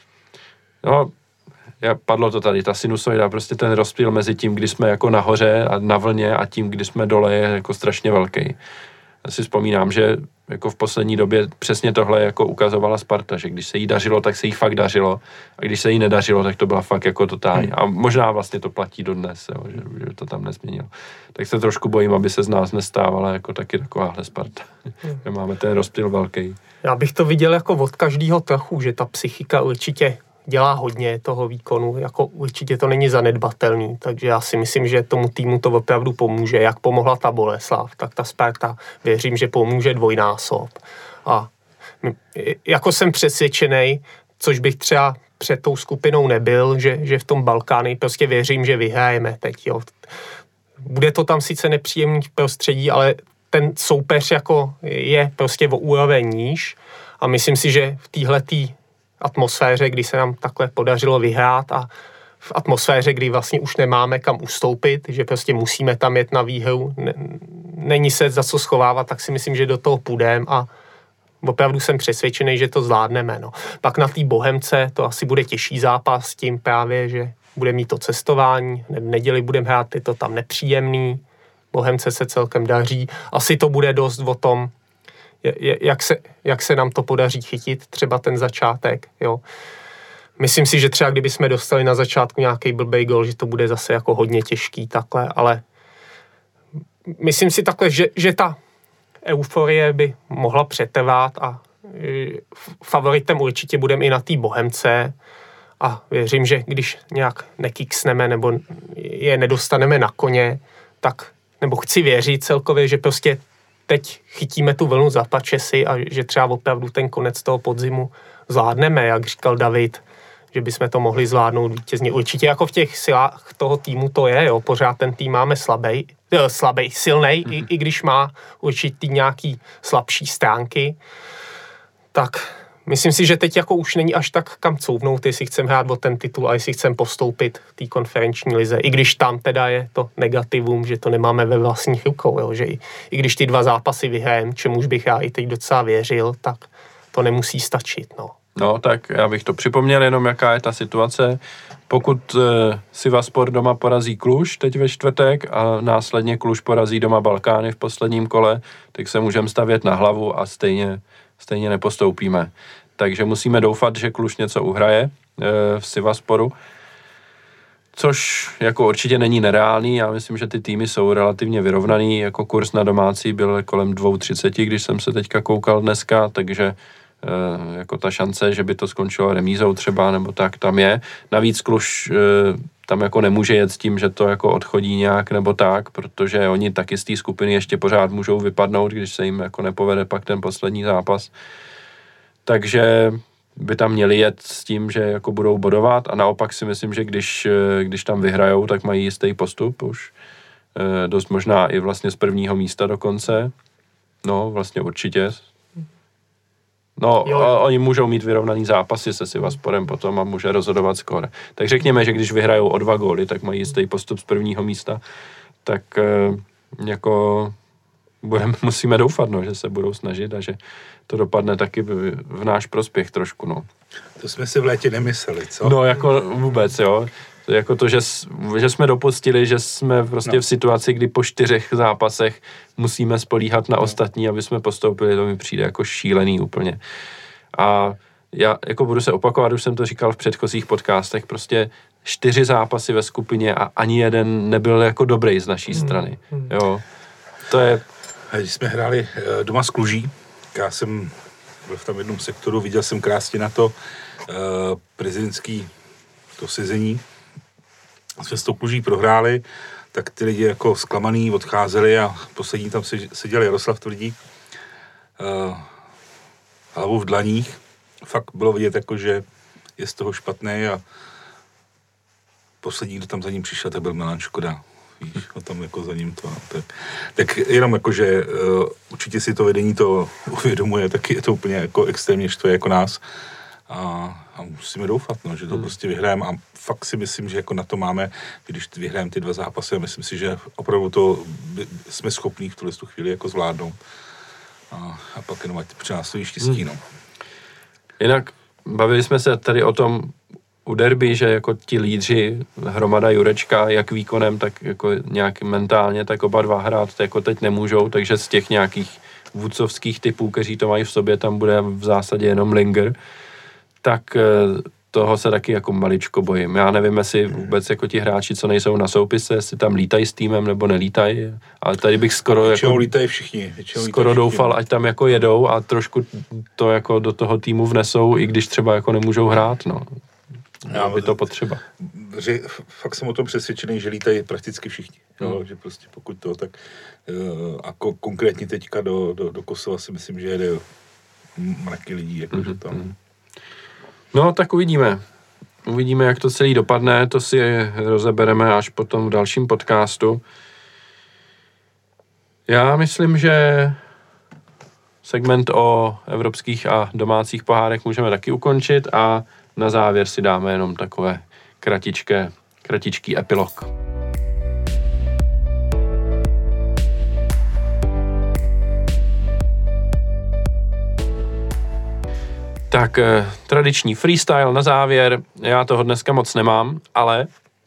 no, padlo to tady, ta sinusoida, prostě ten rozptyl mezi tím, kdy jsme jako nahoře a na vlně a tím, kdy jsme dole, je jako strašně velký. Já si vzpomínám, že jako v poslední době přesně tohle jako ukazovala Sparta, že když se jí dařilo, tak se jí fakt dařilo a když se jí nedařilo, tak to byla fakt jako totální. A možná vlastně to platí dodnes, jo, že to tam nezměnilo. Tak se trošku bojím, aby se z nás nestávala jako taky takováhle Sparta. Že máme ten rozptyl velký. Já bych to viděl jako od každého trochu, že ta psychika určitě dělá hodně toho výkonu, jako určitě to není zanedbatelný, takže já si myslím, že tomu týmu to opravdu pomůže. Jak pomohla ta Boleslav, tak ta Sparta věřím, že pomůže dvojnásob. A jako jsem přesvědčený, což bych třeba před tou skupinou nebyl, že v tom Balkány prostě věřím, že vyhrajeme teď. Jo. Bude to tam sice nepříjemný prostředí, ale ten soupeř jako je prostě o úroveň níž a myslím si, že v téhletý atmosféře, kdy se nám takhle podařilo vyhrát a v atmosféře, kdy vlastně už nemáme kam ustoupit, že prostě musíme tam jet na výhru, není se za co schovávat, tak si myslím, že do toho půjdeme a opravdu jsem přesvědčený, že to zvládneme. No. Pak na té Bohemce to asi bude těžší zápas s tím právě, že bude mít to cestování, v neděli budeme hrát, je to tam nepříjemný, Bohemce se celkem daří, asi to bude dost o tom, jak se nám to podaří chytit, třeba ten začátek, jo. Myslím si, že třeba kdyby jsme dostali na začátku nějaký blbej gol, že to bude zase jako hodně těžký takhle, ale myslím si takhle, že ta euforie by mohla přetrvat a favoritem určitě budeme i na té Bohemce a věřím, že když nějak nekiksneme nebo je nedostaneme na koně, tak, nebo chci věřit celkově, že prostě teď chytíme tu vlnu zapače si a že třeba opravdu ten konec toho podzimu zvládneme, jak říkal David, že bychom to mohli zvládnout vítězně. Určitě jako v těch silách toho týmu to je, jo, pořád ten tým máme silnej, i když má určitý nějaký slabší stránky, tak myslím si, že teď jako už není až tak kam couvnout, jestli chceme hrát o ten titul a jestli chceme postoupit v té konferenční lize. I když tam teda je to negativum, že to nemáme ve vlastních rukou, jo, že i když ty 2 zápasy vyhrajeme, čemuž bych já i teď docela věřil, tak to nemusí stačit, no. No, tak já bych to připomněl jenom, jaká je ta situace. Pokud Sivaspor doma porazí Kluž teď ve čtvrtek a následně Kluž porazí doma Balkány v posledním kole, tak se můžeme stavět na hlavu a stejně nepostoupíme. Takže musíme doufat, že Kluž něco uhraje v Sivasporu, což jako určitě není nereálný. Já myslím, že ty týmy jsou relativně vyrovnaný, jako kurz na domácí byl kolem 2,30, když jsem se teďka koukal dneska, takže jako ta šance, že by to skončilo remízou třeba, nebo tak tam je. Navíc Kluž tam jako nemůže jet s tím, že to jako odchodí nějak nebo tak, protože oni taky z té skupiny ještě pořád můžou vypadnout, když se jim jako nepovede pak ten poslední zápas. Takže by tam měli jet s tím, že jako budou bodovat a naopak si myslím, že když tam vyhrajou, tak mají jistý postup už. Dost možná i vlastně z prvního místa dokonce. No, vlastně určitě. No, oni můžou mít vyrovnaný zápasy se Sivasporem potom a může rozhodovat skóre. Tak řekněme, že když vyhrajou o 2 góly, tak mají jistý postup z prvního místa, tak jako musíme doufat, no, že se budou snažit a že to dopadne taky v náš prospěch trošku, no. To jsme si v létě nemysleli, co? No, jako vůbec, jo. Jako to, že jsme dopustili, že jsme prostě v situaci, kdy po 4 zápasech musíme spolíhat na ostatní, aby jsme postoupili, to mi přijde jako šílený úplně. A já jako budu se opakovat, už jsem to říkal v předchozích podcastech, prostě 4 zápasy ve skupině a ani jeden nebyl jako dobrý z naší strany. Jo, to je... Když jsme hráli doma s Kluží, já jsem byl v tam jednom sektoru, viděl jsem krásně na to prezidentský to sezení. Jsme s tou Kluží prohráli, tak ty lidi jako zklamaný odcházeli a poslední tam seděl Jaroslav Tvrdík, hlavou v dlaních. Fakt bylo vidět, jako, že je z toho špatný a poslední, kdo tam za ním přišel, tak byl Milan Škoda. Víš, a tam jako za ním to. Tak jenom jako, že určitě si to vedení to uvědomuje, tak je to úplně jako extrémně štve jako nás. A musíme doufat, no, že to prostě vyhrajeme a fakt si myslím, že jako na to máme, když vyhrajeme ty 2 zápasy a myslím si, že opravdu to jsme schopní v tuhle chvíli jako zvládnout. A pak jenom ať přinásoví štěstí, no. Jinak bavili jsme se tady o tom u derby, že jako ti lídři, Hromada, Jurečka, jak výkonem, tak jako nějak mentálně, tak oba dva hrát jako teď nemůžou, takže z těch nějakých vůdcovských typů, kteří to mají v sobě, tam bude v zásadě jenom Linger, tak toho se taky jako maličko bojím. Já nevím, jestli vůbec jako ti hráči, co nejsou na soupise, jestli tam lítají s týmem nebo nelítají, ale tady bych skoro většinou jako lítají všichni. Skoro doufal, ať tam jako jedou a trošku to jako do toho týmu vnesou, i když třeba jako nemůžou hrát, no. By to potřeba. Fakt jsem o tom přesvědčený, že lítají prakticky všichni. Jo, že prostě pokud to, tak a konkrétně teďka do Kosova si myslím, že jede mraky lidí, jakože tam. No, tak uvidíme. Uvidíme, jak to celý dopadne, to si rozebereme až potom v dalším podcastu. Já myslím, že segment o evropských a domácích pohárech můžeme taky ukončit a na závěr si dáme jenom takové kratičký epilog. Tak tradiční freestyle na závěr. Já toho dneska moc nemám, ale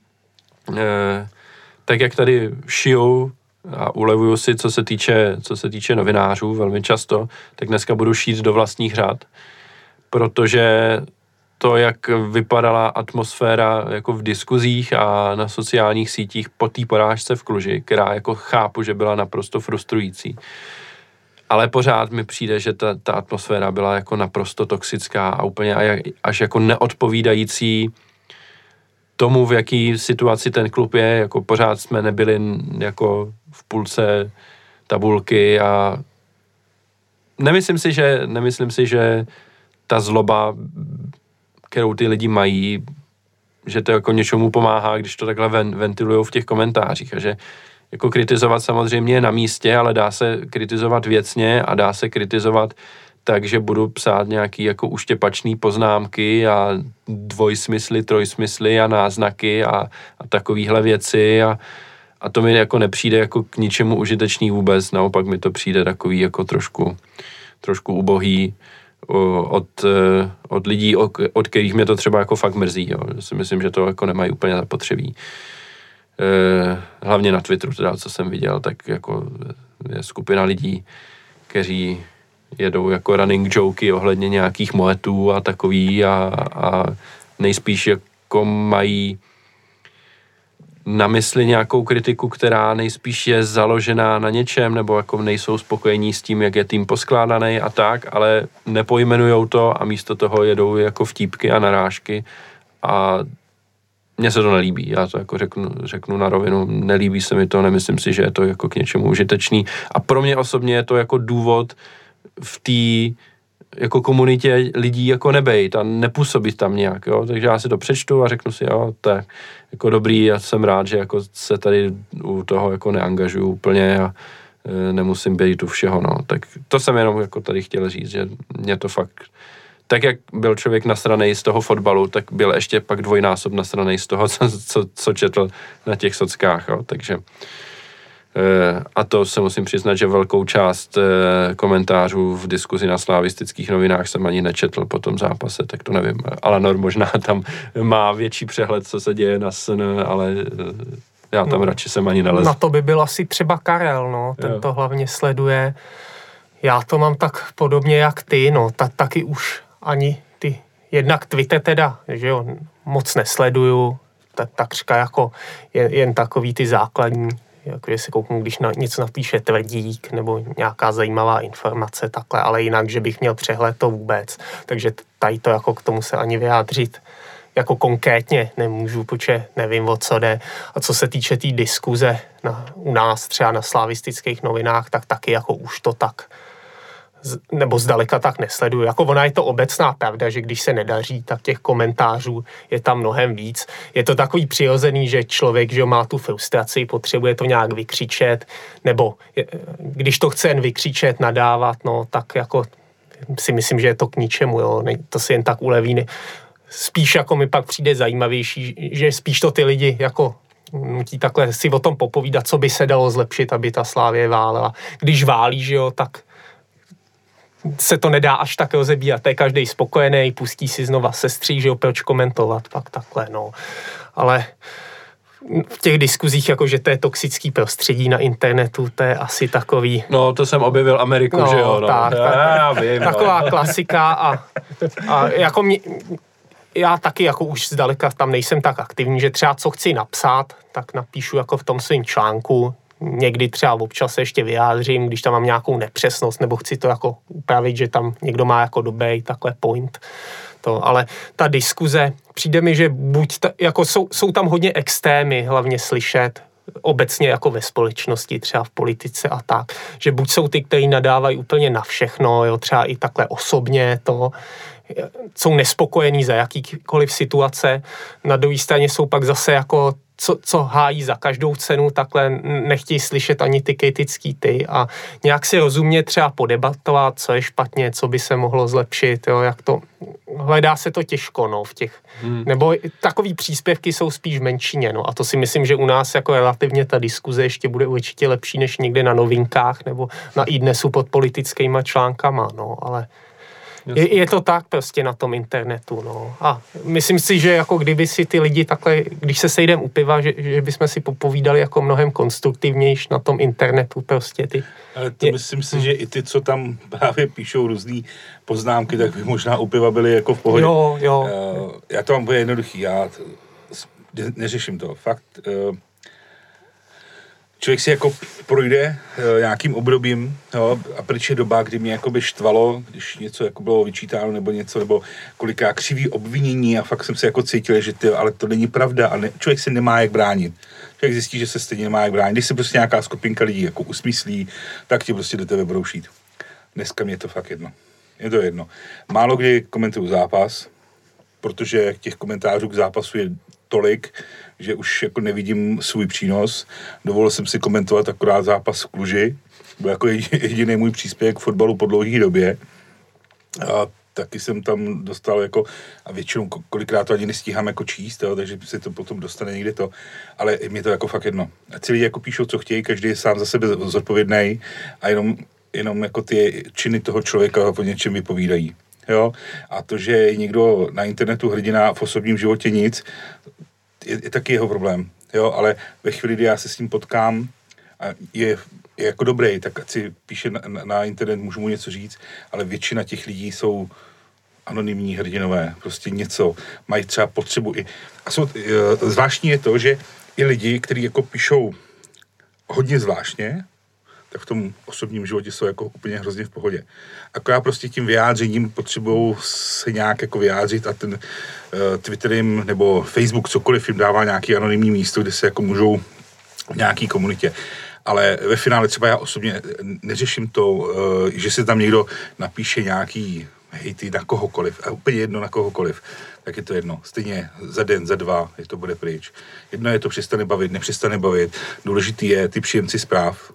tak jak tady šiju a ulevuju si, co se týče novinářů velmi často, tak dneska budu šít do vlastních řad, protože to, jak vypadala atmosféra jako v diskuzích a na sociálních sítích po té porážce v Kluži, která jako chápu, že byla naprosto frustrující. Ale pořád mi přijde, že ta atmosféra byla jako naprosto toxická a úplně až jako neodpovídající tomu, v jaký situaci ten klub je. Jako pořád jsme nebyli jako v půlce tabulky a nemyslím si, že ta zloba, kterou ty lidi mají, že to jako něčemu pomáhá, když to takhle ventilujou v těch komentářích a že jako kritizovat samozřejmě je na místě, ale dá se kritizovat věcně a dá se kritizovat tak, že budu psát nějaký jako uštěpačný poznámky a dvojsmysly, trojsmysly a náznaky a takovýhle věci a to mi jako nepřijde jako k ničemu užitečný vůbec, naopak mi to přijde takový jako trošku ubohý od lidí, od kterých mě to třeba jako fakt mrzí, jo. Si myslím, že to jako nemají úplně zapotřebí. Hlavně na Twitteru, teda, co jsem viděl, tak jako je skupina lidí, kteří jedou jako running joky ohledně nějakých moetů a takový a nejspíš jako mají na mysli nějakou kritiku, která nejspíš je založená na něčem, nebo jako nejsou spokojení s tím, jak je tým poskládaný a tak, ale nepojmenujou to a místo toho jedou jako vtípky a narážky a mně se to nelíbí, já to jako řeknu na rovinu, nelíbí se mi to, nemyslím si, že je to jako k něčemu užitečný a pro mě osobně je to jako důvod v té jako komunitě lidí jako nebejt a nepůsobit tam nějak, jo, takže já si to přečtu a řeknu si, jo, tak jako dobrý, já jsem rád, že jako se tady u toho jako neangažuju úplně a nemusím být u všeho, no, tak to jsem jenom jako tady chtěl říct, že mě to fakt, tak jak byl člověk nasranej z toho fotbalu, tak byl ještě pak dvojnásob nasranej z toho, co četl na těch sockách, jo, takže a to se musím přiznat, že velkou část komentářů v diskuzi na slavistických novinách jsem ani nečetl po tom zápase, tak to nevím. Alanor možná tam má větší přehled, co se děje na SN, ale já tam radši jsem ani nalezl. Na to by byl asi třeba Karel, no, ten to hlavně sleduje. Já to mám tak podobně jak ty, no, taky už ani ty jednak Twitter teda, že jo, moc nesleduju, takřka jako jen takový ty základní, jakože si kouknu, když něco napíše Tvrdík nebo nějaká zajímavá informace takhle, ale jinak, že bych měl přehled, to vůbec. Takže tady to jako k tomu se ani vyjádřit jako konkrétně nemůžu, protože nevím, o co jde. A co se týče té diskuze u nás třeba na slavistických novinách, tak taky jako už to tak nebo zdaleka tak nesleduju. Jako ona je to obecná pravda, že když se nedaří, tak těch komentářů je tam mnohem víc. Je to takový přirozený, že člověk, že má tu frustraci, potřebuje to nějak vykřičet, nebo když to chce jen vykřičet, nadávat, no tak jako si myslím, že je to k ničemu, jo. To si jen tak uleví. Spíš jako mi pak přijde zajímavější, že spíš to ty lidi jako nutí takhle si o tom popovídat, co by se dalo zlepšit, aby ta Slavie válela. Když válí, že jo, tak se to nedá až tak rozebírat. To je každej spokojený, pustí si znova sestří, že jo, proč komentovat, pak takhle, no. Ale v těch diskuzích, jako že to je toxický prostředí na internetu, to je asi takový... No, to jsem objevil Ameriku, no, že jo, no. Tak, já vím, taková klasika a jako já taky jako už zdaleka tam nejsem tak aktivní, že třeba co chci napsat, tak napíšu jako v tom svým článku. Někdy třeba občas se ještě vyjádřím, když tam mám nějakou nepřesnost, nebo chci to jako upravit, že tam někdo má jako dobrý takhle point. Ale ta diskuze, přijde mi, že jako jsou tam hodně extrémy hlavně slyšet, obecně jako ve společnosti, třeba v politice a tak, že buď jsou ty, kteří nadávají úplně na všechno, jo, třeba i takhle osobně jsou nespokojení za jakýkoliv situace, na druhé straně jsou pak zase jako co hájí za každou cenu, takhle nechtějí slyšet ani ty kritický a nějak si rozumně třeba podebatovat, co je špatně, co by se mohlo zlepšit, jo, jak to, hledá se to těžko, no, v těch, nebo takový příspěvky jsou spíš v menšině, no, a to si myslím, že u nás jako relativně ta diskuze ještě bude určitě lepší, než někde na Novinkách, nebo na iDnesu pod politickýma článkama, no, ale je to tak prostě na tom internetu, no. A myslím si, že jako kdyby si ty lidi takhle, když se sejdem u piva, že bychom si popovídali jako mnohem konstruktivnější na tom internetu prostě ty. Ale to myslím si, že i ty, co tam právě píšou různý poznámky, tak by možná u piva byli jako v pohodě. Jo. Já to mám úplně jednoduchý, já neřeším to, fakt. Člověk si jako projde nějakým obdobím, jo, a pryč je doba, kdy mě jakoby štvalo, když něco jako bylo vyčítáno nebo něco, nebo kolikrát křivý obvinění a fakt jsem se jako cítil, že ale to není pravda a člověk se nemá jak bránit. Člověk zjistí, že se stejně nemá jak bránit. Když se prostě nějaká skupinka lidí jako usmyslí, tak ti prostě do tebe budou šít. Dneska mě je to fakt jedno. Je to jedno. Málo kdy komentuju zápas, protože těch komentářů k zápasu je tolik, že už jako nevidím svůj přínos. Dovolil jsem si komentovat akorát zápas v Kluži. Byl jako jediný můj příspěvek k fotbalu po dlouhé době. A taky jsem tam dostal jako, a většinou kolikrát to ani nestíhám jako číst, jo, takže se to potom dostane někde to, ale mě to jako fakt jedno. A celý jako píšou, co chtějí, každý je sám za sebe zodpovědný a jenom jako ty činy toho člověka o něčem vypovídají. Jo? A to, že je někdo na internetu hrdina, v osobním životě nic, je taky jeho problém. Jo? Ale ve chvíli, kdy já se s tím potkám a je jako dobrý, tak ať si píše na internet, můžu mu něco říct, ale většina těch lidí jsou anonymní hrdinové, prostě něco, mají třeba potřebu i... A zvláštní je to, že i lidi, kteří jako píšou hodně zvláštně, tak v tom osobním životě jsou jako úplně hrozně v pohodě. Akorát prostě tím vyjádřením potřebují se nějak jako vyjádřit a ten Twitter jim, nebo Facebook, cokoliv jim dává nějaký anonymní místo, kde se jako můžou v nějaký komunitě. Ale ve finále třeba já osobně neřeším to, že se tam někdo napíše nějaký hejty na kohokoliv, a úplně jedno na kohokoliv, tak je to jedno. Stejně za den, za dva, je to bude pryč. Jedno je to přestane bavit, nepřestane bavit. Důležitý je ty příjemci zpráv,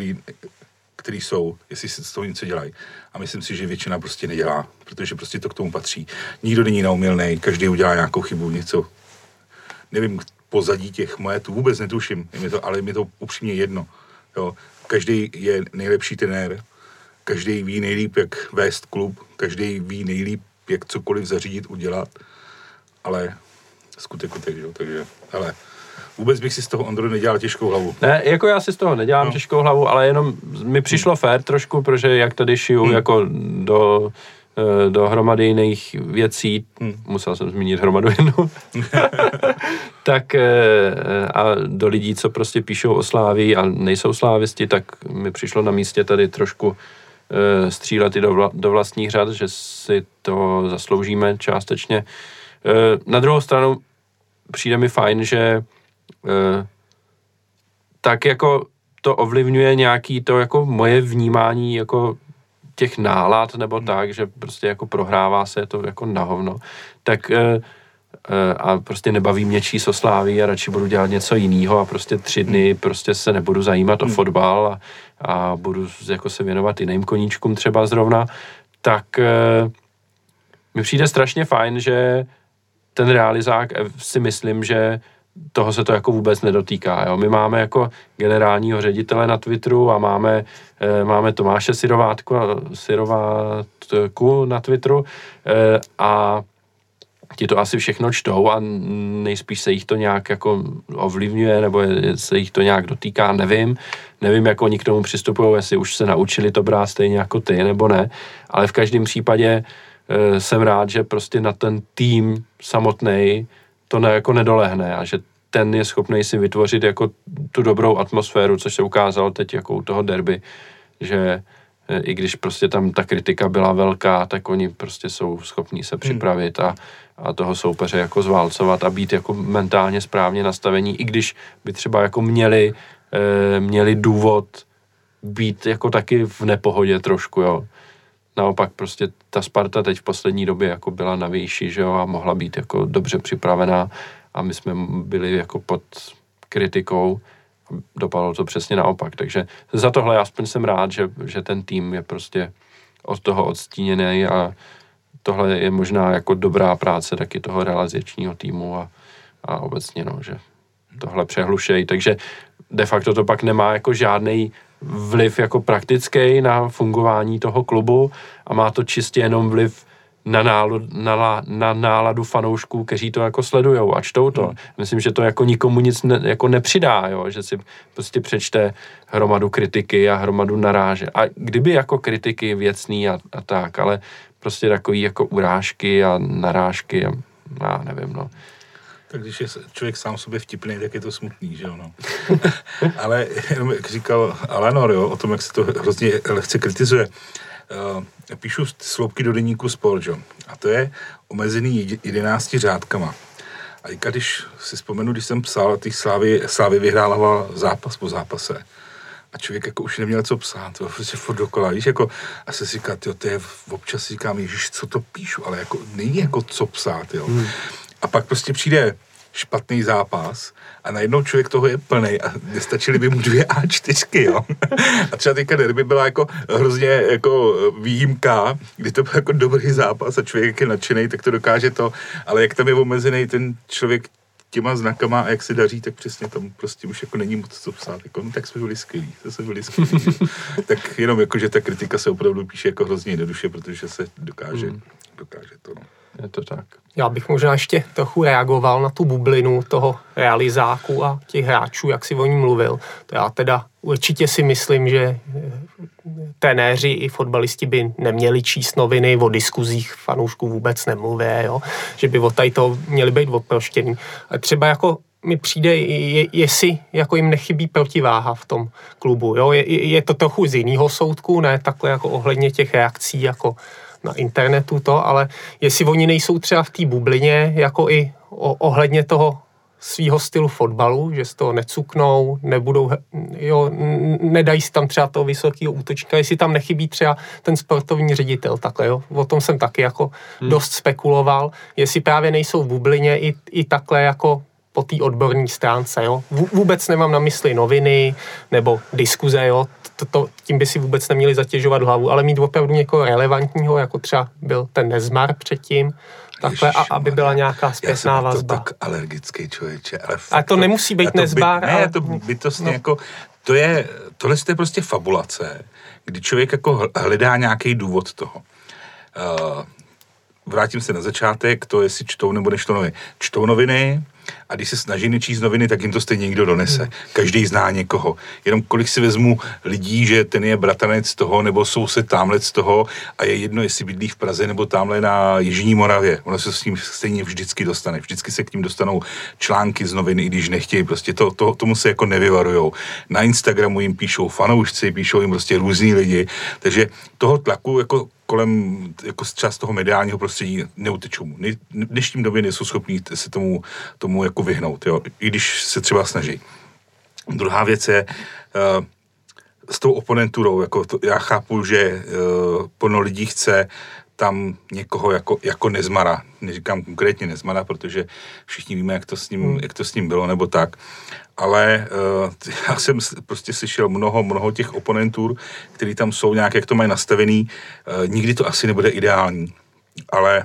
který jsou, jestli se s toho něco dělají. A myslím si, že většina prostě nedělá, protože prostě to k tomu patří. Nikdo není neumylnej, každý udělá nějakou chybu, něco. Nevím, pozadí těch mojetů vůbec netuším, ale mi to upřímně jedno. Jo. Každý je nejlepší trenér, každý ví nejlíp, jak vést klub, každý ví nejlíp, jak cokoliv zařídit, udělat, ale skutek, jo, takže, ale vůbec bych si z toho, Ondro, nedělal těžkou hlavu. Ne, jako já si z toho nedělám těžkou hlavu, ale jenom mi přišlo fér trošku, protože jak tady šiju jako do hromady jiných věcí, musel jsem zmínit hromadu jednu, tak a do lidí, co prostě píšou o Slávii a nejsou slávisti, tak mi přišlo na místě tady trošku střílet i do vlastních řad, že si to zasloužíme částečně. Na druhou stranu přijde mi fajn, že tak jako to ovlivňuje nějaký to jako moje vnímání jako těch nálad nebo tak, že prostě jako prohrává se to jako na hovno, tak a prostě nebaví mě číst o Slávii a radši budu dělat něco jiného a prostě 3 dny prostě se nebudu zajímat o fotbal a budu jako se věnovat jiným koníčkům třeba zrovna, tak mi přijde strašně fajn, že ten realizák si myslím, že toho se to jako vůbec nedotýká. Jo? My máme jako generálního ředitele na Twitteru a máme Tomáše Syrovátku na Twitteru a ti to asi všechno čtou a nejspíš se jich to nějak jako ovlivňuje nebo se jich to nějak dotýká, nevím, jak oni k tomu přistupují, jestli už se naučili to brát stejně jako ty, nebo ne, ale v každém případě jsem rád, že prostě na ten tým samotnej to jako nedolehne a že ten je schopný si vytvořit jako tu dobrou atmosféru, což se ukázalo teď jako u toho derby, že i když prostě tam ta kritika byla velká, tak oni prostě jsou schopní se připravit a toho soupeře jako zválcovat a být jako mentálně správně nastavení, i když by třeba jako měli důvod být jako taky v nepohodě trošku, jo. Naopak prostě ta Sparta teď v poslední době jako byla na výši, že jo, a mohla být jako dobře připravená a my jsme byli jako pod kritikou. Dopadlo to přesně naopak, takže za tohle aspoň jsem rád, že ten tým je prostě od toho odstíněný a tohle je možná jako dobrá práce taky toho realizačního týmu a obecně, no, že tohle přehlušejí, takže de facto to pak nemá jako žádnej vliv jako praktický na fungování toho klubu a má to čistě jenom vliv na náladu fanoušků, kteří to jako sledujou a čtou to. Myslím, že to jako nikomu nic jako nepřidá, jo? Že si prostě přečte hromadu kritiky a hromadu naráže. A kdyby jako kritiky věcný a tak, ale prostě takový jako urážky a narážky a já nevím, no. Tak když je člověk sám sobě vtipný, tak je to smutný, že jo, no. Ale jenom jak říkal Alanor, jo, o tom, jak se to hrozně lehce kritizuje, píšu sloupky do deníku Sport, jo, a to je omezený 11 řádkama. A když si vzpomenu, když jsem psal, těch Slávy vyhrávala zápas po zápase. A člověk jako už neměl co psát, to prostě furt dokola, víš, jako, a se si říkat, jo, to je, občas si říkám, ježiš, co to píšu, ale jako není jako co psát, jo. A pak prostě přijde špatný zápas a najednou člověk toho je plnej a nestačily by mu 2 A4, jo. A třeba teďka derby byla jako hrozně jako výjimka, kdy to byl jako dobrý zápas a člověk je nadšenej, tak to dokáže to, ale jak tam je omezený ten člověk těma znakama a jak se daří, tak přesně tam prostě už jako není moc co psát. Jako, no tak jsme byli skvělí, Tak jenom jako, že ta kritika se opravdu píše jako hrozně jednoduše, protože se dokáže to, no. Je to tak. Já bych možná ještě trochu reagoval na tu bublinu toho realizáku a těch hráčů, jak si o ní mluvil. To já teda určitě si myslím, že trenéři i fotbalisti by neměli číst noviny, o diskuzích fanoušků vůbec nemluví, jo? Že by od tady to měli být oproštěný. A třeba jako mi přijde, jestli jako jim nechybí protiváha v tom klubu. Jo? Je to trochu z jiného soudku, ne takhle jako ohledně těch reakcí jako na internetu to, ale jestli oni nejsou třeba v té bublině jako i ohledně toho svýho stylu fotbalu, že z toho necuknou, nebudou, jo, nedají si tam třeba toho vysokého útočníka, jestli tam nechybí třeba ten sportovní ředitel, takhle, jo. O tom jsem taky jako dost spekuloval, jestli právě nejsou v bublině i takhle jako po té odborné stránce, jo. Vůbec nemám na mysli noviny nebo diskuze, jo. Tím by si vůbec neměli zatěžovat hlavu, ale mít opravdu někoho relevantního, jako třeba byl ten Nezmar předtím, takhle, aby byla nějaká zpětná vazba. Já jsem tak alergický člověče, ale a to nemusí být Nezmar. Ne, to bytostně jako, tohle je prostě fabulace, kdy člověk jako hledá nějaký důvod toho. Vrátím se na začátek, to jestli čtou nebo nečtou noviny. Čtou noviny, a když se snaží nečíst noviny, tak jim to stejně někdo donese. Každý zná někoho. Jenom kolik si vezmu lidí, že ten je bratranec toho, nebo soused tamhle z toho a je jedno, jestli bydlí v Praze nebo tamhle na Jižní Moravě. Ono se s ním stejně vždycky dostane. Vždycky se k ním dostanou články z novin, i když nechtějí. Prostě tomu se jako nevyvarujou. Na Instagramu jim píšou fanoušci, píšou jim prostě různí lidi. Takže toho tlaku jako kolem jako část toho mediálního prostředí neutečou. V dnešním době nejsou schopní se tomu jako vyhnout, jo? I když se třeba snaží. Druhá věc je s tou oponenturou. Já chápu, že plno lidí chce tam někoho jako Nezmara. Neříkám konkrétně Nezmara, protože všichni víme, jak to s ním bylo, nebo tak. Ale já jsem prostě slyšel mnoho těch oponentur, který tam jsou nějak, jak to mají nastavený. Nikdy to asi nebude ideální, ale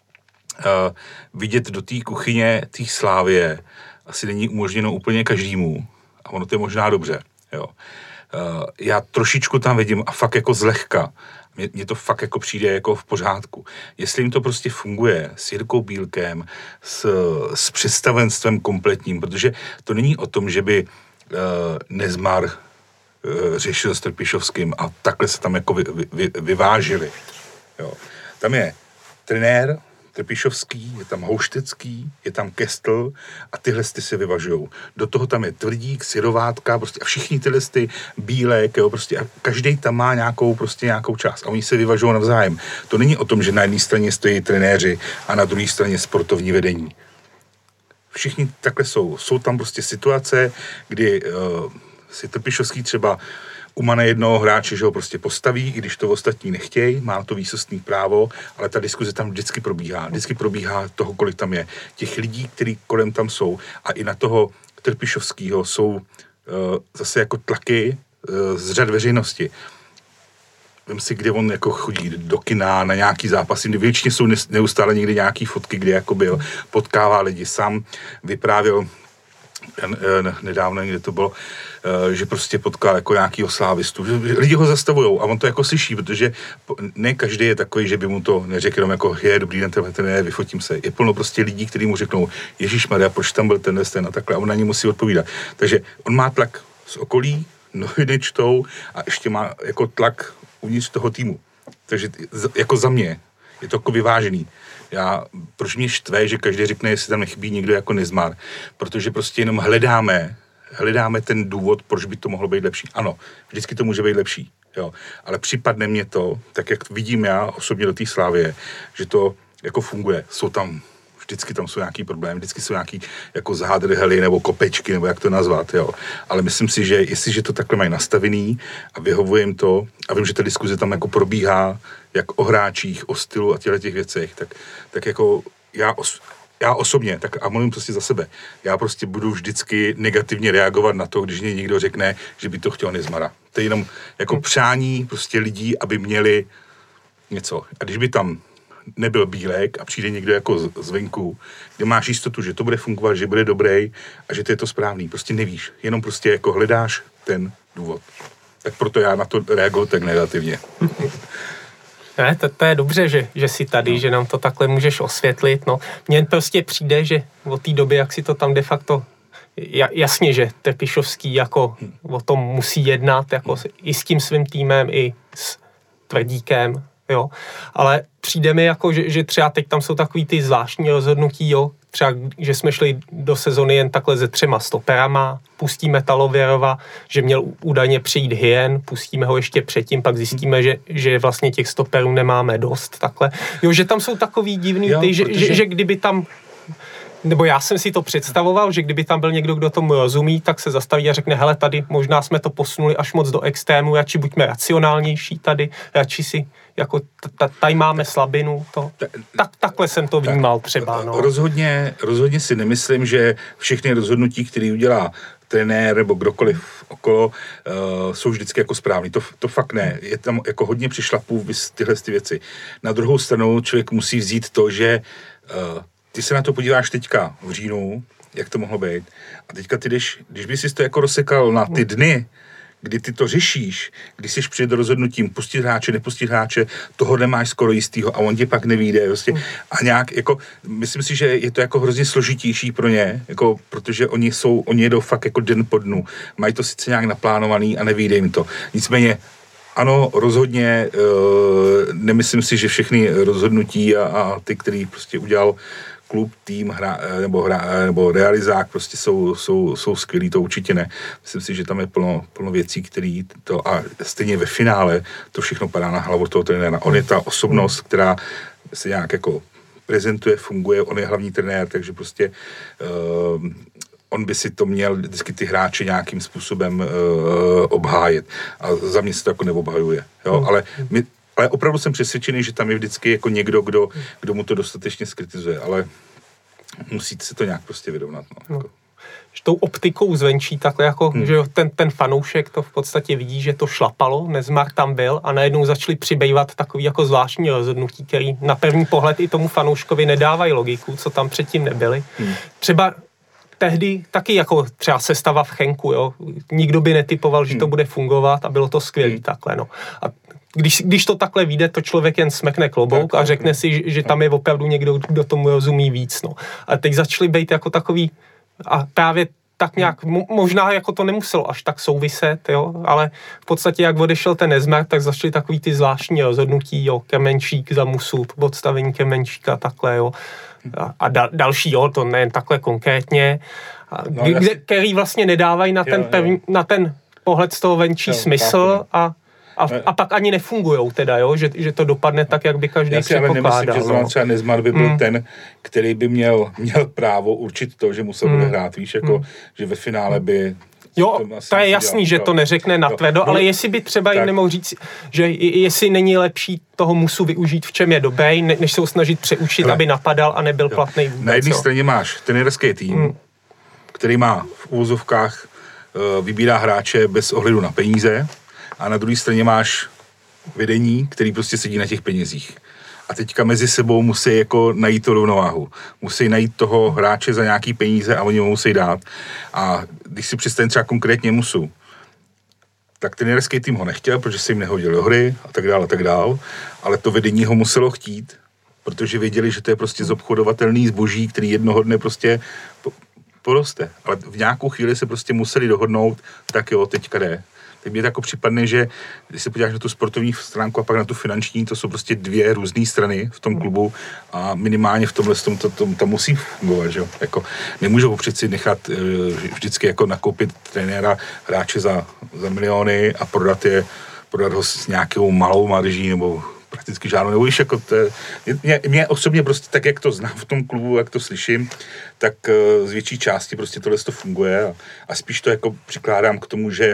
vidět do té kuchyně, té Slávie, asi není umožněno úplně každému. A ono to je možná dobře, jo. Já trošičku tam vidím a fakt jako zlehka. Mně to fakt jako přijde jako v pořádku. Jestli jim to prostě funguje s Jirkou Bílkem, s představenstvem kompletním, protože to není o tom, že by Nezmar řešil s Trpišovským a takhle se tam jako vyvážili. Jo. Tam je trenér Trpišovský, je tam Houštecký, je tam Kestl a tyhle se vyvažujou. Do toho tam je Tvrdík, Syrovátka, prostě a všichni tyhle Bílek, jo, prostě a každý tam má nějakou část a oni se vyvažují navzájem. To není o tom, že na jedné straně stojí trenéři a na druhé straně sportovní vedení. Všichni takhle jsou. Jsou tam prostě situace, kdy si Trpišovský třeba umane jednoho hráče, že ho prostě postaví, i když to ostatní nechtějí, má to výsostný právo, ale ta diskuze tam vždycky probíhá. Vždycky probíhá toho, kolik tam je. Těch lidí, kteří kolem tam jsou a i na toho Trpišovského jsou zase jako tlaky z řad veřejnosti. Vem si, kde on jako chodí do kina, na nějaký zápasy, většině jsou neustále někde nějaký fotky, kde jako byl, potkává lidi, sám vyprávěl nedávno, kde to bylo, že prostě potkal jako nějakýho slávistu. Lidi ho zastavujou a on to jako slyší, protože ne každý je takový, že by mu to neřekl jenom jako je, dobrý den, ne, vyfotím se. Je plno prostě lidí, kteří mu řeknou, Ježišmarja, proč tam byl ten a takhle a on na ně musí odpovídat. Takže on má tlak z okolí, noviny čtou a ještě má jako tlak uvnitř toho týmu. Takže jako za mě je to jako vyvážený. Proč mě štve, že každý řekne, jestli tam nechybí někdo jako Nezmar, protože prostě jenom hledáme ten důvod, proč by to mohlo být lepší. Ano, vždycky to může být lepší, jo, ale připadne mně to, tak jak vidím já osobně do té Slávie, že to jako funguje. Vždycky tam jsou nějaký problém, vždycky jsou nějaký jako zádrhely nebo kopečky, nebo jak to nazvat, jo. Ale myslím si, že jestliže to takhle mají nastavený a vyhovuje jim to a vím, že ta diskuze tam jako probíhá, jak o hráčích, o stylu a těch věcech, tak jako já osobně, tak a mluvím prostě za sebe, já prostě budu vždycky negativně reagovat na to, když mě někdo řekne, že by to chtěl Nezmara. To je jenom jako přání prostě lidí, aby měli něco. A když by tam nebyl Bílek a přijde někdo jako zvenku, kde máš jistotu, že to bude fungovat, že bude dobrý a že to je to správný. Prostě nevíš. Jenom prostě jako hledáš ten důvod. Tak proto já na to reaguju tak negativně. Ne, to je dobře, že jsi tady, no. Že nám to takhle můžeš osvětlit. No. Mně prostě přijde, že od té doby, jak si to tam de facto jasně, že Trpišovský jako o tom musí jednat jako i s tím svým týmem, i s Tvrdíkem, jo. Ale přijde mi jako, že třeba teď tam jsou takový ty zvláštní rozhodnutí, jo. Třeba, že jsme šli do sezony jen takhle se 3 stoperama, pustíme Talověrova, že měl údajně přijít Hyen, pustíme ho ještě předtím, pak zjistíme, že vlastně těch stoperů nemáme dost, takhle. Jo, že tam jsou takový divný, že kdyby tam, nebo já jsem si to představoval, že kdyby tam byl někdo, kdo tomu rozumí, tak se zastaví a řekne, hele, tady možná jsme to posunuli až moc do extrému, radši buďme racionálnější tady, radši si, jako tady máme slabinu, takhle jsem to vnímal třeba, no. Rozhodně si nemyslím, že všechny rozhodnutí, které udělá trenér nebo kdokoliv okolo, jsou vždycky jako správný. To fakt ne. Je tam jako hodně přišlapů tyhle věci. Na druhou stranu člověk musí vzít to, že ty se na to podíváš teďka v říjnu, jak to mohlo být. A teďka ty, když bys si to jako rozsekal na ty dny, kdy ty to řešíš, když jsi přijde rozhodnutím pustit hráče, nepustit hráče, toho nemáš skoro jistýho a on tě pak nevyjde. Prostě. A nějak, jako, myslím si, že je to jako hrozně složitější pro ně, jako, protože oni jedou fakt jako den po dnu. Mají to sice nějak naplánovaný a nevyjde jim to. Nicméně, ano, rozhodně nemyslím si, že všechny rozhodnutí a ty, který prostě udělal klub, tým, nebo realizák prostě jsou skvělý, to určitě ne. Myslím si, že tam je plno věcí, které to a stejně ve finále to všechno padá na hlavu toho trenéra. On je ta osobnost, která se nějak jako prezentuje, funguje, on je hlavní trenér, takže prostě on by si to měl vždycky ty hráče nějakým způsobem obhájet. A za mě se to jako neobhajuje. Jo? Ale opravdu jsem přesvědčený, že tam je vždycky jako někdo, kdo mu to dostatečně skritizuje, ale musí se to nějak prostě vyrovnat. No. Jako. Tou optikou zvenčí takhle jako, že ten fanoušek to v podstatě vidí, že to šlapalo, Nezmar tam byl a najednou začali přibývat takový jako zvláštní rozhodnutí, který na první pohled i tomu fanouškovi nedávají logiku, co tam předtím nebyly. Třeba tehdy taky jako třeba sestava v Chenku, jo. Nikdo by netypoval, že to bude fungovat a bylo to skvělý takhle, no. A když to takhle vyjde, to člověk jen smekne klobouk a řekne si, že tam je opravdu někdo, kdo tomu rozumí víc, no. A teď začali být jako takový a právě tak nějak, možná jako to nemuselo až tak souviset, jo, ale v podstatě jak odešel ten Nezmar, tak začaly takový ty zvláštní rozhodnutí, jo, Kemenčík za Musup, odstavení Kemenčíka, takhle, jo. A další, jo, to nejen takhle konkrétně, který vlastně nedávají na ten pohled z toho venčí smysl a pak ani nefungujou teda, jo, že to dopadne tak, jak by každý předpokládal. Já si ale nemyslím, že třeba Nezmar by byl ten, který by měl právo určit to, že musel bude hrát, víš, jako, že ve finále by... Jo, to je jasný, že to neřekne natvrdo, ale jestli by třeba jim nemohl říct, že jestli není lepší toho Musu využít, v čem je dobrý, než se ho snažit přeučit, aby napadal a nebyl platný vůbec. Na jedné straně máš trenérský tým, který má v úvozovkách vybírá hráče bez ohledu na peníze, a na druhé straně máš vedení, který prostě sedí na těch penězích. A teďka mezi sebou musí jako najít tu rovnováhu. Musí najít toho hráče za nějaký peníze a oni ho musí dát. A když si představím třeba konkrétně Musu, tak trenérský tým ho nechtěl, protože se jim nehodil do hry a tak dál, ale to vedení ho muselo chtít, protože věděli, že to je prostě zobchodovatelný zboží, který jednoho dne prostě poroste. Ale v nějakou chvíli se prostě museli dohodnout, tak jo, teďka jde. Tak mě to jako připadne, že když se podíváš na tu sportovní stránku a pak na tu finanční, to jsou prostě dvě různé strany v tom klubu a minimálně v tomhle to musí fungovat, že jo. Jako nemůžou přeci nechat vždycky jako nakoupit trenéra hráče za miliony a prodat ho s nějakou malou marží nebo prakticky žádnou, nebo víš, jako mě osobně prostě tak, jak to znám v tom klubu, jak to slyším, tak z větší části prostě tohle to funguje a spíš to jako přikládám k tomu, že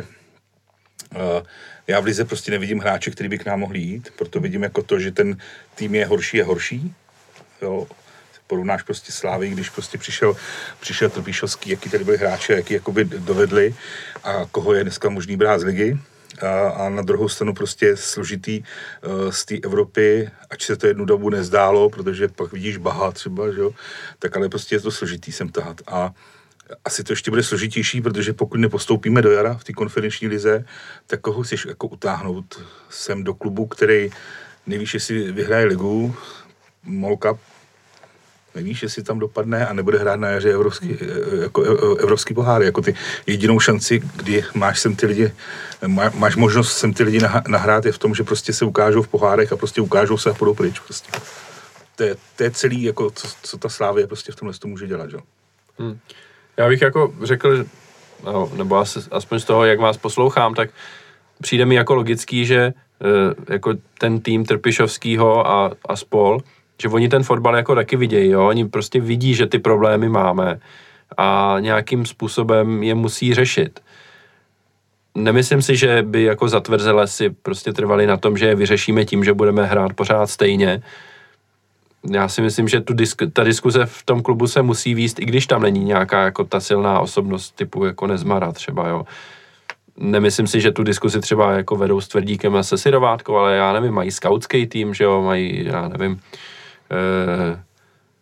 já v lize prostě nevidím hráče, který by k nám mohli jít, proto vidím jako to, že ten tým je horší. Jo. Porovnáš prostě Slávy, když prostě přišel Trpišovský, jaký tady byli hráči, jaký jakoby dovedli a koho je dneska možný brát z ligy. A na druhou stranu prostě složitý z té Evropy, ať se to jednu dobu nezdálo, protože pak vidíš Baha třeba, že jo, tak ale prostě je to složitý sem tahat. A asi to ještě bude složitější, protože pokud nepostoupíme do jara v té konferenční lize, tak koho chceš jako utáhnout sem do klubu, který nevíš, jestli vyhraje ligu, MOL Cup, nevíš, jestli tam dopadne a nebude hrát na jaře evropský pohár. Jako ty jedinou šanci, kdy máš možnost sem ty lidi nahrát, je v tom, že prostě se ukážou v pohárech a prostě ukážou se a půjdou pryč. Prostě. To je celý, jako, co ta Slávie prostě v tomhle to může dělat. Že? Já bych jako řekl, nebo aspoň z toho, jak vás poslouchám, tak přijde mi jako logický, že jako ten tým Trpišovskýho a spol, že oni ten fotbal jako taky vidějí, jo? Oni prostě vidí, že ty problémy máme a nějakým způsobem je musí řešit. Nemyslím si, že by jako zatvrzele si prostě trvali na tom, že je vyřešíme tím, že budeme hrát pořád stejně. Já si myslím, že ta diskuze v tom klubu se musí vést, i když tam není nějaká jako ta silná osobnost typu jako Nezmara třeba, jo. Nemyslím si, že tu diskuzi třeba jako vedou s Tvrdíkem a se Sirovátkou, ale já nevím, mají skautský tým, že jo, mají, já nevím,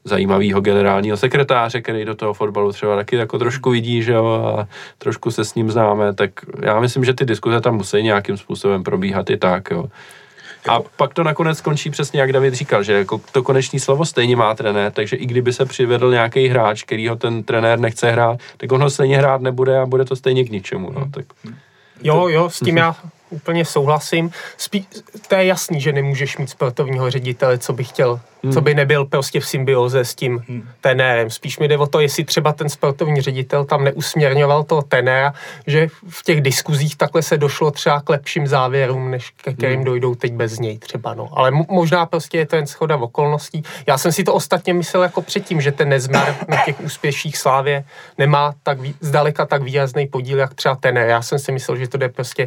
zajímavého generálního sekretáře, který do toho fotbalu třeba taky jako trošku vidí, že jo, a trošku se s ním známe, tak já myslím, že ty diskuze tam musí nějakým způsobem probíhat i tak, jo. A pak to nakonec skončí přesně, jak David říkal, že jako to konečné slovo stejně má trenér, takže i kdyby se přivedl nějaký hráč, který ho ten trenér nechce hrát, tak on ho stejně hrát nebude a bude to stejně k ničemu, no, tak... Jo, s tím já úplně souhlasím. To je jasný, že nemůžeš mít sportovního ředitele, co by nebyl prostě v symbioze s tím trenérem. Spíš mi jde o to, jestli třeba ten sportovní ředitel tam neusměrňoval toho trenéra, že v těch diskuzích takhle se došlo třeba k lepším závěrům, než ke kterým dojdou teď bez něj třeba, no. Ale možná prostě je to jen shoda okolností. Já jsem si to ostatně myslel jako předtím, že ten Nezmar na těch úspěších Slávě nemá zdaleka tak výrazný podíl, jak třeba trenér. Já jsem si myslel, že to jde prostě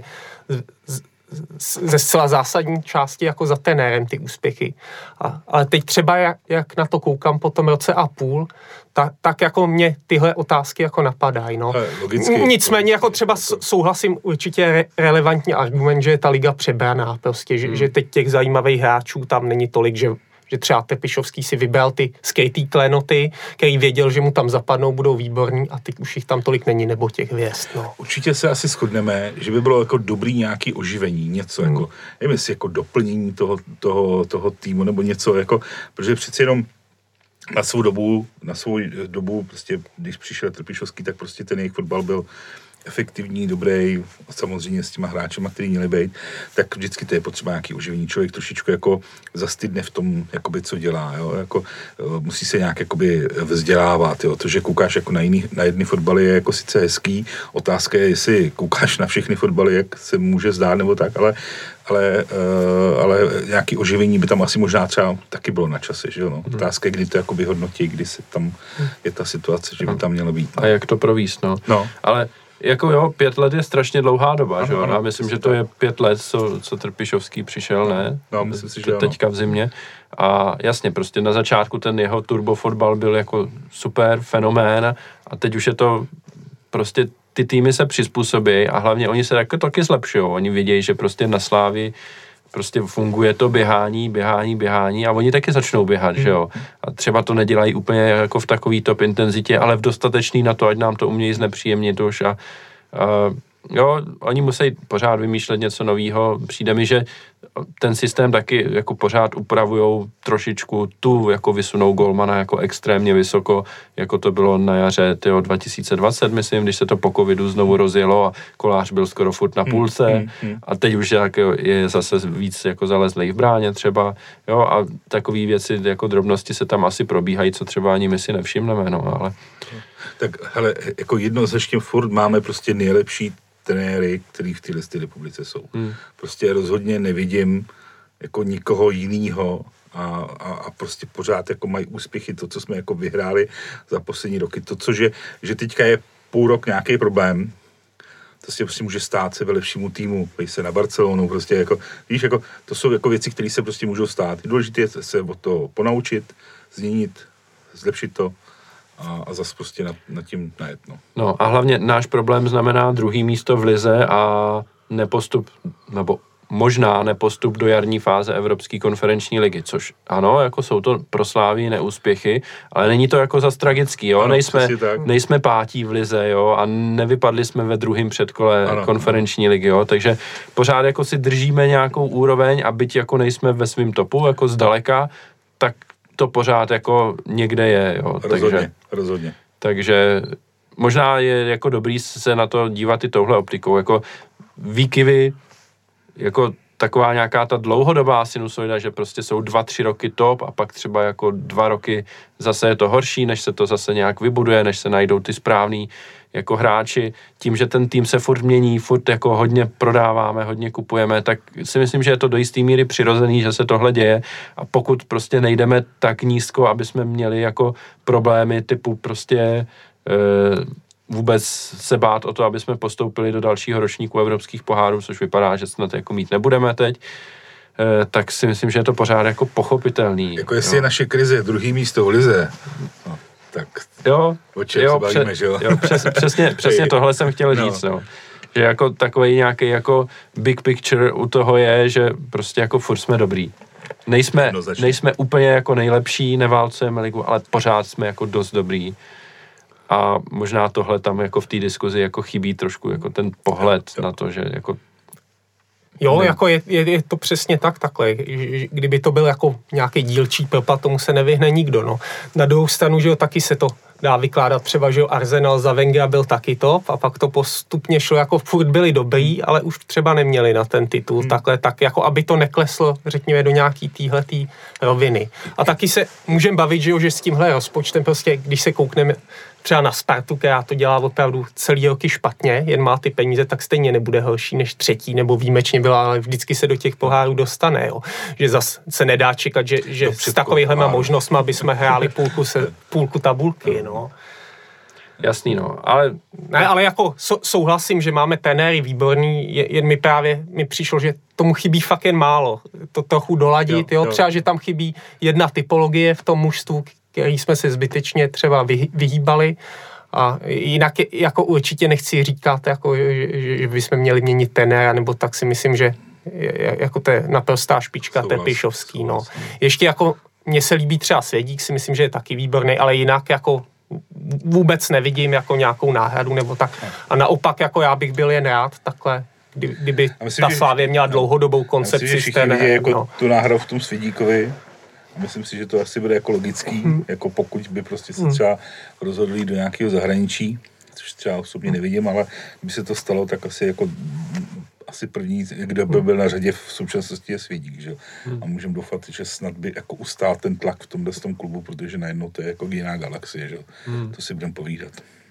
ze zcela zásadní části jako za trenérem ty úspěchy. Ale teď třeba, jak na to koukám po tom roce a půl, tak jako mě tyhle otázky jako napadají. No. Nicméně jako třeba souhlasím určitě relevantní argument, že je ta liga přebraná prostě, že teď těch zajímavých hráčů tam není tolik, že třeba Trpišovský si vybral ty skejtý klenoty, který věděl, že mu tam zapadnou, budou výborní a teď už jich tam tolik není, nebo těch hvězd. No. Určitě se asi shodneme, že by bylo jako dobrý nějaký oživení, něco jako, nevím jestli jako doplnění toho týmu, nebo něco jako, protože přeci jenom na svou dobu prostě, když přišel Trpišovský, tak prostě ten jejich fotbal byl efektivní, dobrý, samozřejmě s těma hráčema, který měli být, tak vždycky to je potřeba nějaký oživení. Člověk trošičku jako zastydne v tom, jakoby, co dělá, jo? Jako, musí se nějak jakoby vzdělávat, jo? To, že koukáš jako na jedny fotbaly je jako sice hezký, otázka je, jestli koukáš na všechny fotbaly, jak se může zdát, nebo tak, ale nějaký oživení by tam asi možná třeba taky bylo na čase, že jo, no. Otázka je, kdy to jakoby hodnotí, kdy se tam je ta situace, že by tam mělo být. No. A jak to províst, no. Ale jako jo, 5 let je strašně dlouhá doba, že jo? Já myslím, že to je 5 let, co Trpišovský přišel, ne? No, myslím si, že teďka v zimě. A jasně, prostě na začátku ten jeho turbofotbal byl jako super fenomén a teď už je to prostě ty týmy se přizpůsobí a hlavně oni se taky zlepšují. Oni vidějí, že prostě na Slávii prostě funguje to běhání a oni taky začnou běhat, že jo. A třeba to nedělají úplně jako v takový top intenzitě, ale v dostatečný na to, ať nám to umějí znepříjemnit už a jo, oni musí pořád vymýšlet něco nového. Přijde mi, že ten systém taky jako pořád upravujou trošičku, tu jako vysunou golmana jako extrémně vysoko, jako to bylo na jaře 2020, myslím, když se to po covidu znovu rozjelo a Kolář byl skoro furt na půlce a teď už je zase víc jako zalezlej v bráně třeba, jo, a takový věci jako drobnosti se tam asi probíhají, co třeba ani my si nevšimneme, no, ale... Tak hele, jako jednoznačně furt máme prostě nejlepší trenéry, který v téhle republice jsou. Prostě rozhodně nevidím jako nikoho jinýho a prostě pořád jako mají úspěchy, to, co jsme jako vyhráli za poslední roky. To, co že teďka je půl rok nějaký problém, to se prostě může stát se ve lepšímu týmu, pojď se na Barcelonu, prostě jako, víš, jako, to jsou jako věci, které se prostě můžou stát. Je důležité se od toho ponaučit, změnit, zlepšit to. A zase prostě nad tím najet, no. No a hlavně náš problém znamená druhý místo v lize a nepostup, nebo možná nepostup do jarní fáze Evropské konferenční ligy, což ano, jako jsou to pro Slávii neúspěchy, ale není to jako zas tragický, jo, ano, nejsme pátí v lize, jo, a nevypadli jsme ve druhém předkole konferenční ligy, jo, takže pořád jako si držíme nějakou úroveň a byť jako nejsme ve svým topu, jako zdaleka, tak to pořád jako někde je, jo. Rozhodně. Takže možná je jako dobrý se na to dívat i touhle optikou, jako výkyvy, jako taková nějaká ta dlouhodobá sinusoida, že prostě jsou 2-3 roky top a pak třeba jako 2 roky zase je to horší, než se to zase nějak vybuduje, než se najdou ty správný jako hráči. Tím, že ten tým se furt mění, furt jako hodně prodáváme, hodně kupujeme, tak si myslím, že je to do jistý míry přirozený, že se tohle děje a pokud prostě nejdeme tak nízko, aby jsme měli jako problémy typu prostě vůbec se bát o to, aby jsme postoupili do dalšího ročníku evropských pohárů, což vypadá, že snad jako mít nebudeme teď, tak si myslím, že je to pořád jako pochopitelný. Jako jestli je naše krize druhý místo v lize, no, tak o čem se bavíme, že jo? Přesně tohle jsem chtěl říct, no. Že jako takovej nějaký jako big picture u toho je, že prostě jako furt jsme dobrý. nejsme úplně jako nejlepší, neválcujeme ligu, ale pořád jsme jako dost dobrý. A možná tohle tam jako v té diskuzi jako chybí trošku jako ten pohled na to, že jako... Jo, jako je to přesně takhle. Kdyby to byl jako nějaký dílčí propad, tomu se nevyhne nikdo, no. Na druhou stranu, že jo, taky se to dá vykládat třeba, že jo, Arsenal za Wengera byl taky top a pak to postupně šlo, jako furt byli dobrý, ale už třeba neměli na ten titul takhle, tak jako aby to nekleslo, řekněme, do nějaký týhletý roviny. A taky se můžeme bavit, že jo, že s tímhle rozpočtem prostě, když se koukneme třeba na Spartu, která to dělá opravdu celý roky špatně, jen má ty peníze, tak stejně nebude horší než třetí, nebo výjimečně byla, ale vždycky se do těch pohárů dostane, jo. Že zase se nedá čekat, že s takovýhlema možnostma bychom hráli půlku tabulky, no. Jasný, no, ale... Ne, ale jako souhlasím, že máme trenéry výborný, jen mi přišlo, že tomu chybí fakt jen málo. To trochu doladit, jo. Třeba, že tam chybí jedna typologie v tom mužstvu, který jsme se zbytečně třeba vyhýbali. A jinak jako určitě nechci říkat, jako, že bychom měli měnit trenéra, nebo tak si myslím, že jako to je naprostá špička Trpišovský. No. Ještě jako mně se líbí třeba Svědík, si myslím, že je taky výborný, ale jinak jako vůbec nevidím jako nějakou náhradu nebo tak. A naopak jako já bych byl jen rád takhle, kdyby ta Slavie měla dlouhodobou koncepci. Všichni vidí jako tu náhradu v tom Svědíkovi. Myslím si, že to asi bude jako logický, jako pokud by prostě se třeba rozhodli do nějakého zahraničí, což třeba osobně nevidím, ale kdyby se to stalo, tak asi první, kdo by byl na řadě v současnosti je Svědík, že? A můžeme doufat, že snad by jako ustál ten tlak v tomhle klubu, protože najednou to je jako jiná galaxie, že? To si budeme povídat.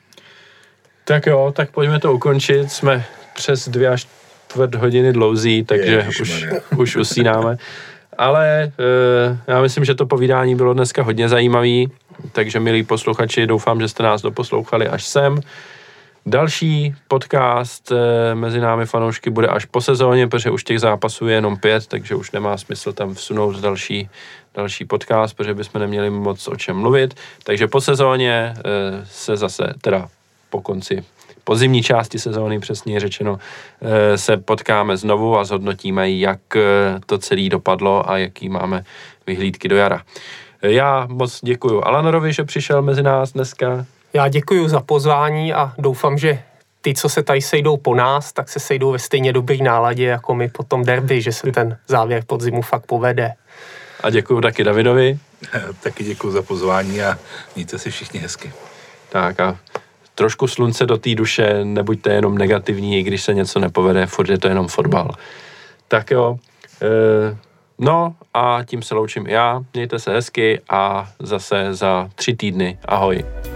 Tak jo, tak pojďme to ukončit, jsme přes 2,25 hodiny dlouzí, takže už usínáme. Ale já myslím, že to povídání bylo dneska hodně zajímavý, takže milí posluchači, doufám, že jste nás doposlouchali až sem. Další podcast mezi námi fanoušky bude až po sezóně, protože už těch zápasů je jenom 5, takže už nemá smysl tam vsunout další podcast, protože bychom neměli moc o čem mluvit. Takže po sezóně se zase, teda po konci podzimní části sezóny, přesně řečeno, se potkáme znovu a zhodnotíme, jak to celé dopadlo a jaký máme vyhlídky do jara. Já moc děkuju Alanorovi, že přišel mezi nás dneska. Já děkuju za pozvání a doufám, že ty, co se tady sejdou po nás, tak se sejdou ve stejně dobrý náladě, jako my po tom derby, že se ten závěr podzimu fakt povede. A děkuju taky Davidovi. Taky děkuju za pozvání a mějte si všichni hezky. Tak a trošku slunce do té duše, nebuďte jenom negativní, i když se něco nepovede, furt je to jenom fotbal. Tak jo, no a tím se loučím i já, mějte se hezky a zase za 3 týdny. Ahoj.